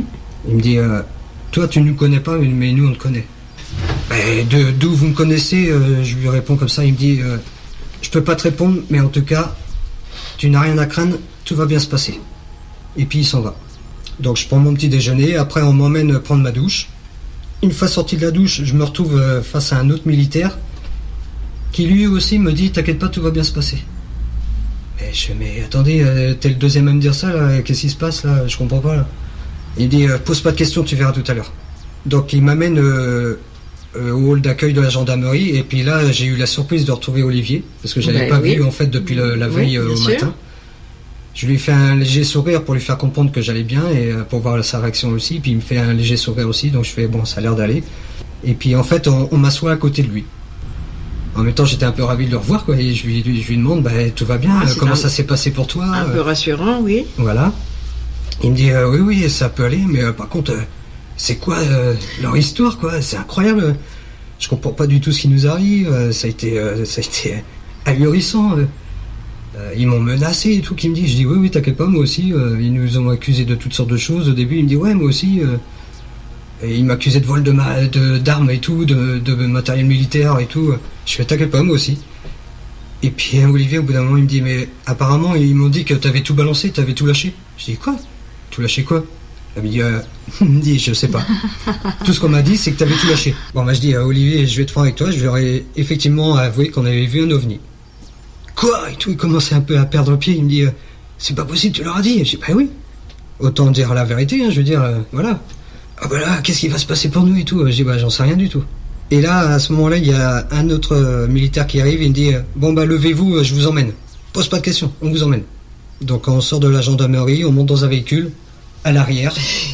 [SPEAKER 21] Il me dit, euh, toi tu ne nous connais pas, mais nous on te connaît. Et de, d'où vous me connaissez, euh, je lui réponds comme ça, il me dit, euh, je peux pas te répondre, mais en tout cas, tu n'as rien à craindre, tout va bien se passer. Et puis il s'en va. Donc je prends mon petit déjeuner, après on m'emmène prendre ma douche. Une fois sorti de la douche, je me retrouve face à un autre militaire qui lui aussi me dit, t'inquiète pas, tout va bien se passer. Mais je fais, mais attendez, euh, t'es le deuxième à me dire ça, là, qu'est-ce qui se passe là, je comprends pas là. Il dit, euh, pose pas de questions, tu verras tout à l'heure. Donc il m'amène euh, euh, au hall d'accueil de la gendarmerie, et puis là j'ai eu la surprise de retrouver Olivier, parce que je l'avais ben, pas oui. vu en fait depuis le, la veille oui, euh, au sûr. matin. Je lui fais un léger sourire pour lui faire comprendre que j'allais bien, et euh, pour voir sa réaction aussi, puis il me fait un léger sourire aussi, donc je fais, bon, ça a l'air d'aller. Et puis en fait on, on m'assoit à côté de lui. En même temps, j'étais un peu ravi de le revoir, quoi, et je lui, je lui demande, bah, tout va bien, ah, comment un... ça s'est passé pour toi?
[SPEAKER 10] Un peu rassurant, oui.
[SPEAKER 21] Voilà. Il me dit, euh, oui, oui, ça peut aller, mais euh, par contre, euh, c'est quoi euh, leur histoire, quoi? C'est incroyable. Je comprends pas du tout ce qui nous arrive. Euh, ça a été, euh, ça a été ahurissant. Euh, euh, ils m'ont menacé et tout, qui me dit, je dis, oui, oui, t'inquiète pas, moi aussi. Euh, ils nous ont accusés de toutes sortes de choses. Au début, il me dit, ouais, moi aussi. Euh, et il m'accusait de vol de, ma, de d'armes et tout, de, de matériel militaire et tout. Je fais, t'inquiète pas, moi aussi. Et puis Olivier, au bout d'un moment, il me dit, mais apparemment, ils m'ont dit que t'avais tout balancé, t'avais tout lâché. Je dis, quoi? Tout lâché quoi? Il me dit, euh, il me dit, je sais pas. Tout ce qu'on m'a dit, c'est que t'avais tout lâché. Bon, bah, je dis, Olivier, je vais être franc avec toi, je leur ai effectivement avoué qu'on avait vu un ovni. Quoi? Et tout, il commençait un peu à perdre pied, il me dit, euh, c'est pas possible, tu leur as dit? Je dis, bah oui. Autant dire la vérité, hein, je veux dire, euh, voilà. Ah bah là, qu'est-ce qui va se passer pour nous et tout? Je dis, bah j'en sais rien du tout. Et là, à ce moment-là, il y a un autre euh, militaire qui arrive et il me dit, euh, bon bah levez-vous, euh, je vous emmène. Pose pas de questions, on vous emmène. Donc on sort de la gendarmerie, on monte dans un véhicule, à l'arrière.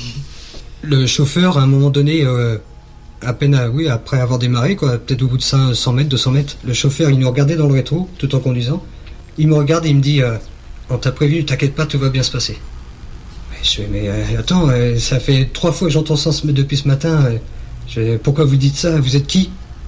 [SPEAKER 21] Le chauffeur, à un moment donné, euh, à peine, à, oui, après avoir démarré, quoi, peut-être au bout de cent mètres, deux cents mètres, le chauffeur, il nous regardait dans le rétro, tout en conduisant. Il me regarde et il me dit, euh, on t'a prévenu, t'inquiète pas, tout va bien se passer. Je fais, mais euh, attends, euh, ça fait trois fois que j'entends ça depuis ce matin. Euh, je fais, pourquoi vous dites ça? Vous êtes qui?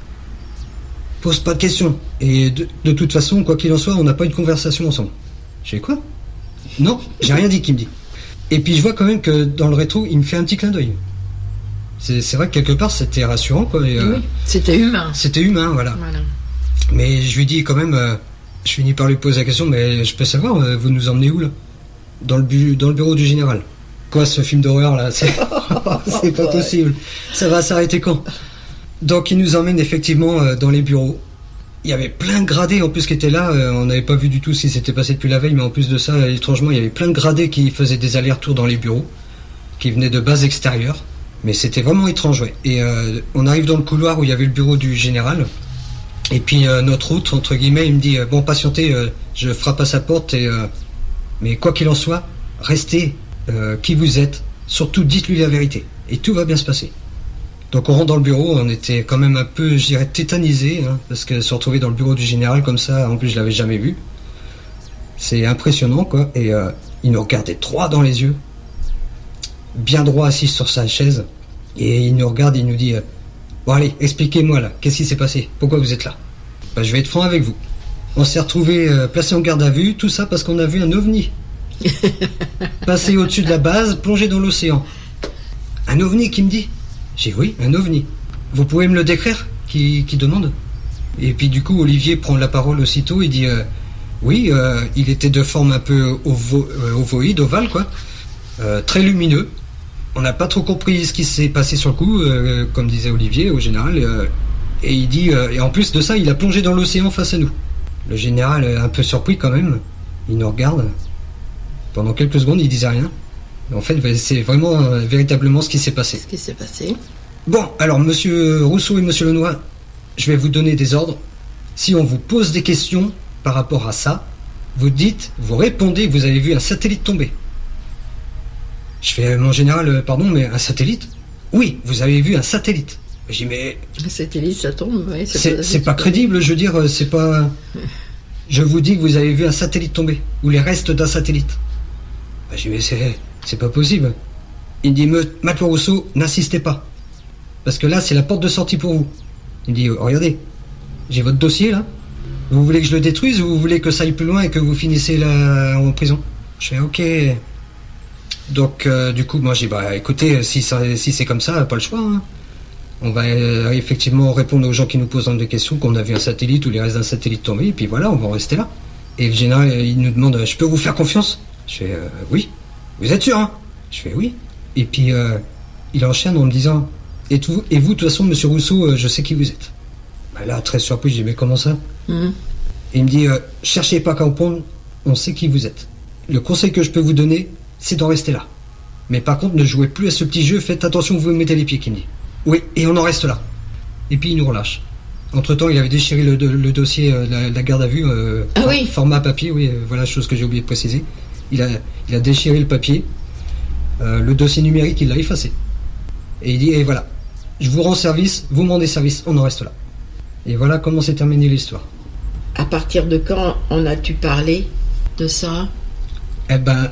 [SPEAKER 21] Pose pas de questions. Et de, de toute façon, quoi qu'il en soit, on n'a pas eu de conversation ensemble. Je fais quoi? Non, j'ai rien dit, qu'il me dit. Et puis je vois quand même que dans le rétro, il me fait un petit clin d'œil. C'est, c'est vrai que quelque part, c'était rassurant, quoi. Et, euh,
[SPEAKER 10] oui, c'était humain.
[SPEAKER 21] C'était humain, voilà. voilà. Mais je lui dis quand même, euh, je finis par lui poser la question, mais je peux savoir, euh, vous nous emmenez où là? Dans le, bu- dans le bureau du général. Quoi, ce film d'horreur là? C'est, c'est pas possible. Ça va s'arrêter quand? Donc il nous emmène effectivement euh, dans les bureaux. Il y avait plein de gradés en plus qui étaient là. Euh, on n'avait pas vu du tout ce qui s'était passé depuis la veille, mais en plus de ça, euh, étrangement, il y avait plein de gradés qui faisaient des allers-retours dans les bureaux, qui venaient de bases extérieures. Mais c'était vraiment étrange, ouais. Et euh, on arrive dans le couloir où il y avait le bureau du général. Et puis euh, notre hôte, entre guillemets, il me dit, euh, bon, patientez, euh, je frappe à sa porte et... Euh, mais quoi qu'il en soit, restez euh, qui vous êtes, surtout dites-lui la vérité, et tout va bien se passer. Donc on rentre dans le bureau, on était quand même un peu, je dirais, tétanisés, hein, parce que se retrouver dans le bureau du général comme ça, en plus je l'avais jamais vu, c'est impressionnant, quoi, et euh, il nous regardait droit dans les yeux, bien droit assis sur sa chaise, et il nous regarde, il nous dit, euh, bon allez, expliquez-moi là, qu'est-ce qui s'est passé, pourquoi vous êtes là? Ben, je vais être franc avec vous. On s'est retrouvé euh, placé en garde à vue, tout ça parce qu'on a vu un ovni. Passé au-dessus de la base, plongé dans l'océan. Un ovni, qui me dit? J'ai dit oui, un ovni. Vous pouvez me le décrire? Qui, qui demande. Et puis du coup, Olivier prend la parole aussitôt et dit euh, oui, euh, il était de forme un peu ovo, euh, ovoïde, ovale, quoi. Euh, très lumineux. On n'a pas trop compris ce qui s'est passé sur le coup, euh, comme disait Olivier, au général. Euh, et il dit, euh, et en plus de ça, il a plongé dans l'océan face à nous. Le général est un peu surpris quand même. Il nous regarde. Pendant quelques secondes, il disait rien. En fait, c'est vraiment, euh, véritablement ce qui s'est passé.
[SPEAKER 10] Ce qui s'est passé.
[SPEAKER 21] Bon, alors, monsieur Rousseau et monsieur Lenoir, je vais vous donner des ordres. Si on vous pose des questions par rapport à ça, vous dites, vous répondez que vous avez vu un satellite tomber. Je fais, mon général, pardon, mais un satellite? Oui, vous avez vu un satellite. Je dis, mais...
[SPEAKER 10] Un satellite, ça tombe, oui.
[SPEAKER 21] C'est, c'est pas crédible, je veux dire, c'est pas... Je vous dis que vous avez vu un satellite tomber, ou les restes d'un satellite. Je dis, mais c'est, c'est pas possible. Il me dit, Matelot Rousseau, n'insistez pas. Parce que là, c'est la porte de sortie pour vous. Il me dit, oh, regardez, j'ai votre dossier, là. Vous voulez que je le détruise, ou vous voulez que ça aille plus loin et que vous finissez là en prison? Je fais, ok. Donc, euh, du coup, moi, j'ai dit, bah, écoutez, si, ça, si c'est comme ça, pas le choix. Hein. On va euh, effectivement répondre aux gens qui nous posent des questions, qu'on a vu un satellite ou les restes d'un satellite tomber, et puis voilà, on va en rester là. Et le général, il nous demande, je peux vous faire confiance? Je fais, euh, oui. Vous êtes sûr, hein? Je fais, oui. Et puis, euh, il enchaîne en me disant, et, tout, et vous, de toute façon, monsieur Rousseau, euh, je sais qui vous êtes. Bah, là, très surpris, je dis, mais comment ça? Mmh. Et il me dit, euh, cherchez pas qu'à répondre, on sait qui vous êtes. Le conseil que je peux vous donner, c'est d'en rester là. Mais par contre, ne jouez plus à ce petit jeu, faites attention où vous mettez les pieds, qu'il me dit. Oui, et on en reste là. Et puis il nous relâche. Entre-temps, il avait déchiré le, le dossier, euh, la, la garde à vue, euh,
[SPEAKER 10] ah for, oui.
[SPEAKER 21] format papier, oui, euh, voilà, chose que j'ai oublié de préciser. Il a, il a déchiré le papier, euh, le dossier numérique, il l'a effacé. Et il dit, et voilà, je vous rends service, vous me rendez service, on en reste là. Et voilà comment s'est terminée l'histoire.
[SPEAKER 10] À partir de quand en as-tu parlé de ça?
[SPEAKER 21] Eh ben,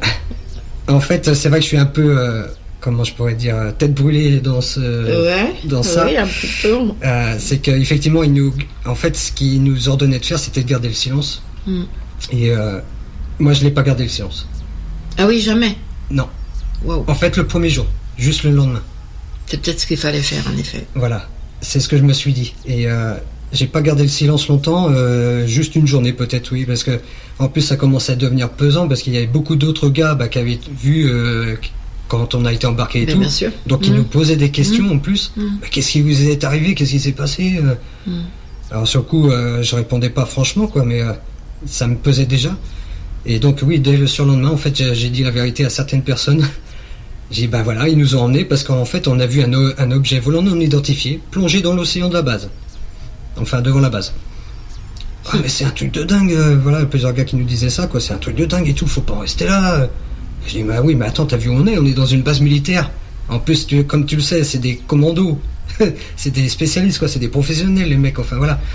[SPEAKER 21] en fait, c'est vrai que je suis un peu... Euh, comment je pourrais dire, tête brûlée dans ce,
[SPEAKER 10] ouais,
[SPEAKER 21] dans ça.
[SPEAKER 10] Oui, un petit peu.
[SPEAKER 21] Euh, c'est qu'effectivement, il nous, en fait, ce qu'il nous ordonnait de faire, c'était de garder le silence. Mm. Et euh, moi, je l'ai pas gardé le silence.
[SPEAKER 10] Ah oui, jamais.
[SPEAKER 21] Non.
[SPEAKER 10] Wow.
[SPEAKER 21] En fait, le premier jour, juste le lendemain.
[SPEAKER 10] C'est peut-être ce qu'il fallait faire, en effet.
[SPEAKER 21] Voilà, c'est ce que je me suis dit. Et euh, j'ai pas gardé le silence longtemps, euh, juste une journée peut-être, oui, parce que en plus, ça commençait à devenir pesant parce qu'il y avait beaucoup d'autres gars bah, qui avaient vu. Euh, quand on a été embarqué et
[SPEAKER 10] mais
[SPEAKER 21] tout,
[SPEAKER 10] bien sûr.
[SPEAKER 21] donc
[SPEAKER 10] mmh.
[SPEAKER 21] ils nous posaient des questions mmh. en plus.
[SPEAKER 10] Mmh.
[SPEAKER 21] Bah, qu'est-ce qui vous est arrivé? Qu'est-ce qui s'est passé? mmh. Alors sur le coup, euh, je répondais pas franchement, quoi, mais euh, ça me pesait déjà. Et donc oui, dès le surlendemain, en fait, j'ai, j'ai dit la vérité à certaines personnes. J'ai dit, bah voilà, ils nous ont emmenés parce qu'en fait, on a vu un, un objet volant non identifié plongé dans l'océan de la base. Enfin, devant la base. Ah, mais c'est un truc de dingue, euh, voilà, plusieurs gars qui nous disaient ça, quoi, c'est un truc de dingue et tout, faut pas en rester là. Je dis, bah oui, mais attends, t'as vu où on est? On est dans une base militaire. En plus, tu, comme tu le sais, c'est des commandos. C'est des spécialistes, quoi, c'est des professionnels, les mecs, enfin voilà.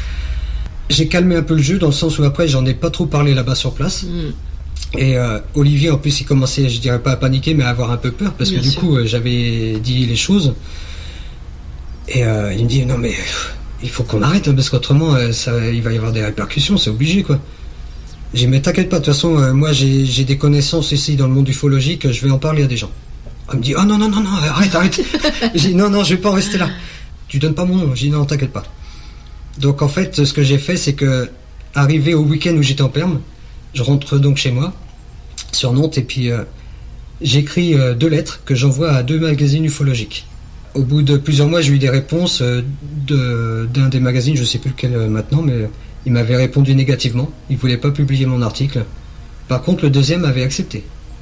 [SPEAKER 21] J'ai calmé un peu le jeu, dans le sens où après, j'en ai pas trop parlé là-bas sur place. Mm. Et euh, Olivier, en plus, il commençait, je dirais pas à paniquer, mais à avoir un peu peur, parce Bien que sûr. du coup, euh, j'avais dit les choses. Et euh, il me dit, non mais, pff, il faut qu'on arrête, hein, parce qu'autrement, euh, ça, il va y avoir des répercussions, c'est obligé, quoi. J'ai dit, mais t'inquiète pas, de toute façon, euh, moi j'ai, j'ai des connaissances ici dans le monde ufologique, je vais en parler à des gens. On me dit, oh non, non, non, non, arrête, arrête. J'ai dit, non, non, je vais pas en rester là. Tu donnes pas mon nom. J'ai dit, non, t'inquiète pas. Donc en fait, ce que j'ai fait, c'est que, arrivé au week-end où j'étais en perme, je rentre donc chez moi, sur Nantes, et puis euh, j'écris euh, deux lettres que j'envoie à deux magazines ufologiques. Au bout de plusieurs mois, j'ai eu des réponses euh, de, d'un des magazines, je sais plus lequel euh, maintenant, mais... Il m'avait répondu négativement, il voulait pas publier mon article. Par contre, le deuxième avait accepté.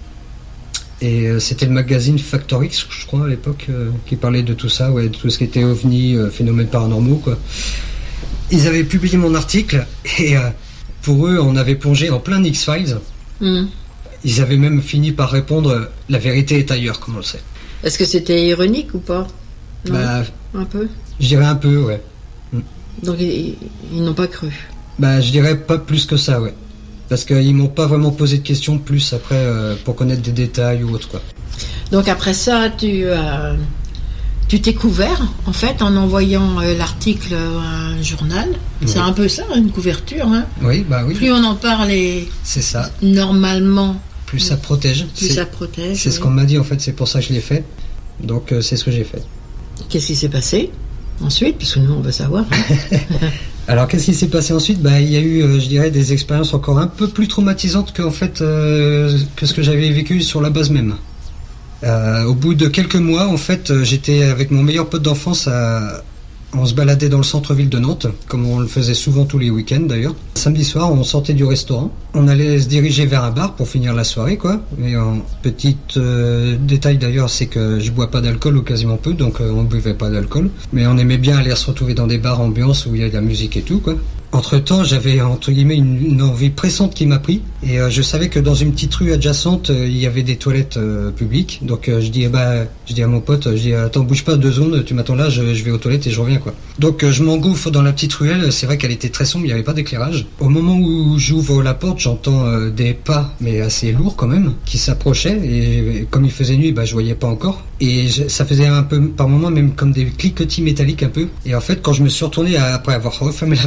[SPEAKER 21] Et euh, c'était le magazine Factor X, je crois, à l'époque, euh, qui parlait de tout ça, ouais, de tout ce qui était ovni, euh, phénomènes paranormaux, quoi. Ils avaient publié mon article, et euh, pour eux, on avait plongé en plein X-Files. Mm. Ils avaient même fini par répondre « La vérité est ailleurs », comme on le sait.
[SPEAKER 10] Est-ce que c'était ironique ou pas? Non,
[SPEAKER 21] bah,
[SPEAKER 10] un peu.
[SPEAKER 21] Je dirais un peu, ouais. Mm.
[SPEAKER 10] Donc ils, ils n'ont pas cru.
[SPEAKER 21] Bah, je dirais pas plus que ça, ouais. Parce qu'ils m'ont pas vraiment posé de questions plus après euh, pour connaître des détails ou autre, quoi.
[SPEAKER 10] Donc après ça, tu euh, tu t'es couvert, en fait, en envoyant euh, l'article à un journal. Oui. C'est un peu ça, une couverture, hein.
[SPEAKER 21] Oui, bah oui.
[SPEAKER 10] Plus on en parle et...
[SPEAKER 21] C'est ça.
[SPEAKER 10] Normalement.
[SPEAKER 21] Plus ça protège.
[SPEAKER 10] Plus
[SPEAKER 21] c'est,
[SPEAKER 10] ça protège.
[SPEAKER 21] C'est
[SPEAKER 10] oui.
[SPEAKER 21] ce qu'on m'a dit, en fait, c'est pour ça que je l'ai fait. Donc euh, c'est ce que j'ai fait.
[SPEAKER 10] Qu'est-ce qui s'est passé ensuite, parce que nous on veut savoir. Hein.
[SPEAKER 21] Alors qu'est-ce qui s'est passé ensuite? Bah il y a eu, euh, je dirais, des expériences encore un peu plus traumatisantes que en fait euh, que ce que j'avais vécu sur la base même. Euh, au bout de quelques mois, en fait, euh, j'étais avec mon meilleur pote d'enfance à... On se baladait dans le centre-ville de Nantes, comme on le faisait souvent tous les week-ends d'ailleurs. Samedi soir, on sortait du restaurant. On allait se diriger vers un bar pour finir la soirée, quoi. Mais en petit euh, détail d'ailleurs, c'est que je bois pas d'alcool ou quasiment peu, donc euh, on ne buvait pas d'alcool. Mais on aimait bien aller se retrouver dans des bars ambiance où il y a de la musique et tout, quoi. Entre-temps, j'avais entre guillemets une, une envie pressante qui m'a pris, et euh, je savais que dans une petite rue adjacente, euh, il y avait des toilettes euh, publiques. Donc euh, je dis, eh bah, je dis à mon pote, je dis, attends, bouge pas deux secondes, tu m'attends là, je, je vais aux toilettes et je reviens, quoi. Donc euh, je m'engouffre dans la petite ruelle. C'est vrai qu'elle était très sombre, il n'y avait pas d'éclairage. Au moment où j'ouvre la porte, j'entends euh, des pas, mais assez lourds quand même, qui s'approchaient, et, et comme il faisait nuit, bah je voyais pas encore. Et je, ça faisait un peu, par moments, même comme des cliquetis métalliques un peu. Et en fait, quand je me suis retourné après avoir refermé la porte des toilettes,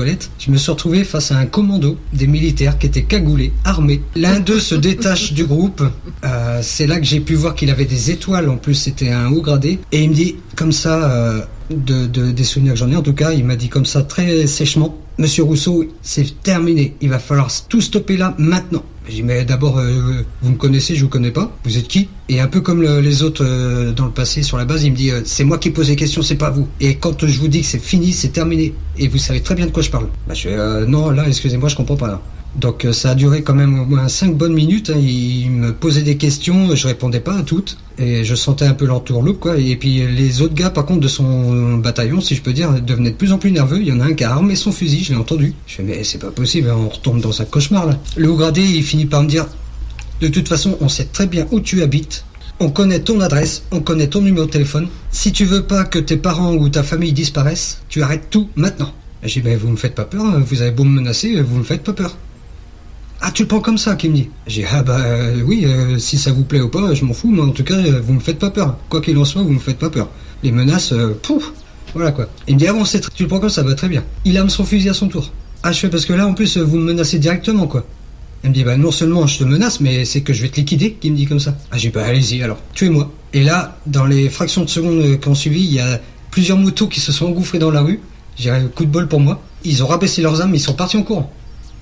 [SPEAKER 21] toilettes, je me suis retrouvé face à un commando des militaires qui étaient cagoulés, armés. L'un d'eux se détache du groupe. Euh, c'est là que j'ai pu voir qu'il avait des étoiles. En plus, c'était un haut gradé. Et il me dit, comme ça, euh, de, de, des souvenirs que j'en ai en tout cas, il m'a dit comme ça, très sèchement, Monsieur Rousseau, c'est terminé. Il va falloir tout stopper là, maintenant. J'ai dit, mais d'abord, euh, vous me connaissez, je vous connais pas. Vous êtes qui? Et un peu comme le, les autres euh, dans le passé sur la base, il me dit, euh, c'est moi qui pose les questions, c'est pas vous. Et quand je vous dis que c'est fini, c'est terminé. Et vous savez très bien de quoi je parle. Bah, je fais, euh, non, là, excusez-moi, je comprends pas là. Donc euh, ça a duré quand même au moins cinq bonnes minutes, hein. Il me posait des questions, je répondais pas à toutes, et je sentais un peu l'entourloupe, quoi. Et puis les autres gars, par contre, de son bataillon, si je peux dire, devenaient de plus en plus nerveux. Il y en a un qui a armé son fusil, je l'ai entendu. Je fais, mais c'est pas possible, on retombe dans un cauchemar, là. Le haut gradé, il finit par me dire, de toute façon, on sait très bien où tu habites, on connaît ton adresse, on connaît ton numéro de téléphone. Si tu veux pas que tes parents ou ta famille disparaissent, tu arrêtes tout maintenant. J'ai dit, ben vous me faites pas peur, vous avez beau me menacer, vous me faites pas peur. Ah, tu le prends comme ça, qu'il me dit. J'ai dit, ah bah euh, oui, euh, si ça vous plaît ou pas, je m'en fous, mais en tout cas, euh, vous me faites pas peur. Quoi qu'il en soit, vous me faites pas peur. Les menaces, euh, pouf, voilà quoi. Il me dit, ah bon, c'est tr- tu le prends comme ça, bah très bien. Il arme son fusil à son tour. Ah, je fais, parce que là, en plus, vous me menacez directement, quoi. Il me dit, bah non seulement je te menace, mais c'est que je vais te liquider, qu'il me dit comme ça. Ah, j'ai dit, bah allez-y alors, tuez-moi. Et là, dans les fractions de secondes qui ont suivi, il y a plusieurs motos qui se sont engouffrés dans la rue. J'ai un coup de bol pour moi. Ils ont rabaissé leurs armes, ils sont partis en courant.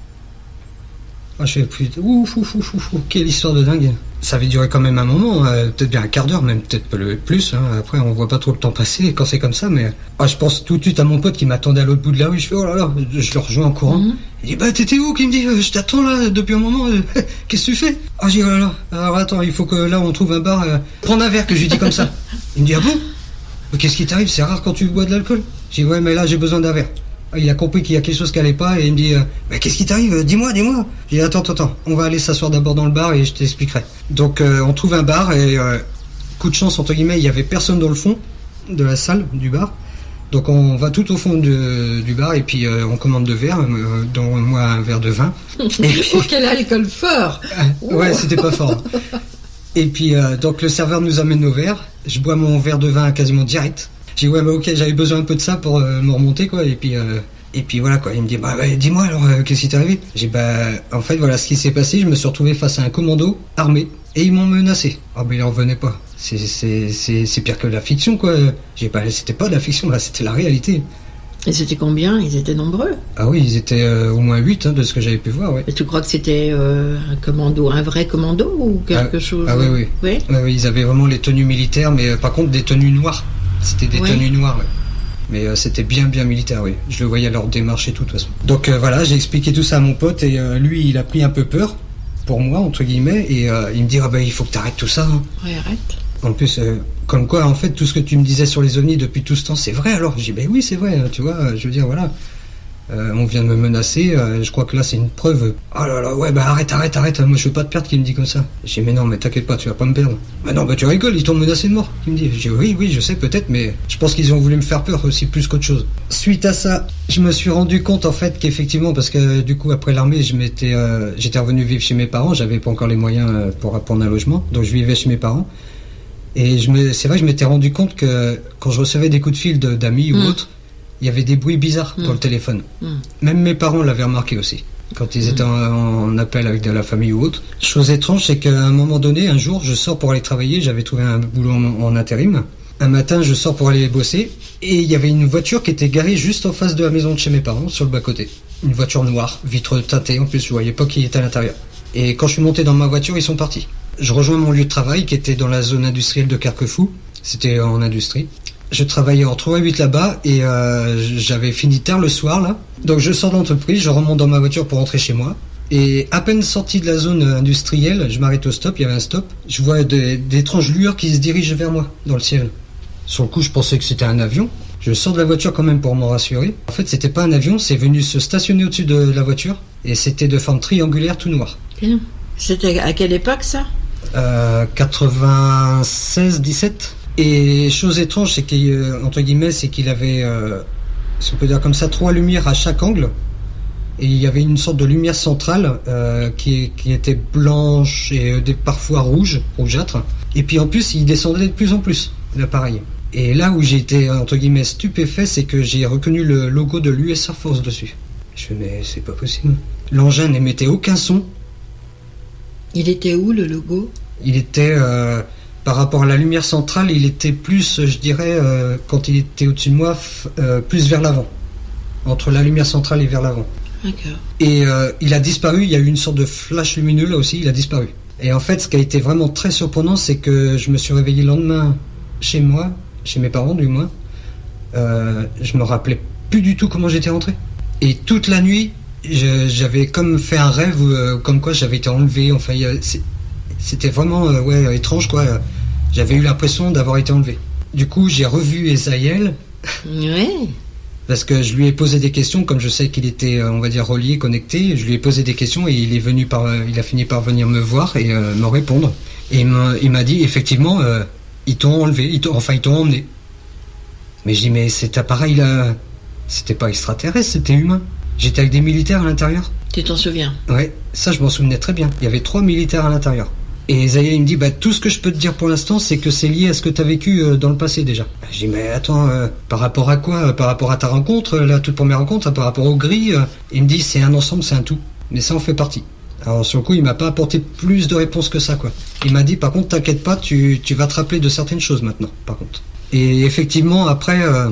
[SPEAKER 21] Ah, je fais putain, ouf, ouf, ouf, ouf, ouf, quelle histoire de dingue. Ça avait duré quand même un moment, euh, peut-être bien un quart d'heure, même peut-être plus. Hein. Après, on voit pas trop le temps passer quand c'est comme ça, mais ah, je pense tout de suite à mon pote qui m'attendait à l'autre bout de la rue. Je fais, oh là là, je le rejoins en courant. Mm-hmm. Il dit, bah t'étais où? Qui me dit, euh, je t'attends là depuis un moment. Euh, qu'est-ce que tu fais? Ah, j'ai dit, oh là là, alors attends, il faut que là on trouve un bar. Euh, prendre un verre, que je lui dis comme ça. Il me dit, ah bon? Mais qu'est-ce qui t'arrive? C'est rare quand tu bois de l'alcool. J'ai dit, ouais, mais là j'ai besoin d'un verre. Il a compris qu'il y a quelque chose qui allait pas et il me dit euh, mais qu'est-ce qui t'arrive? Dis-moi, dis-moi. J'ai dit attends, attends, attends, on va aller s'asseoir d'abord dans le bar et je t'expliquerai. Donc euh, on trouve un bar et euh, coup de chance entre guillemets, il y avait personne dans le fond de la salle du bar. Donc on va tout au fond de, du bar et puis euh, on commande deux verres, euh, dont moi un verre de vin.
[SPEAKER 10] Et puis... Oh quel alcool fort.
[SPEAKER 21] Ouais, c'était pas fort. Et puis euh, donc le serveur nous amène nos verres. Je bois mon verre de vin quasiment direct. J'ai dit ouais bah ok, j'avais besoin un peu de ça pour euh, me remonter quoi. Et puis euh, et puis voilà quoi. Il me dit bah, bah dis-moi alors euh, qu'est-ce qui t'est arrivé? J'ai dit bah en fait voilà ce qui s'est passé. Je me suis retrouvé face à un commando armé et ils m'ont menacé. Ah mais il en revenait pas. C'est c'est c'est c'est pire que la fiction quoi. J'ai dit bah c'était pas de la fiction là, c'était la réalité.
[SPEAKER 10] Et c'était combien? Ils étaient nombreux?
[SPEAKER 21] Ah oui, ils étaient euh, au moins huit hein, de ce que j'avais pu voir. Ouais.
[SPEAKER 10] Et tu crois que c'était euh, un commando, un vrai commando ou quelque
[SPEAKER 21] ah,
[SPEAKER 10] chose?
[SPEAKER 21] Ah oui oui.
[SPEAKER 10] Oui.
[SPEAKER 21] Ouais, oui, ils avaient vraiment les tenues militaires, mais euh, par contre des tenues noires. C'était des oui. tenues noires. Ouais. Mais euh, c'était bien bien militaire, oui. Je le voyais à leur démarche et tout, de toute façon. Donc euh, voilà, j'ai expliqué tout ça à mon pote et euh, lui, il a pris un peu peur pour moi, entre guillemets, et euh, il me dit, ah bah il faut que t'arrêtes tout ça. Hein.
[SPEAKER 10] Oui, arrête.
[SPEAKER 21] En plus, euh, comme quoi, en fait, tout ce que tu me disais sur les ovnis depuis tout ce temps, c'est vrai alors? J'ai dit, ben oui, c'est vrai, tu vois, je veux dire, voilà. Euh, on vient de me menacer, euh, je crois que là c'est une preuve. Oh là là, ouais, bah arrête, arrête, arrête, moi je veux pas te perdre, qui me dit comme ça. J'ai dit, mais non, mais t'inquiète pas, tu vas pas me perdre. Bah non, bah tu rigoles, ils t'ont menacé de mort, qui me dit. J'ai dit, oui, oui, je sais, peut-être, mais je pense qu'ils ont voulu me faire peur aussi, plus qu'autre chose. Suite à ça, je me suis rendu compte en fait qu'effectivement, parce que du coup, après l'armée, je m'étais, euh, j'étais revenu vivre chez mes parents, j'avais pas encore les moyens pour prendre un logement, donc je vivais chez mes parents. Et je me, c'est vrai que je m'étais rendu compte que quand je recevais des coups de fil de, d'amis ou mmh. autres, il y avait des bruits bizarres mmh. dans le téléphone. Mmh. Même mes parents l'avaient remarqué aussi, quand ils mmh. étaient en, en appel avec de la famille ou autre. Chose étrange, c'est qu'à un moment donné, un jour, je sors pour aller travailler, j'avais trouvé un boulot en, en intérim. Un matin, je sors pour aller bosser, et il y avait une voiture qui était garée juste en face de la maison de chez mes parents, sur le bas-côté. Une voiture noire, vitre teintée, en plus je voyais pas qui était à l'intérieur. Et quand je suis monté dans ma voiture, ils sont partis. Je rejoins mon lieu de travail, qui était dans la zone industrielle de Carquefou. C'était en industrie. Je travaillais en trois à huit là-bas et euh, j'avais fini tard le soir là. Donc je sors de l'entreprise, je remonte dans ma voiture pour rentrer chez moi. Et à peine sorti de la zone industrielle, je m'arrête au stop, il y avait un stop. Je vois des, d'étranges lueurs qui se dirigent vers moi dans le ciel. Sur le coup, je pensais que c'était un avion. Je sors de la voiture quand même pour m'en rassurer. En fait, c'était pas un avion, c'est venu se stationner au-dessus de la voiture et c'était de forme triangulaire tout noir.
[SPEAKER 10] C'était à quelle époque ça?
[SPEAKER 21] euh, quatre-vingt-seize dix-sept. Et chose étrange, c'est qu'il, euh, entre guillemets, c'est qu'il avait, euh, si on peut dire comme ça, trois lumières à chaque angle. Et il y avait une sorte de lumière centrale euh, qui, qui était blanche et euh, parfois rouge, rougeâtre. Et puis en plus, il descendait de plus en plus, l'appareil. Et là où j'ai été, entre guillemets, stupéfait, c'est que j'ai reconnu le logo de l'U S Air Force dessus. Je fais, mais c'est pas possible. L'engin n'émettait aucun son.
[SPEAKER 10] Il était où le logo?
[SPEAKER 21] Il était, euh, par rapport à la lumière centrale, il était plus, je dirais, euh, quand il était au-dessus de moi, f- euh, plus vers l'avant. Entre la lumière centrale et vers l'avant.
[SPEAKER 10] D'accord.
[SPEAKER 21] Et euh, il a disparu, il y a eu une sorte de flash lumineux là aussi, il a disparu. Et en fait, ce qui a été vraiment très surprenant, c'est que je me suis réveillé le lendemain chez moi, chez mes parents du moins. Euh, je me rappelais plus du tout comment j'étais rentré. Et toute la nuit, je, j'avais comme fait un rêve, euh, comme quoi j'avais été enlevé. Enfin, il y a, c'est, c'était vraiment euh, ouais, étrange, quoi. J'avais eu l'impression d'avoir été enlevé. Du coup, j'ai revu Esaïel.
[SPEAKER 10] Oui.
[SPEAKER 21] Parce que je lui ai posé des questions, comme je sais qu'il était, on va dire, relié, connecté. Je lui ai posé des questions et il est venu par, il a fini par venir me voir et euh, me répondre. Et il m'a, il m'a dit, effectivement, euh, ils t'ont enlevé, ils t'ont, enfin ils t'ont emmené. Mais je dis, mais cet appareil-là, c'était pas extraterrestre, c'était humain. J'étais avec des militaires à l'intérieur.
[SPEAKER 10] Tu t'en souviens?
[SPEAKER 21] Ouais, ça je m'en souvenais très bien. Il y avait trois militaires à l'intérieur. Et Zaya, il me dit, bah, tout ce que je peux te dire pour l'instant, c'est que c'est lié à ce que tu as vécu euh, dans le passé déjà. Bah, je dis, mais attends, euh, par rapport à quoi? Par rapport à ta rencontre, euh, la toute première rencontre, par rapport au gris euh, Il me dit, c'est un ensemble, c'est un tout. Mais ça en fait partie. Alors sur le coup, il m'a pas apporté plus de réponses que ça, quoi. Il m'a dit, par contre, t'inquiète pas, tu, tu vas te rappeler de certaines choses maintenant, par contre. Et effectivement, après, euh,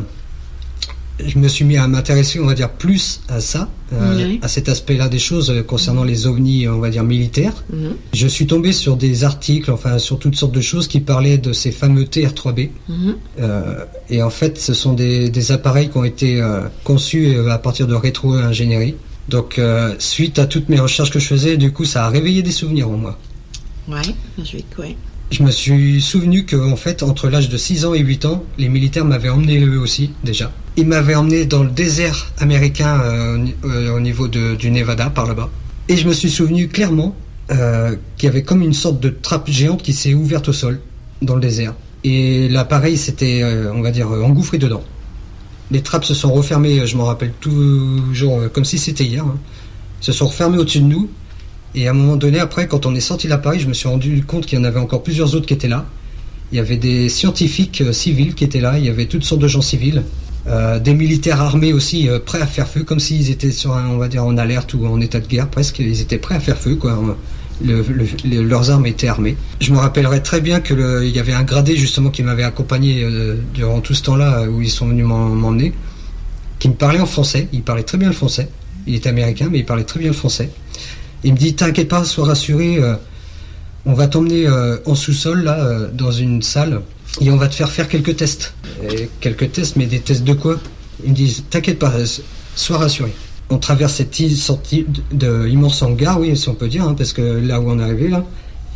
[SPEAKER 21] je me suis mis à m'intéresser, on va dire, plus à ça, euh, oui. à cet aspect-là des choses euh, concernant les ovnis, on va dire, militaires. Mm-hmm. Je suis tombé sur des articles, enfin, sur toutes sortes de choses qui parlaient de ces fameux T R trois B. Mm-hmm. Euh, et en fait, ce sont des, des appareils qui ont été euh, conçus à partir de rétro-ingénierie. Donc, euh, suite à toutes mes recherches que je faisais, du coup, ça a réveillé des souvenirs en moi.
[SPEAKER 10] Ouais, je ouais.
[SPEAKER 21] Je me suis souvenu qu'en fait, entre l'âge de six ans et huit ans, les militaires m'avaient emmené eux aussi, déjà. Ils m'avaient emmené dans le désert américain euh, euh, au niveau de, du Nevada, par là-bas. Et je me suis souvenu clairement euh, qu'il y avait comme une sorte de trappe géante qui s'est ouverte au sol, dans le désert. Et l'appareil s'était, euh, on va dire, engouffré dedans. Les trappes se sont refermées, je m'en rappelle toujours, euh, comme si c'était hier, hein, se sont refermées au-dessus de nous. Et à un moment donné, après, quand on est sorti de l'appareil, je me suis rendu compte qu'il y en avait encore plusieurs autres qui étaient là. Il y avait des scientifiques euh, civils qui étaient là, il y avait toutes sortes de gens civils, euh, des militaires armés aussi, euh, prêts à faire feu, comme s'ils étaient sur un, on va dire, en alerte ou en état de guerre, presque. Ils étaient prêts à faire feu, quoi. Le, le, le, leurs armes étaient armées. Je me rappellerai très bien que le, il y avait un gradé justement qui m'avait accompagné euh, durant tout ce temps-là où ils sont venus m'en, m'emmener, qui me parlait en français. Il parlait très bien le français. Il était américain, mais il parlait très bien le français. Il me dit, t'inquiète pas, sois rassuré, euh, on va t'emmener euh, en sous-sol, là, euh, dans une salle, et on va te faire faire quelques tests. Et quelques tests, mais des tests de quoi? Il me dit, t'inquiète pas, sois rassuré. On traverse cette sortie de, de immense hangar, oui, si on peut dire, hein, parce que là où on est arrivé, là,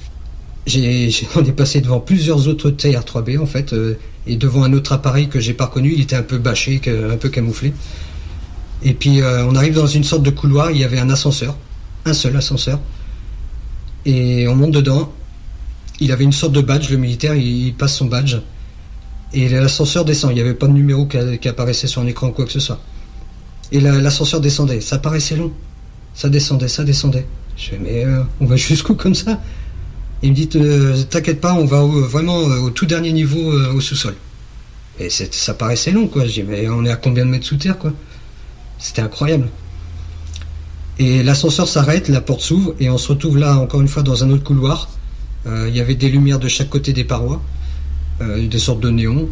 [SPEAKER 21] j'ai, j'ai, on est passé devant plusieurs autres T R trois B, en fait, euh, et devant un autre appareil que j'ai pas reconnu, il était un peu bâché, que, un peu camouflé. Et puis, euh, on arrive dans une sorte de couloir, il y avait un ascenseur. Un seul ascenseur, et on monte dedans. Il avait une sorte de badge, le militaire, il passe son badge et l'ascenseur descend. Il n'y avait pas de numéro qui, qui apparaissait sur un écran ou quoi que ce soit, et la, l'ascenseur descendait, ça paraissait long, ça descendait, ça descendait. Je fais, mais euh, on va jusqu'où comme ça? Il me dit, t'inquiète pas, on va au, vraiment au tout dernier niveau, euh, au sous-sol. Et c'est, ça paraissait long, quoi. Je dis, mais on est à combien de mètres sous terre, quoi? C'était incroyable. Et l'ascenseur s'arrête, la porte s'ouvre, et on se retrouve là, encore une fois, dans un autre couloir. Euh, il y avait des lumières de chaque côté des parois, euh, des sortes de néons.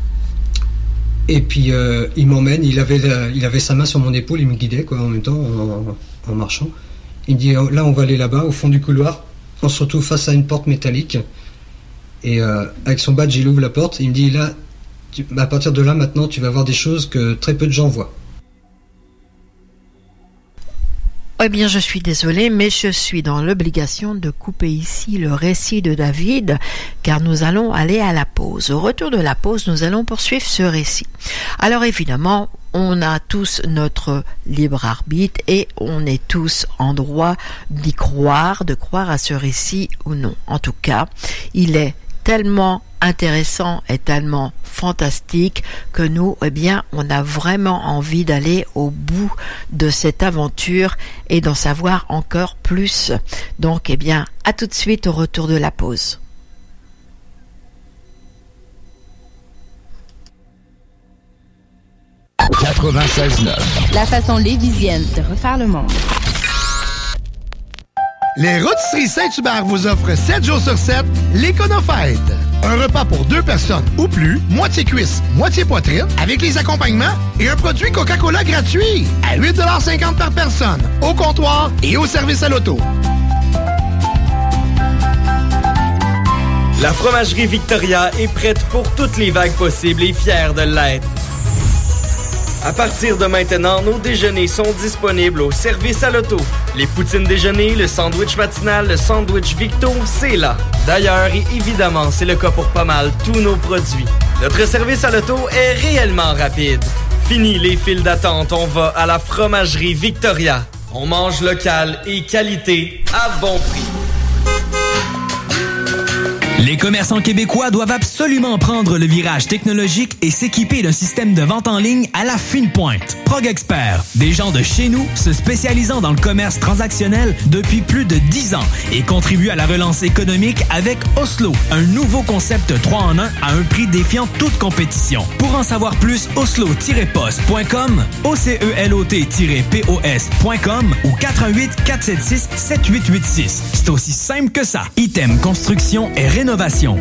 [SPEAKER 21] Et puis, euh, il m'emmène, il avait, la, il avait sa main sur mon épaule, il me guidait, quoi, en même temps, en, en marchant. Il me dit, là, on va aller là-bas, au fond du couloir. On se retrouve face à une porte métallique. Et euh, avec son badge, il ouvre la porte. Il me dit, là, tu, à partir de là, maintenant, tu vas voir des choses que très peu de gens voient.
[SPEAKER 10] Eh bien, je suis désolée, mais je suis dans l'obligation de couper ici le récit de David, car nous allons aller à la pause. Au retour de la pause, nous allons poursuivre ce récit. Alors évidemment, on a tous notre libre arbitre et on est tous en droit d'y croire, de croire à ce récit ou non. En tout cas, il est tellement intéressant et tellement fantastique que nous, eh bien, on a vraiment envie d'aller au bout de cette aventure et d'en savoir encore plus. Donc, eh bien, à tout de suite au retour de la pause.
[SPEAKER 6] quatre quatre-vingt-seize neuf.
[SPEAKER 2] La façon lévisienne de refaire le monde.
[SPEAKER 6] Les Rôtisseries Saint-Hubert vous offrent sept jours sur sept l'Éconofête. Un repas pour deux personnes ou plus, moitié cuisse, moitié poitrine, avec les accompagnements et un produit Coca-Cola gratuit à huit cinquante par personne, au comptoir et au service à l'auto.
[SPEAKER 1] La Fromagerie Victoria est prête pour toutes les vagues possibles et fière de l'être. À partir de maintenant, nos déjeuners sont disponibles au service à l'auto. Les poutines déjeuner, le sandwich matinal, le sandwich Victo, c'est là. D'ailleurs, et évidemment, c'est le cas pour pas mal tous nos produits. Notre service à l'auto est réellement rapide. Fini les files d'attente, on va à la Fromagerie Victoria. On mange local et qualité à bon prix.
[SPEAKER 8] Les commerçants québécois doivent absolument prendre le virage technologique et s'équiper d'un système de vente en ligne à la fine pointe. ProgExpert, des gens de chez nous se spécialisant dans le commerce transactionnel depuis plus de dix ans et contribuent à la relance économique avec Oslo, un nouveau concept trois en un à un prix défiant toute compétition. Pour en savoir plus, oslo tiret post point com, O C E L O T P O S point com ou quatre un huit, quatre sept six, sept huit huit six. C'est aussi simple que ça. Item Construction et Rénovation.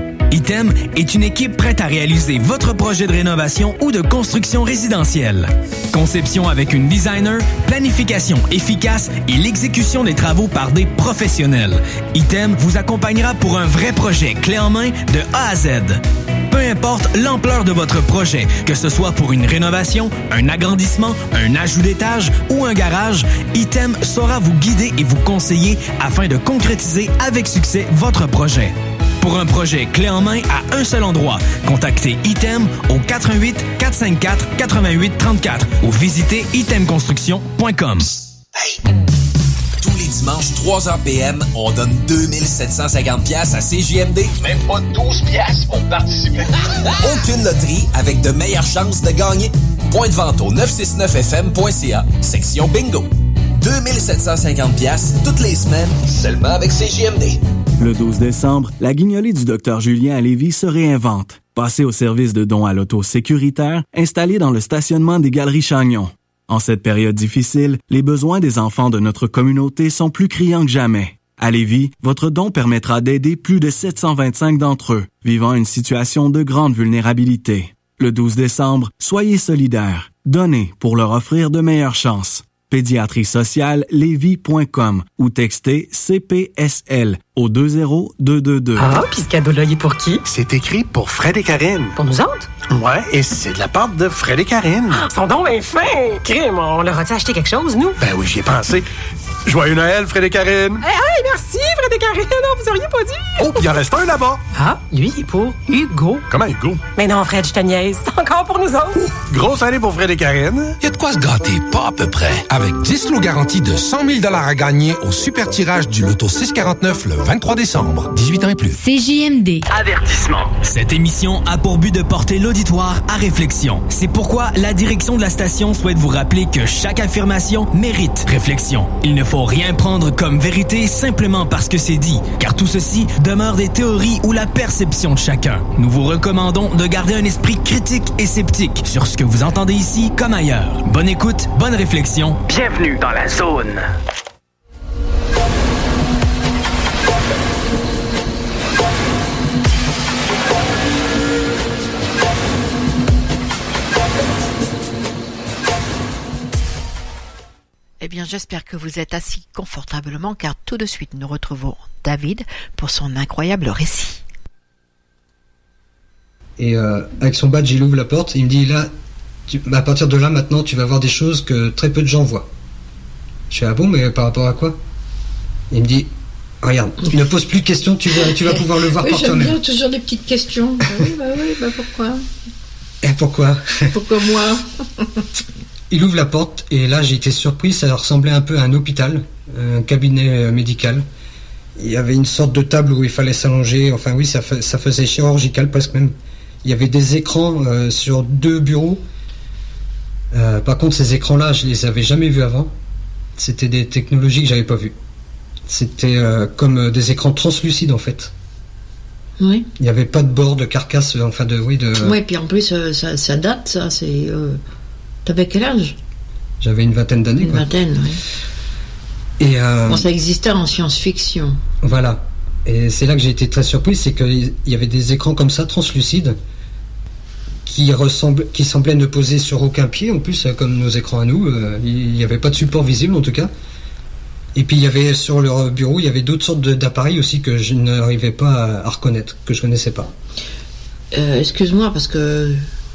[SPEAKER 8] Item est une équipe prête à réaliser votre projet de rénovation ou de construction résidentielle. Conception avec une designer, planification efficace et l'exécution des travaux par des professionnels. Item vous accompagnera pour un vrai projet clé en main de A à Z. Peu importe l'ampleur de votre projet, que ce soit pour une rénovation, un agrandissement, un ajout d'étage ou un garage, Item saura vous guider et vous conseiller afin de concrétiser avec succès votre projet. Pour un projet clé en main à un seul endroit, contactez Item au quatre un huit, quatre cinq quatre, huit huit trois quatre ou visitez item construction point com.
[SPEAKER 22] Hey! Tous les dimanches, trois heures P M, on donne deux mille sept cent cinquante dollars à C J M D. Même pas douze dollars pour participer. Aucune loterie avec de meilleures chances de gagner. Point de vente au neuf cent soixante-neuf F M point C A, section bingo. deux mille sept cent cinquante dollars toutes les semaines, seulement avec C J M D.
[SPEAKER 4] Le douze décembre, la guignolée du docteur Julien à Lévis se réinvente. Passez au service de dons à l'auto sécuritaire installé dans le stationnement des Galeries Chagnon. En cette période difficile, les besoins des enfants de notre communauté sont plus criants que jamais. À Lévis, votre don permettra d'aider plus de sept cent vingt-cinq d'entre eux, vivant une situation de grande vulnérabilité. Le douze décembre, soyez solidaires. Donnez pour leur offrir de meilleures chances. pédiatrie sociale lévis point com ou textez C P S L au deux zéro deux deux deux.
[SPEAKER 7] Ah, puis ce cadeau-là, il est pour qui?
[SPEAKER 9] C'est écrit pour Fred et Karine.
[SPEAKER 7] Pour nous autres?
[SPEAKER 9] Ouais, et c'est de la part de Fred et Karine.
[SPEAKER 7] Ah, ils sont donc bien fins! Crime, on leur a-tu acheté quelque chose, nous?
[SPEAKER 9] Ben oui, j'y ai pensé. Joyeux Noël, Fred et Karine!
[SPEAKER 7] Hey, hey, merci, Fred et Karine! Non, vous auriez pas dit!
[SPEAKER 9] Oh, il en reste un là-bas!
[SPEAKER 7] Ah, lui, il est pour Hugo.
[SPEAKER 9] Comment Hugo?
[SPEAKER 7] Mais non, Fred, je te niaise. C'est encore pour nous autres.
[SPEAKER 9] Grosse année pour Fred et Karine.
[SPEAKER 11] Il y a de quoi se gâter, pas à peu près. Avec dix lots garantis de cent mille dollars à gagner au super tirage du loto six quarante-neuf le vingt-trois décembre. dix-huit ans et plus.
[SPEAKER 2] C J M D.
[SPEAKER 8] Avertissement. Cette émission a pour but de porter l'auditoire à réflexion. C'est pourquoi la direction de la station souhaite vous rappeler que chaque affirmation mérite réflexion. Il ne faut rien prendre comme vérité simplement parce que c'est dit, car tout ceci demeure des théories ou la perception de chacun. Nous vous recommandons de garder un esprit critique et sceptique sur ce que vous entendez ici comme ailleurs. Bonne écoute, bonne réflexion.
[SPEAKER 3] Bienvenue dans la zone.
[SPEAKER 10] Eh bien, j'espère que vous êtes assis confortablement, car tout de suite, nous retrouvons David pour son incroyable récit.
[SPEAKER 21] Et euh, avec son badge, il ouvre la porte, il me dit, là, tu, à partir de là, maintenant, tu vas voir des choses que très peu de gens voient. Je fais, ah bon, mais par rapport à quoi? Il me dit, regarde, ne pose plus de questions, tu vas, tu vas pouvoir le voir
[SPEAKER 10] oui,
[SPEAKER 21] par
[SPEAKER 10] j'aime
[SPEAKER 21] toi-même.
[SPEAKER 10] bien toujours des petites questions. Bah oui, bah oui, bah pourquoi?
[SPEAKER 21] Et pourquoi?
[SPEAKER 10] Pourquoi moi?
[SPEAKER 21] Il ouvre la porte et là j'ai été surpris, ça ressemblait un peu à un hôpital, un cabinet médical. Il y avait une sorte de table où il fallait s'allonger, enfin oui, ça, ça faisait chirurgical presque même. Il y avait des écrans euh, sur deux bureaux. Euh, par contre, ces écrans-là, je les avais jamais vus avant. C'était des technologies que j'avais pas vues. C'était euh, comme des écrans translucides en fait.
[SPEAKER 10] Oui.
[SPEAKER 21] Il n'y avait pas de bord, de carcasse, enfin de... Oui, de...
[SPEAKER 10] Oui, puis en plus, ça, ça date, ça, c'est... Euh... T'avais quel âge?
[SPEAKER 21] J'avais une vingtaine d'années.
[SPEAKER 10] Une
[SPEAKER 21] quoi.
[SPEAKER 10] vingtaine, oui.
[SPEAKER 21] Et euh,
[SPEAKER 10] bon, ça existait en science-fiction.
[SPEAKER 21] Voilà. Et c'est là que j'ai été très surpris, c'est qu'il y avait des écrans comme ça, translucides, qui, ressemblent, qui semblaient ne poser sur aucun pied, en plus, comme nos écrans à nous. Euh, il n'y avait pas de support visible, en tout cas. Et puis, il y avait sur leur bureau, il y avait d'autres sortes de, d'appareils aussi que je n'arrivais pas à, à reconnaître, que je ne connaissais pas. Euh,
[SPEAKER 10] excuse-moi, parce que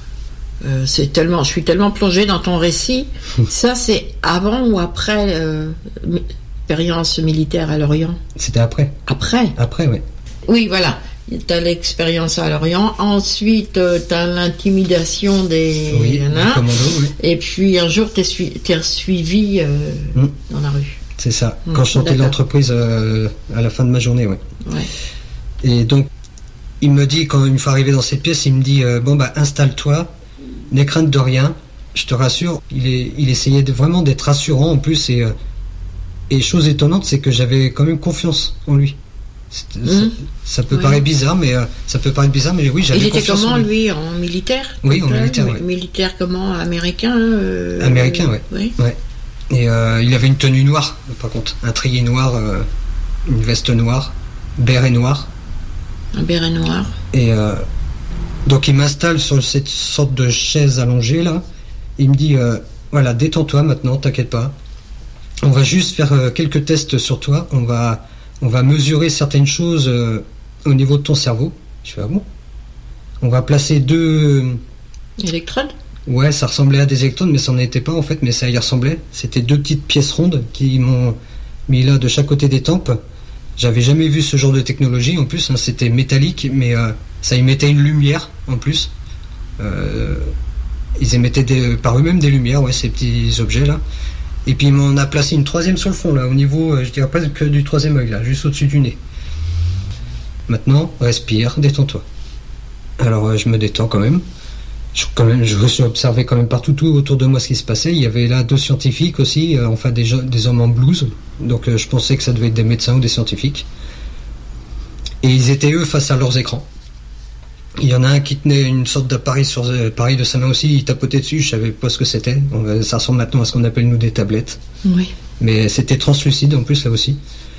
[SPEAKER 10] euh, c'est tellement, je suis tellement plongée dans ton récit. Ça, c'est avant ou après euh, l'expérience militaire à Lorient?
[SPEAKER 21] C'était après.
[SPEAKER 10] Après
[SPEAKER 21] Après, oui.
[SPEAKER 10] Oui, voilà. Tu as l'expérience à Lorient. Ensuite, euh, tu as l'intimidation des...
[SPEAKER 21] Oui, des commandos, oui.
[SPEAKER 10] Et puis, un jour, tu es sui- suivi euh, mm. dans la rue.
[SPEAKER 21] C'est ça. Mmh, quand je sortais de l'entreprise euh, à la fin de ma journée, oui.
[SPEAKER 10] Ouais.
[SPEAKER 21] Et donc, il me dit, quand une fois arrivé dans cette pièce, il me dit euh, bon, bah, installe-toi, n'aie crainte de rien, je te rassure. Il, est, il essayait de, vraiment d'être rassurant en plus. Et, euh, et chose étonnante, c'est que j'avais quand même confiance en lui. Mmh. Ça, ça peut oui. paraître bizarre, mais euh, ça peut paraître bizarre, mais oui, j'avais
[SPEAKER 10] il
[SPEAKER 21] confiance.
[SPEAKER 10] Il était comment,
[SPEAKER 21] en lui,
[SPEAKER 10] lui, en militaire?
[SPEAKER 21] Oui, en militaire, oui.
[SPEAKER 10] Militaire comment? Américain euh,
[SPEAKER 21] Américain, oui.
[SPEAKER 10] Oui.
[SPEAKER 21] Ouais. Et euh, il avait une tenue noire, par contre, un treillis noir, euh, une veste noire, béret noir.
[SPEAKER 10] Un béret noir.
[SPEAKER 21] Et euh, donc il m'installe sur cette sorte de chaise allongée là. Il me dit euh, voilà, détends-toi maintenant, t'inquiète pas. On va juste faire euh, quelques tests sur toi. On va, on va mesurer certaines choses euh, au niveau de ton cerveau. Je fais ah bon. On va placer deux
[SPEAKER 10] électrodes.
[SPEAKER 21] Ouais, ça ressemblait à des électrodes, mais ça n'en était pas en fait, mais ça y ressemblait. C'était deux petites pièces rondes qui m'ont mis là de chaque côté des tempes. J'avais jamais vu ce genre de technologie en plus, hein, c'était métallique, mais euh, ça émettait une lumière en plus. Euh, ils émettaient des, par eux-mêmes des lumières, ouais, ces petits objets là. Et puis il m'en a placé une troisième sur le fond là, au niveau, euh, je dirais pas que du troisième œil là, juste au-dessus du nez. Maintenant, respire, détends-toi. Alors euh, je me détends quand même. Je, quand même, je suis observé quand même partout tout autour de moi ce qui se passait. Il y avait là deux scientifiques aussi, euh, enfin des, des hommes en blouse. Donc euh, je pensais que ça devait être des médecins ou des scientifiques. Et ils étaient eux face à leurs écrans. Il y en a un qui tenait une sorte d'appareil sur euh, pareil de sa main aussi. Il tapotait dessus. Je savais pas ce que c'était. On, ça ressemble maintenant à ce qu'on appelle nous des tablettes.
[SPEAKER 10] Oui.
[SPEAKER 21] Mais c'était translucide en plus là aussi.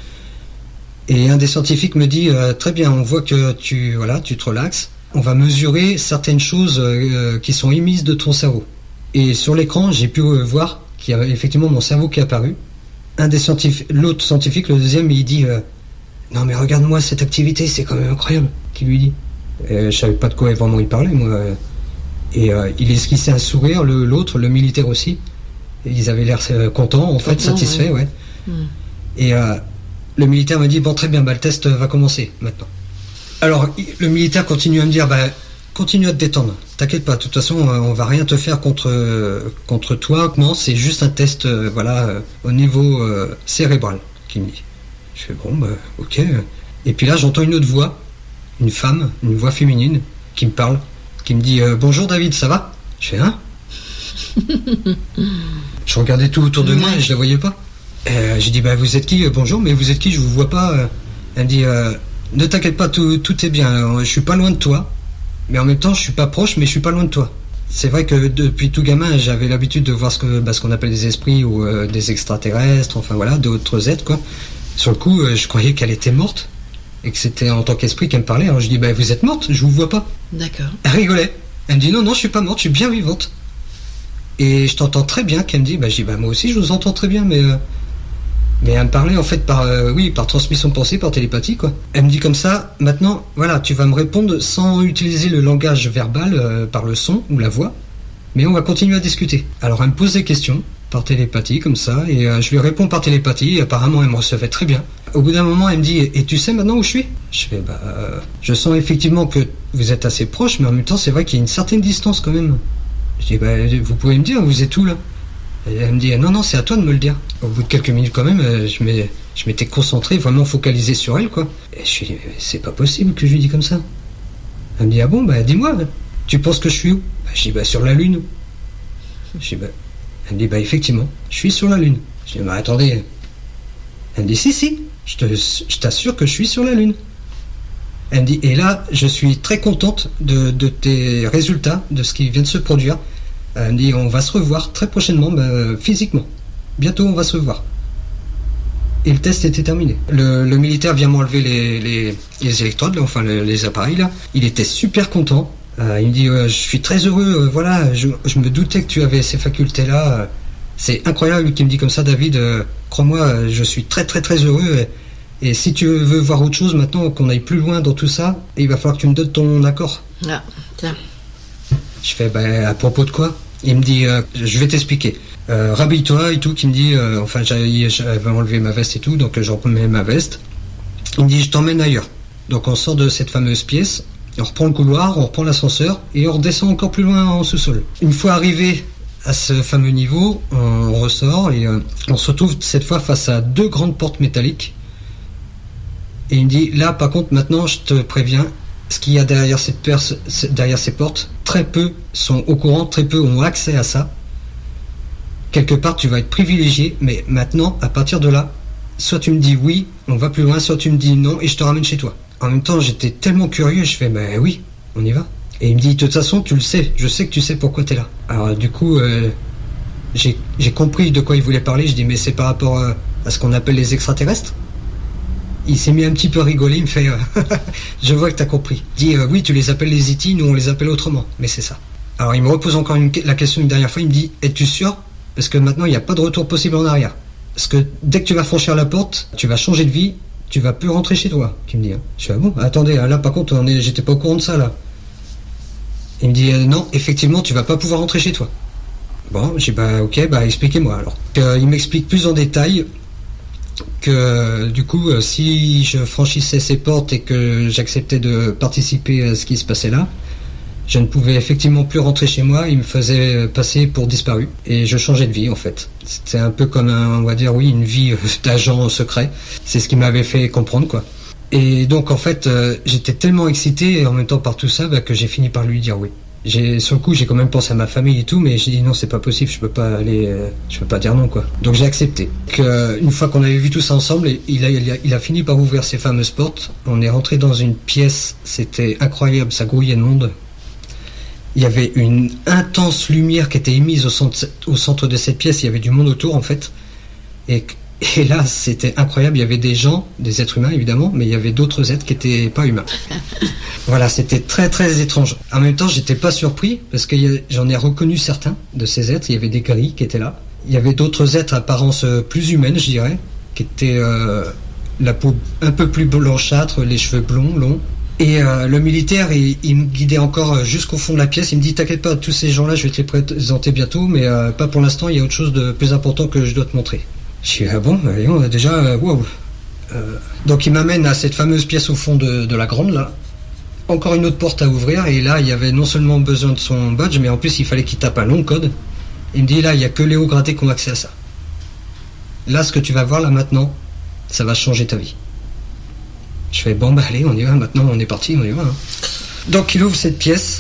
[SPEAKER 21] Et un des scientifiques me dit euh, très bien. On voit que tu voilà, tu te relaxes. On va mesurer certaines choses euh, qui sont émises de ton cerveau. Et sur l'écran, j'ai pu euh, voir qu'il y avait effectivement mon cerveau qui est apparu. Un des scientifiques, l'autre scientifique, le deuxième, il dit euh, non mais regarde-moi cette activité, c'est quand même incroyable. Qui lui dit. Et je savais pas de quoi vraiment il parlait moi. Et euh, il esquissait un sourire, le, l'autre, le militaire aussi. Et ils avaient l'air euh, contents, en fait, satisfaits, ouais. ouais. Mm. Et euh, le militaire me dit bon très bien, bah, le test va commencer maintenant. Alors, le militaire continue à me dire, bah, continue à te détendre. T'inquiète pas, de toute façon, on va rien te faire contre, contre toi. Non, c'est juste un test, euh, voilà, euh, au niveau euh, cérébral, qu'il me dit. Je fais, bon, bah, ok. Et puis là, j'entends une autre voix, une femme, une voix féminine, qui me parle, qui me dit, euh, bonjour David, ça va? Je fais, hein? Je regardais tout autour de moi et je la voyais pas. Euh, j'ai dit, bah, vous êtes qui? Bonjour, mais vous êtes qui? Je vous vois pas. Elle me dit, euh, ne t'inquiète pas, tout, tout est bien. Je suis pas loin de toi, mais en même temps, je suis pas proche, mais je suis pas loin de toi. C'est vrai que depuis tout gamin, j'avais l'habitude de voir ce que, bah, ce qu'on appelle des esprits ou euh, des extraterrestres, enfin voilà, d'autres êtres quoi. Sur le coup, euh, je croyais qu'elle était morte et que c'était en tant qu'esprit qu'elle me parlait. Alors je dis, bah vous êtes morte, je vous vois pas.
[SPEAKER 10] D'accord.
[SPEAKER 21] Elle rigolait. Elle me dit non non, je suis pas morte, je suis bien vivante. Et je t'entends très bien. Qu'elle me dit, bah je dis, bah moi aussi je vous entends très bien, mais euh, mais elle me parlait en fait par euh, oui par transmission de pensée, par télépathie quoi. Elle me dit comme ça, maintenant voilà, tu vas me répondre sans utiliser le langage verbal, euh, par le son ou la voix, mais on va continuer à discuter. Alors elle me pose des questions par télépathie comme ça, et euh, je lui réponds par télépathie, et apparemment elle me recevait très bien. Au bout d'un moment elle me dit, et tu sais maintenant où je suis? Je fais, bah euh, je sens effectivement que vous êtes assez proche, mais en même temps c'est vrai qu'il y a une certaine distance quand même. Je dis, bah vous pouvez me dire, vous êtes où là? Et elle me dit, non, non, c'est à toi de me le dire. Au bout de quelques minutes quand même, je, m'ai, je m'étais concentré, vraiment focalisé sur elle, quoi. Et je suis dit, c'est pas possible que je lui dise comme ça. Elle me dit, ah bon, bah dis-moi, tu penses que je suis où? Bah, je dis, bah sur la Lune. Je dis, bah... Elle me dit, bah effectivement, je suis sur la Lune. Je dis, bah attendez. Elle me dit, si, si, je, te, je t'assure que je suis sur la Lune. Elle me dit, et là, je suis très contente de, de tes résultats, de ce qui vient de se produire. Elle me dit, on va se revoir très prochainement, bah, physiquement. Bientôt, on va se revoir. Et le test était terminé. Le, le militaire vient m'enlever les, les, les électrodes, là, enfin les, les appareils là. Il était super content. Euh, il me dit euh, je suis très heureux. Euh, voilà, je, je me doutais que tu avais ces facultés là. Euh, c'est incroyable qui me dit comme ça, David. Euh, crois-moi, euh, je suis très très très heureux. Et, et si tu veux voir autre chose maintenant, qu'on aille plus loin dans tout ça, il va falloir que tu me donnes ton accord.
[SPEAKER 10] Ah, tiens.
[SPEAKER 21] Je fais bah, à propos de quoi? Il me dit euh, je vais t'expliquer. Euh, rhabille-toi et tout, qui me dit euh, enfin j'avais, j'avais enlevé ma veste et tout, donc je remets ma veste. Il me dit je t'emmène ailleurs. Donc on sort de cette fameuse pièce, on reprend le couloir, on reprend l'ascenseur et on redescend encore plus loin en sous-sol. Une fois arrivé à ce fameux niveau, on ressort et euh, on se retrouve cette fois face à deux grandes portes métalliques. Et il me dit là par contre maintenant je te préviens, ce qu'il y a derrière cette perce, derrière ces portes, très peu sont au courant, très peu ont accès à ça. Quelque part, tu vas être privilégié, mais maintenant, à partir de là, soit tu me dis oui, on va plus loin, soit tu me dis non et je te ramène chez toi. En même temps, j'étais tellement curieux, je fais, ben oui, on y va. Et il me dit, de toute façon, tu le sais, je sais que tu sais pourquoi t'es là. Alors du coup, euh, j'ai, j'ai compris de quoi il voulait parler, je dis, mais c'est par rapport euh, à ce qu'on appelle les extraterrestres. Il s'est mis un petit peu à rigoler, il me fait, euh, je vois que t'as compris. Il dit, euh, oui, tu les appelles les E T, nous on les appelle autrement, mais c'est ça. Alors il me repose encore une, la question une dernière fois, il me dit, es-tu sûr ? Parce que maintenant, il n'y a pas de retour possible en arrière. Parce que dès que tu vas franchir la porte, tu vas changer de vie, tu vas plus rentrer chez toi. Tu me dis, hein. Je fais, ah bon, attendez, là par contre, on est, j'étais pas au courant de ça, là. Il me dit, euh, non, effectivement, tu vas pas pouvoir rentrer chez toi. Bon, j'ai bah ok, bah expliquez-moi alors. Euh, il m'explique plus en détail que, euh, du coup, euh, si je franchissais ces portes et que j'acceptais de participer à ce qui se passait là, je ne pouvais effectivement plus rentrer chez moi, il me faisait passer pour disparu. Et je changeais de vie, en fait. C'était un peu comme, un, on va dire, oui, une vie d'agent secret. C'est ce qui m'avait fait comprendre, quoi. Et donc, en fait, euh, j'étais tellement excité, et en même temps par tout ça, bah, que j'ai fini par lui dire oui. J'ai, sur le coup, j'ai quand même pensé à ma famille et tout, mais j'ai dit non, c'est pas possible, je peux pas aller, euh, je peux pas dire non, quoi. Donc j'ai accepté. Que, euh, une fois qu'on avait vu tout ça ensemble, il a, il a, il a fini par ouvrir ces fameuses portes. On est rentré dans une pièce, c'était incroyable, ça grouillait de monde. Il y avait une intense lumière qui était émise au centre, au centre de cette pièce. Il y avait du monde autour, en fait. Et, et là, c'était incroyable. Il y avait des gens, des êtres humains, évidemment, mais il y avait d'autres êtres qui n'étaient pas humains. Voilà, c'était très, très étrange. En même temps, j'étais pas surpris, parce que j'en ai reconnu certains de ces êtres. Il y avait des gris qui étaient là. Il y avait d'autres êtres à apparence plus humaine, je dirais, qui étaient euh, la peau un peu plus blanchâtre, les cheveux blonds, longs. Et euh, le militaire, il, il me guidait encore jusqu'au fond de la pièce. Il me dit, t'inquiète pas, tous ces gens-là, je vais te les présenter bientôt, mais euh, pas pour l'instant, il y a autre chose de plus important que je dois te montrer. Je dis, ah bon, voyons, déjà, euh, wow. Euh, donc il m'amène à cette fameuse pièce au fond de, de la grande, là. Encore une autre porte à ouvrir, et là, il y avait non seulement besoin de son badge, mais en plus, il fallait qu'il tape un long code. Il me dit, là, il n'y a que les hauts gradés qui ont accès à ça. Là, ce que tu vas voir, là, maintenant, ça va changer ta vie. Je fais, bon, bah allez, on y va, maintenant on est parti, on y va. Hein. Donc il ouvre cette pièce.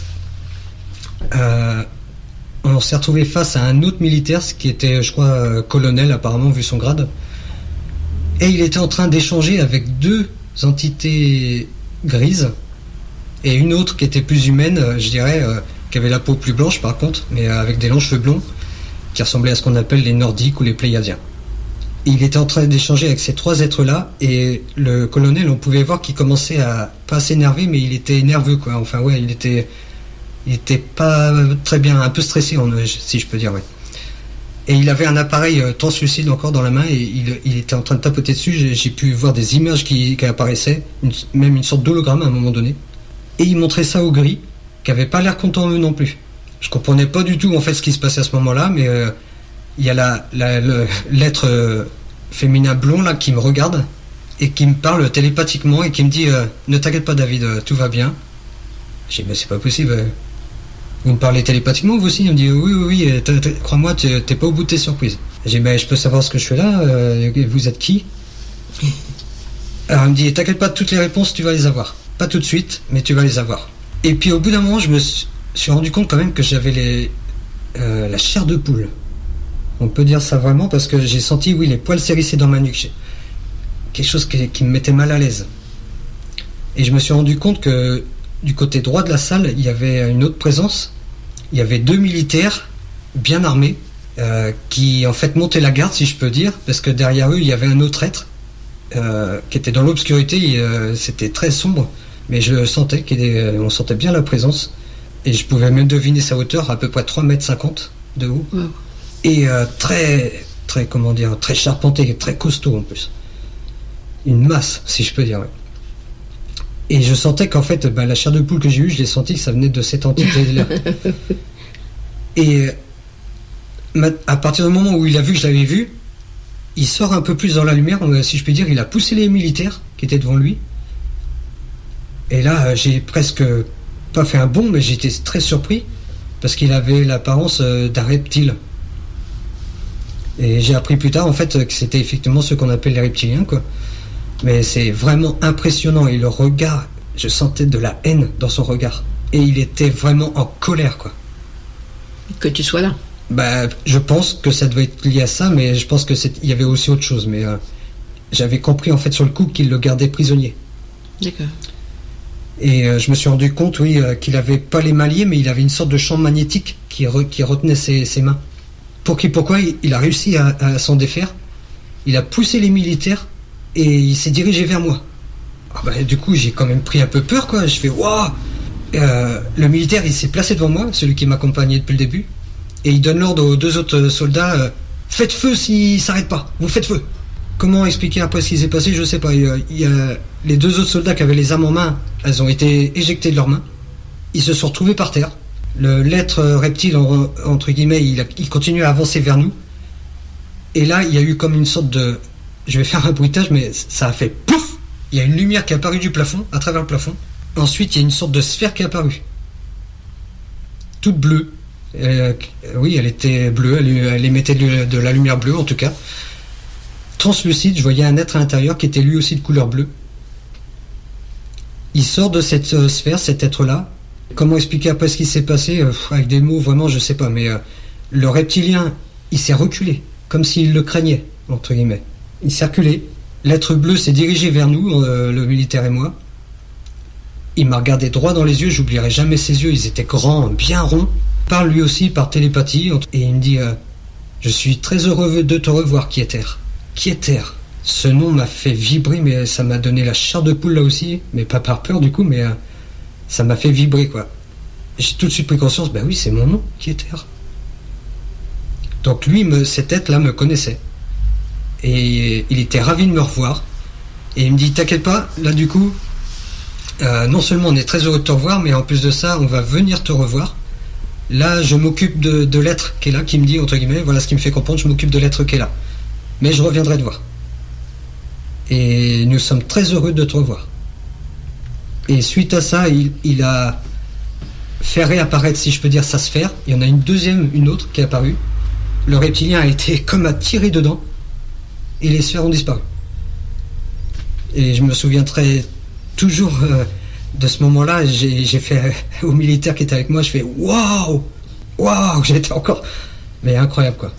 [SPEAKER 21] Euh, on s'est retrouvé face à un autre militaire, ce qui était, je crois, colonel apparemment, vu son grade. Et il était en train d'échanger avec deux entités grises, et une autre qui était plus humaine, je dirais, euh, qui avait la peau plus blanche par contre, mais euh, avec des longs cheveux blonds, qui ressemblaient à ce qu'on appelle les Nordiques ou les Pléiadiens. Il était en train d'échanger avec ces trois êtres-là, et le colonel, on pouvait voir qu'il commençait à pas s'énerver, mais il était nerveux, quoi. Enfin, ouais, il était, il était pas très bien, un peu stressé, si je peux dire, ouais. Et il avait un appareil translucide encore dans la main, et il, il était en train de tapoter dessus. J'ai, j'ai pu voir des images qui, qui apparaissaient, une, même une sorte d'hologramme à un moment donné. Et il montrait ça au gris, qui avait pas l'air content eux non plus. Je comprenais pas du tout en fait ce qui se passait à ce moment-là, mais euh, il y a la, la, le, l'être euh, féminin blond là qui me regarde et qui me parle télépathiquement et qui me dit euh, ne t'inquiète pas David, euh, tout va bien. J'ai dit mais c'est pas possible. Euh. Vous me parlez télépathiquement vous aussi? Il me dit oui oui oui, t'es, t'es, crois-moi t'es, t'es pas au bout de tes surprises. J'ai dit mais je peux savoir ce que je fais là, euh, vous êtes qui? Alors il me dit t'inquiète pas, toutes les réponses tu vas les avoir. Pas tout de suite, mais tu vas les avoir. Et puis au bout d'un moment je me suis rendu compte quand même que j'avais les, euh, la chair de poule. On peut dire ça vraiment parce que j'ai senti, oui, les poils s'hérisser dans ma nuque. Quelque chose qui, qui me mettait mal à l'aise. Et je me suis rendu compte que du côté droit de la salle, il y avait une autre présence. Il y avait deux militaires bien armés, euh, qui en fait montaient la garde, si je peux dire, parce que derrière eux, il y avait un autre être euh, qui était dans l'obscurité, et, euh, c'était très sombre, mais je le sentais, qu'il était, on sentait bien la présence, et je pouvais même deviner sa hauteur, à peu près trois mètres cinquante de haut, wow. et euh, très, très, comment dire, très charpenté, très costaud en plus. Une masse, si je peux dire, ouais. Et je sentais qu'en fait, bah, la chair de poule que j'ai eue, je l'ai senti que ça venait de cette entité-là. Et à partir du moment où il a vu que je l'avais vu, il sort un peu plus dans la lumière, si je puis dire, il a poussé les militaires qui étaient devant lui. Et là, j'ai presque pas fait un bond, mais j'étais très surpris, parce qu'il avait l'apparence d'un reptile. Et j'ai appris plus tard, en fait, que c'était effectivement ce qu'on appelle les reptiliens, quoi. Mais c'est vraiment impressionnant, et le regard, je sentais de la haine dans son regard. Et il était vraiment en colère, quoi.
[SPEAKER 5] Que tu sois là.
[SPEAKER 21] Bah, je pense que ça devait être lié à ça, mais je pense que c'est, il y avait aussi autre chose. Mais euh, j'avais compris en fait sur le coup qu'il le gardait prisonnier.
[SPEAKER 5] D'accord.
[SPEAKER 21] Et euh, je me suis rendu compte, oui, euh, qu'il avait pas les mains liées, mais il avait une sorte de champ magnétique qui, re, qui retenait ses, ses mains. Pour qui, pourquoi il, il a réussi à, à s'en défaire. Il a poussé les militaires et il s'est dirigé vers moi. Ah bah, du coup, j'ai quand même pris un peu peur, quoi. Je fais waouh. Euh, le militaire, il s'est placé devant moi, celui qui m'accompagnait depuis le début, et il donne l'ordre aux deux autres soldats euh, faites feu s'il s'arrête pas, vous faites feu. Comment expliquer après ce qui s'est passé, je sais pas. Il y a, il y a les deux autres soldats qui avaient les armes en main, elles ont été éjectées de leurs mains, ils se sont retrouvés par terre. Le, l'être reptile, en, entre guillemets, il, a, il continue à avancer vers nous, et là il y a eu comme une sorte de, je vais faire un bruitage, mais ça a fait pouf. Il y a une lumière qui est apparue du plafond, à travers le plafond. Ensuite, il y a une sorte de sphère qui est apparue. Toute bleue. Euh, oui, elle était bleue, elle, elle émettait de, de la lumière bleue en tout cas. Translucide, je voyais un être à l'intérieur qui était lui aussi de couleur bleue. Il sort de cette euh, sphère, cet être-là. Comment expliquer après ce qui s'est passé euh, avec des mots, vraiment, je sais pas. Mais euh, le reptilien, il s'est reculé, comme s'il le craignait, entre guillemets. Il s'est reculé. L'être bleu s'est dirigé vers nous, euh, le militaire et moi. Il m'a regardé droit dans les yeux, j'oublierai jamais ses yeux, ils étaient grands, bien ronds. Il parle lui aussi par télépathie, et il me dit euh, je suis très heureux de te revoir, Kieter. Kieter. Ce nom m'a fait vibrer, mais ça m'a donné la chair de poule là aussi, mais pas par peur du coup, mais euh, ça m'a fait vibrer, quoi. J'ai tout de suite pris conscience, ben oui, c'est mon nom, Kieter. Donc lui, me, cet être-là me connaissait. Et il était ravi de me revoir. Et il me dit t'inquiète pas, là du coup, Euh, non seulement on est très heureux de te revoir, mais en plus de ça, on va venir te revoir. Là, je m'occupe de, de l'être qui est là, qui me dit, entre guillemets, voilà ce qui me fait comprendre, je m'occupe de l'être qui est là. Mais je reviendrai te voir. Et nous sommes très heureux de te revoir. Et suite à ça, il, il a fait réapparaître, si je peux dire, sa sphère. Il y en a une deuxième, une autre qui est apparue. Le reptilien a été comme attiré dedans, et les sphères ont disparu. Et je me souviens très... Toujours euh, de ce moment-là, j'ai, j'ai fait euh, au militaire qui était avec moi, je fais waouh, waouh, j'étais encore, mais incroyable quoi.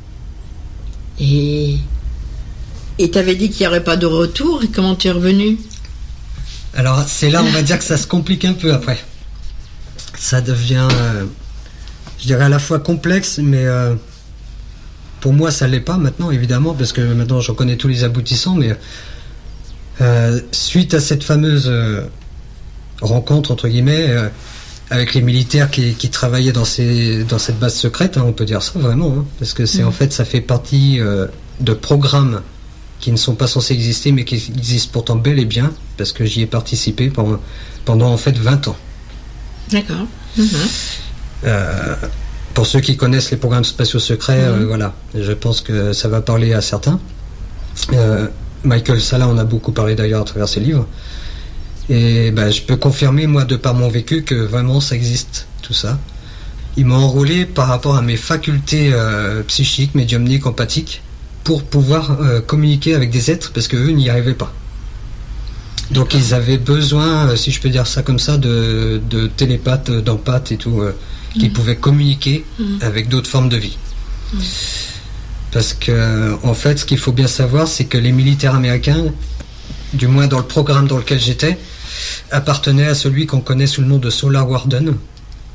[SPEAKER 5] Et et t'avais dit qu'il n'y aurait pas de retour, et comment tu es revenu?
[SPEAKER 21] Alors c'est là, on va dire que ça se complique un peu après. Ça devient, euh, je dirais à la fois complexe, mais euh, pour moi ça l'est pas maintenant évidemment, parce que maintenant j'en connais tous les aboutissants, mais Euh, suite à cette fameuse euh, rencontre entre guillemets euh, avec les militaires qui, qui travaillaient dans, ces, dans cette base secrète, hein, on peut dire ça vraiment, hein, parce que c'est mmh. en fait ça fait partie euh, de programmes qui ne sont pas censés exister mais qui existent pourtant bel et bien, parce que j'y ai participé pendant, pendant en fait vingt ans.
[SPEAKER 5] D'accord. Mmh.
[SPEAKER 21] Euh, pour ceux qui connaissent les programmes spatiaux secrets, mmh. euh, voilà, je pense que ça va parler à certains. Euh, Michael Salla en a beaucoup parlé d'ailleurs à travers ses livres. Et ben, je peux confirmer, moi, de par mon vécu, que vraiment ça existe, tout ça. Il m'a enrôlé par rapport à mes facultés euh, psychiques, médiumniques, empathiques, pour pouvoir euh, communiquer avec des êtres, parce qu'eux n'y arrivaient pas. Donc ils avaient besoin, euh, si je peux dire ça comme ça, de, de télépathes, d'empathes et tout, euh, mmh. qui pouvaient communiquer mmh. avec d'autres formes de vie. Mmh. Parce que, en fait, ce qu'il faut bien savoir, c'est que les militaires américains, du moins dans le programme dans lequel j'étais, appartenaient à celui qu'on connaît sous le nom de Solar Warden.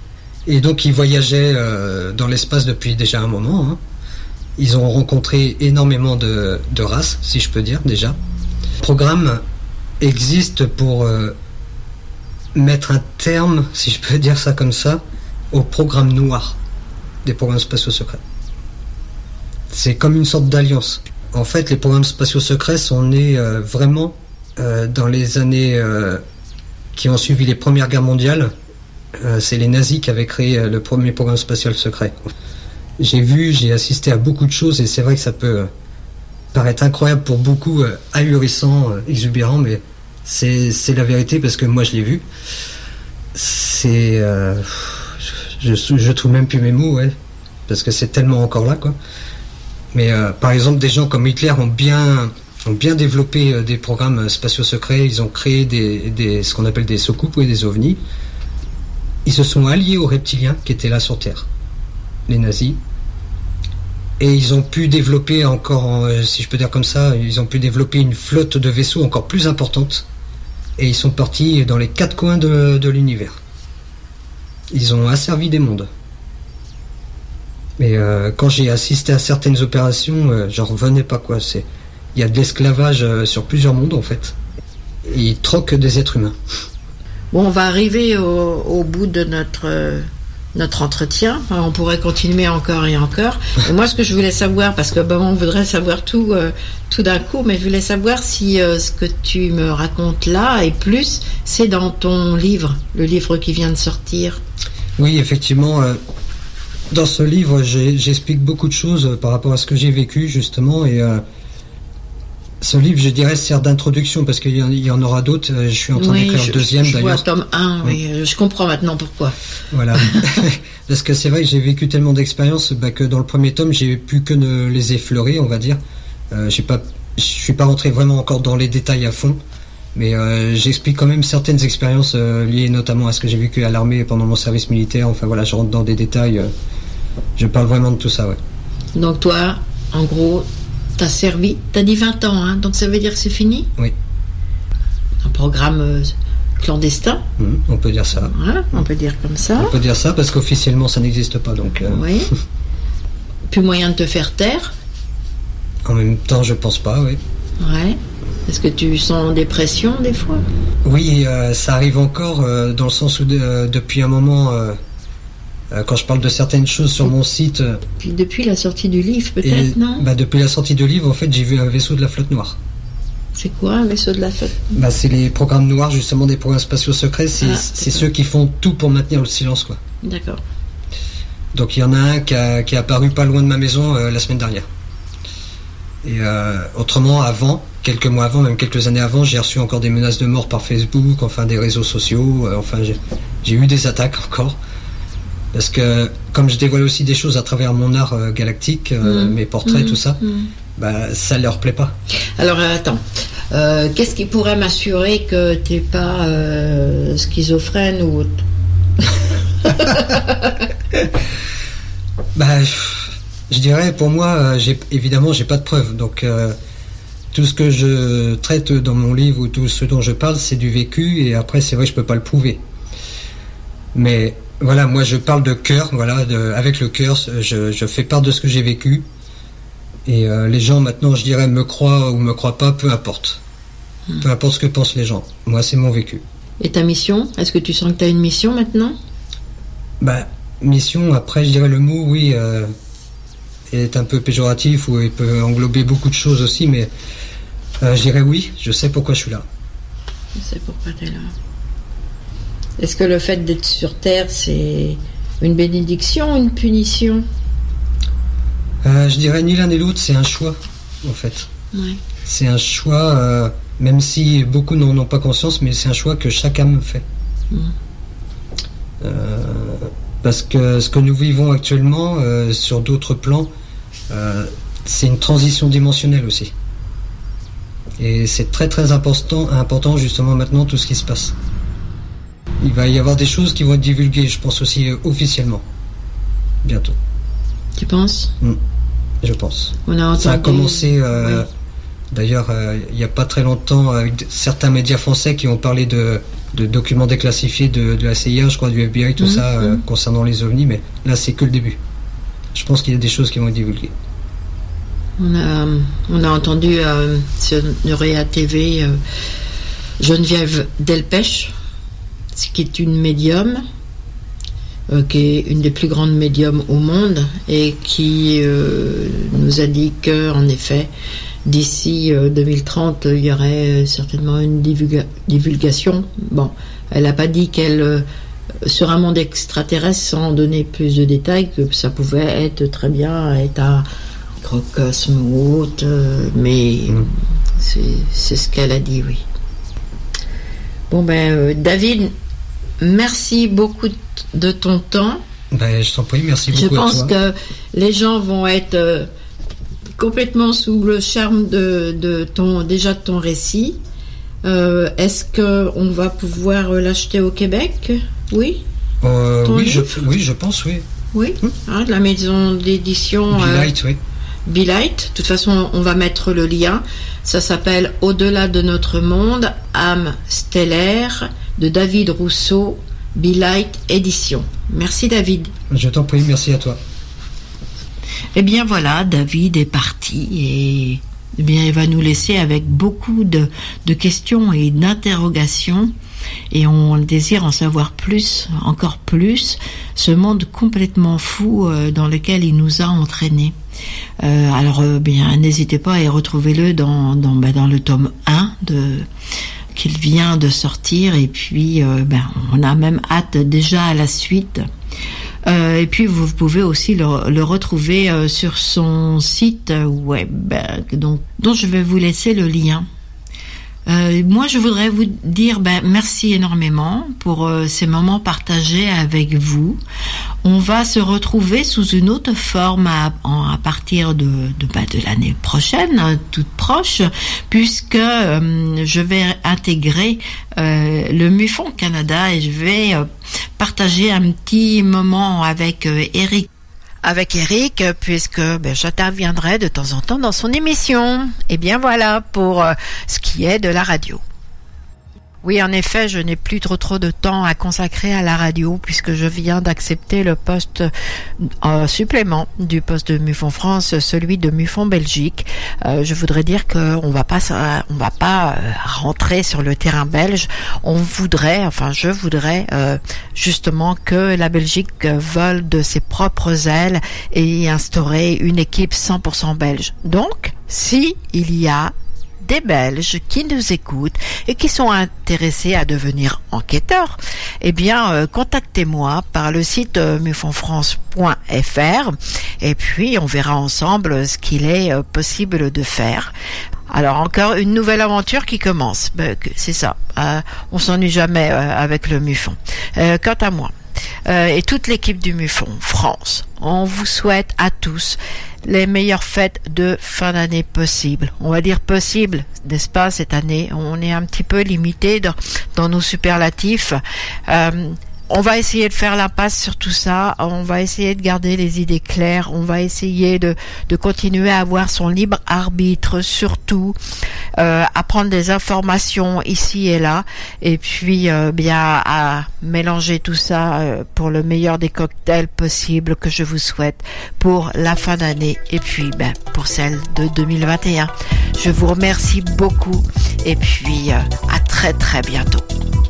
[SPEAKER 21] Et donc ils voyageaient euh, dans l'espace depuis déjà un moment. Hein. Ils ont rencontré énormément de, de races, si je peux dire déjà. Le programme existe pour euh, mettre un terme, si je peux dire ça comme ça, au programme noir des programmes spatiaux secrets. C'est comme une sorte d'alliance. En fait, les programmes spatiaux secrets sont nés euh, vraiment euh, dans les années euh, qui ont suivi les premières guerres mondiales. Euh, c'est les nazis qui avaient créé euh, le premier programme spatial secret. J'ai vu, j'ai assisté à beaucoup de choses et c'est vrai que ça peut euh, paraître incroyable pour beaucoup, euh, ahurissant, euh, exubérant, mais c'est, c'est la vérité parce que moi je l'ai vu. C'est... Euh, je, je, je trouve même plus mes mots, ouais, parce que c'est tellement encore là, quoi. Mais euh, par exemple, des gens comme Hitler ont bien, ont bien développé euh, des programmes spatiaux secrets. Ils ont créé des, des, ce qu'on appelle des socoupes ou des ovnis. Ils se sont alliés aux reptiliens qui étaient là sur Terre, les nazis. Et ils ont pu développer encore, euh, si je peux dire comme ça, ils ont pu développer une flotte de vaisseaux encore plus importante. Et ils sont partis dans les quatre coins de, de l'univers. Ils ont asservi des mondes. Mais euh, quand j'ai assisté à certaines opérations, euh, j'en revenais pas, quoi. C'est, il y a de l'esclavage euh, sur plusieurs mondes, en fait. Et ils troquent des êtres humains.
[SPEAKER 10] Bon, on va arriver au, au bout de notre, euh, notre entretien. Enfin, on pourrait continuer encore et encore. Et moi, ce que je voulais savoir, parce que bon, on voudrait savoir tout, euh, tout d'un coup, mais je voulais savoir si euh, ce que tu me racontes là, et plus, c'est dans ton livre, le livre qui vient de sortir.
[SPEAKER 21] Oui, effectivement... Euh... Dans ce livre, j'ai, j'explique beaucoup de choses par rapport à ce que j'ai vécu, justement, et euh, ce livre, je dirais, sert d'introduction, parce qu'il y en, il y en aura d'autres. Je suis en train
[SPEAKER 10] oui,
[SPEAKER 21] d'écrire
[SPEAKER 10] je,
[SPEAKER 21] le deuxième,
[SPEAKER 10] je
[SPEAKER 21] d'ailleurs.
[SPEAKER 10] Vois tome un, oui. oui, je comprends maintenant pourquoi.
[SPEAKER 21] Voilà. Parce que c'est vrai que j'ai vécu tellement d'expériences bah, que dans le premier tome, j'ai pu que ne les effleurer, on va dire. Euh, j'ai pas, je suis pas rentré vraiment encore dans les détails à fond, mais euh, j'explique quand même certaines expériences euh, liées notamment à ce que j'ai vécu à l'armée pendant mon service militaire. Enfin voilà, je rentre dans des détails... Euh, Je parle vraiment de tout ça, ouais.
[SPEAKER 10] Donc toi, en gros, t'as servi, t'as dit vingt ans, hein, donc ça veut dire que c'est fini ?
[SPEAKER 21] Oui.
[SPEAKER 10] Un programme euh, clandestin ?
[SPEAKER 21] Mmh, on peut dire ça.
[SPEAKER 10] Ouais, on peut dire comme ça.
[SPEAKER 21] On peut dire ça parce qu'officiellement ça n'existe pas, donc... Euh...
[SPEAKER 10] Oui. Plus moyen de te faire taire ?
[SPEAKER 21] En même temps, je pense pas, oui.
[SPEAKER 10] Ouais. Est-ce que tu sens des pressions, des fois ?
[SPEAKER 21] Oui, euh, ça arrive encore, euh, dans le sens où de, euh, depuis un moment... Euh, Quand je parle de certaines choses sur mon site...
[SPEAKER 10] Puis depuis la sortie du livre, peut-être,
[SPEAKER 21] et,
[SPEAKER 10] non ?
[SPEAKER 21] bah, Depuis la sortie du livre, en fait, j'ai vu un vaisseau de la flotte noire.
[SPEAKER 10] C'est quoi, un vaisseau de la flotte ?
[SPEAKER 21] Bah, c'est les programmes noirs, justement, des programmes spatiaux secrets. C'est, ah, c'est ceux qui font tout pour maintenir le silence, quoi.
[SPEAKER 10] D'accord.
[SPEAKER 21] Donc, il y en a un qui, a, qui est apparu pas loin de ma maison euh, la semaine dernière. Et euh, autrement, avant, quelques mois avant, même quelques années avant, j'ai reçu encore des menaces de mort par Facebook, enfin, des réseaux sociaux. Euh, enfin, j'ai, j'ai eu des attaques encore. Parce que, comme je dévoile aussi des choses à travers mon art euh, galactique, euh, mmh. mes portraits, mmh. tout ça, mmh. bah, ça leur plaît pas.
[SPEAKER 10] Alors, euh, attends. Euh, qu'est-ce qui pourrait m'assurer que t'es pas euh, schizophrène ou autre ?
[SPEAKER 21] Bah, je dirais, pour moi, j'ai, évidemment, j'ai pas de preuves. Donc, euh, tout ce que je traite dans mon livre ou tout ce dont je parle, c'est du vécu. Et après, c'est vrai, je peux pas le prouver. Mais... Voilà, moi je parle de cœur, voilà, de, avec le cœur, je, je fais part de ce que j'ai vécu. Et euh, les gens maintenant, je dirais, me croient ou me croient pas, peu importe. Mmh. Peu importe ce que pensent les gens. Moi, c'est mon vécu.
[SPEAKER 10] Et ta mission ? Est-ce que tu sens que tu as une mission maintenant ?
[SPEAKER 21] Bah, mission, après, je dirais le mot, oui, euh, est un peu péjoratif ou il peut englober beaucoup de choses aussi, mais euh, je dirais oui, je sais pourquoi je suis là.
[SPEAKER 10] Je sais pourquoi tu es là. Est-ce que le fait d'être sur Terre, c'est une bénédiction ou une punition ?
[SPEAKER 21] euh, Je dirais ni l'un ni l'autre, c'est un choix, en fait.
[SPEAKER 10] Ouais.
[SPEAKER 21] C'est un choix, euh, même si beaucoup n'en ont pas conscience, mais c'est un choix que chaque âme fait. Mmh. Euh, parce que ce que nous vivons actuellement, euh, sur d'autres plans, euh, c'est une transition dimensionnelle aussi. Et c'est très très important, important justement maintenant tout ce qui se passe. Il va y avoir des choses qui vont être divulguées, je pense aussi euh, officiellement, bientôt.
[SPEAKER 10] Tu penses ?
[SPEAKER 21] mmh, Je pense.
[SPEAKER 10] On a entendu...
[SPEAKER 21] Ça a commencé, euh, oui. D'ailleurs, euh, il n'y a pas très longtemps, avec certains médias français qui ont parlé de, de documents déclassifiés de, de la C I A, je crois, du F B I, tout mmh, ça, euh, mmh. concernant les ovnis, mais là, c'est que le début. Je pense qu'il y a des choses qui vont être divulguées.
[SPEAKER 5] On a, on a entendu euh, sur Nouréa T V euh, Geneviève Delpech, qui est une médium, euh, qui est une des plus grandes médiums au monde, et qui euh, nous a dit qu'en effet, d'ici euh, deux mille trente, il y aurait certainement une divulga- divulgation. Bon, elle n'a pas dit qu'elle, euh, sur un monde extraterrestre, sans donner plus de détails, que ça pouvait être très bien, être un microcosme ou autre, euh, mais mmh. c'est, c'est ce qu'elle a dit, oui. Bon ben, euh, David, merci beaucoup de ton temps.
[SPEAKER 21] Ben, je t'en prie, merci beaucoup.
[SPEAKER 5] Je pense
[SPEAKER 21] à toi.
[SPEAKER 5] que les gens vont être euh, complètement sous le charme de, de ton, déjà de ton récit. Euh, est-ce qu'on va pouvoir l'acheter au Québec? Oui.
[SPEAKER 21] Euh, oui, je, oui, je pense, oui.
[SPEAKER 5] Oui. Hum. Hein, de la maison d'édition.
[SPEAKER 21] Be-Light, euh, oui.
[SPEAKER 5] Be-Light. De toute façon, on va mettre le lien. Ça s'appelle Au-delà de notre monde, âme stellaire, de David Rousseau, Be-Light édition. Merci David.
[SPEAKER 21] Je t'en prie, merci à toi.
[SPEAKER 5] Eh bien voilà, David est parti et eh bien, il va nous laisser avec beaucoup de, de questions et d'interrogations. Et on désire en savoir plus, encore plus, ce monde complètement fou euh, dans lequel il nous a entraînés. Euh, alors, euh, bien, n'hésitez pas et retrouvez-le dans, dans, ben, dans le tome un de, qu'il vient de sortir. Et puis, euh, ben, on a même hâte déjà à la suite. Euh, et puis, vous pouvez aussi le, le retrouver euh, sur son site web, donc, dont je vais vous laisser le lien. Euh, moi, je voudrais vous dire ben, merci énormément pour euh, ces moments partagés avec vous. On va se retrouver sous une autre forme à, à partir de, de, ben, de l'année prochaine, toute proche, puisque euh, je vais intégrer euh, le MUFON Canada et je vais euh, partager un petit moment avec euh, Eric. Avec Eric, puisque ben, j'interviendrai de temps en temps dans son émission. Et bien voilà pour euh, ce qui est de la radio. Oui, en effet, je n'ai plus trop trop de temps à consacrer à la radio puisque je viens d'accepter le poste euh, supplément du poste de MUFON France, celui de MUFON Belgique. Euh, je voudrais dire qu'on va pas, on va pas euh, rentrer sur le terrain belge. On voudrait, enfin, je voudrais euh, justement que la Belgique vole de ses propres ailes et instaurer une équipe cent pour cent belge. Donc, si il y a des Belges qui nous écoutent et qui sont intéressés à devenir enquêteurs, eh bien, euh, contactez-moi par le site euh, mufon france point f r et puis on verra ensemble ce qu'il est euh, possible de faire. Alors, encore une nouvelle aventure qui commence. Ben, c'est ça. Euh, on s'ennuie jamais euh, avec le MUFON. Euh, quant à moi, euh, et toute l'équipe du MUFON France, on vous souhaite à tous les meilleures fêtes de fin d'année possibles. On va dire possible, n'est-ce pas, cette année. On est un petit peu limité dans, dans nos superlatifs. Euh, On va essayer de faire l'impasse sur tout ça, on va essayer de garder les idées claires, on va essayer de, de continuer à avoir son libre arbitre, surtout euh, à prendre des informations ici et là, et puis euh, bien à mélanger tout ça euh, pour le meilleur des cocktails possibles que je vous souhaite pour la fin d'année, et puis ben, pour celle de deux mille vingt et un. Je vous remercie beaucoup, et puis euh, à très très bientôt.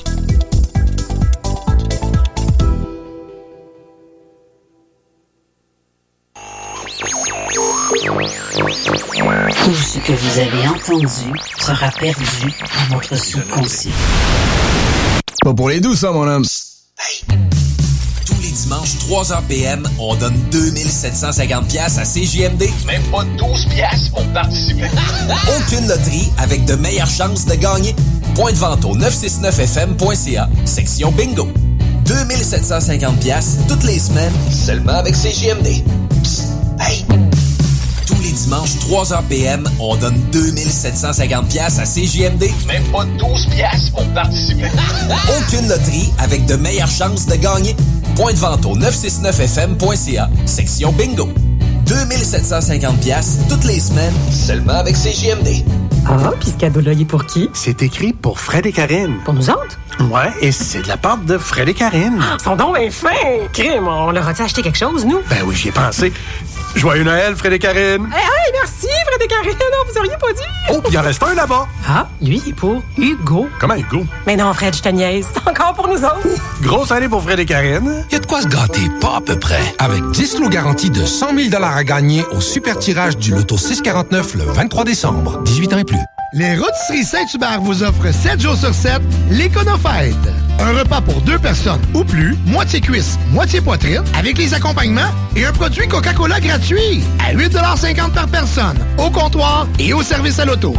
[SPEAKER 13] Tout ce que vous avez entendu sera perdu dans votre subconscient.
[SPEAKER 14] Pas pour les douces, ça, mon homme.
[SPEAKER 22] Hey. Tous les dimanches, trois heures p m, on donne deux mille sept cent cinquante dollars à C J M D. Même pas douze piastres pour participer. Aucune loterie avec de meilleures chances de gagner. Point de vente au neuf cent soixante-neuf F M point C A, section bingo. deux mille sept cent cinquante dollars toutes les semaines, seulement avec C J M D. Psst, hey! Tous les dimanches, trois heures p m, on donne deux mille sept cent cinquante dollars à C J M D. Même pas douze piastres pour participer. Aucune loterie avec de meilleures chances de gagner. Point de vente au neuf cent soixante-neuf F M point C A, section bingo. deux mille sept cent cinquante dollars toutes les semaines, seulement avec C J M D.
[SPEAKER 7] Ah, puis ce cadeau-là, il est pour qui?
[SPEAKER 9] C'est écrit pour Fred et Karine.
[SPEAKER 7] Pour nous autres?
[SPEAKER 9] Ouais, et c'est de la part de Fred et Karine.
[SPEAKER 7] Ils sont donc bien fins! Crime, on leur a-tu acheté quelque chose, nous?
[SPEAKER 9] Ben oui, j'y ai pensé. Joyeux Noël, Fred et Karine.
[SPEAKER 7] Hey, hey, merci, Fred et Karine, on vous auriez pas dit.
[SPEAKER 9] Oh, puis il en reste un là-bas.
[SPEAKER 7] Ah, lui, il est pour Hugo.
[SPEAKER 9] Comment Hugo?
[SPEAKER 7] Mais non, Fred, je te niaise. C'est encore pour nous autres.
[SPEAKER 9] Grosse année pour Fred et Karine.
[SPEAKER 11] Il y a de quoi se gâter, pas à peu près. Avec dix lots garantis de cent mille à gagner au super tirage du Loto six cent quarante-neuf le vingt-trois décembre. dix-huit ans et plus.
[SPEAKER 6] Les Rôtisseries Saint-Hubert vous offrent sept jours sur sept l'Éconofête. Un repas pour deux personnes ou plus, moitié cuisse, moitié poitrine, avec les accompagnements et un produit Coca-Cola gratuit à huit cinquante par personne, au comptoir et au service à l'auto.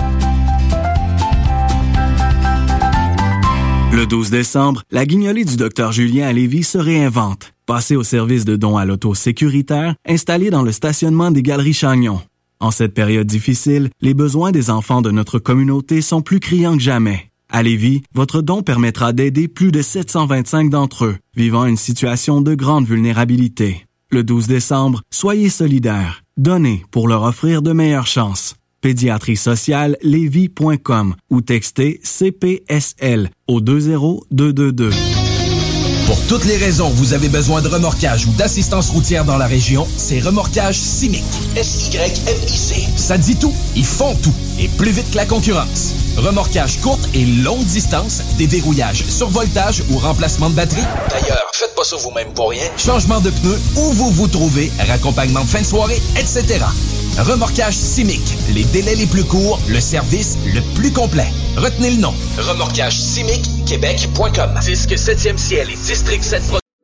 [SPEAKER 4] Le douze décembre, la guignolée du docteur Julien à Lévis se réinvente. Passez au service de dons à l'auto sécuritaire installé dans le stationnement des Galeries Chagnon. En cette période difficile, les besoins des enfants de notre communauté sont plus criants que jamais. À Lévis, votre don permettra d'aider plus de sept cent vingt-cinq d'entre eux, vivant une situation de grande vulnérabilité. Le douze décembre, soyez solidaires. Donnez pour leur offrir de meilleures chances. pédiatrie sociale lévis point com ou textez C P S L au deux zéro deux deux deux.
[SPEAKER 22] Pour toutes les raisons vous avez besoin de remorquage ou d'assistance routière dans la région, c'est Remorquage Simic. S Y M I C. Ça dit tout, ils font tout, et plus vite que la concurrence. Remorquage courte et longue distance, déverrouillage, survoltage ou remplacement de batterie. D'ailleurs, faites pas ça vous-même pour rien. Changement de pneus, où vous vous trouvez, raccompagnement de fin de soirée, et cetera. Remorquage Simic. Les délais les plus courts, le service le plus complet. Retenez le nom. remorquage simic québec point com. Disque septième ciel et District sept.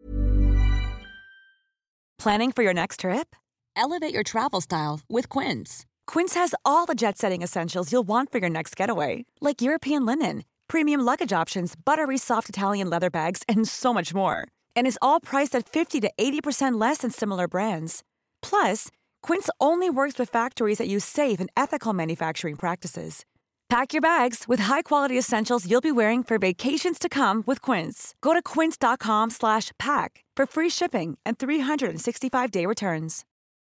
[SPEAKER 12] Planning for your next trip? Elevate your travel style with Quince. Quince has all the jet-setting essentials you'll want for your next getaway, like European linen, premium luggage options, buttery soft Italian leather bags, and so much more. And is all priced at fifty to eighty percent less than similar brands. Plus, Quince only works with factories that use safe and ethical manufacturing practices. Pack your bags with high-quality essentials you'll be wearing for vacations to come with Quince. Go to quince dot com slash pack for free shipping and three sixty-five day returns.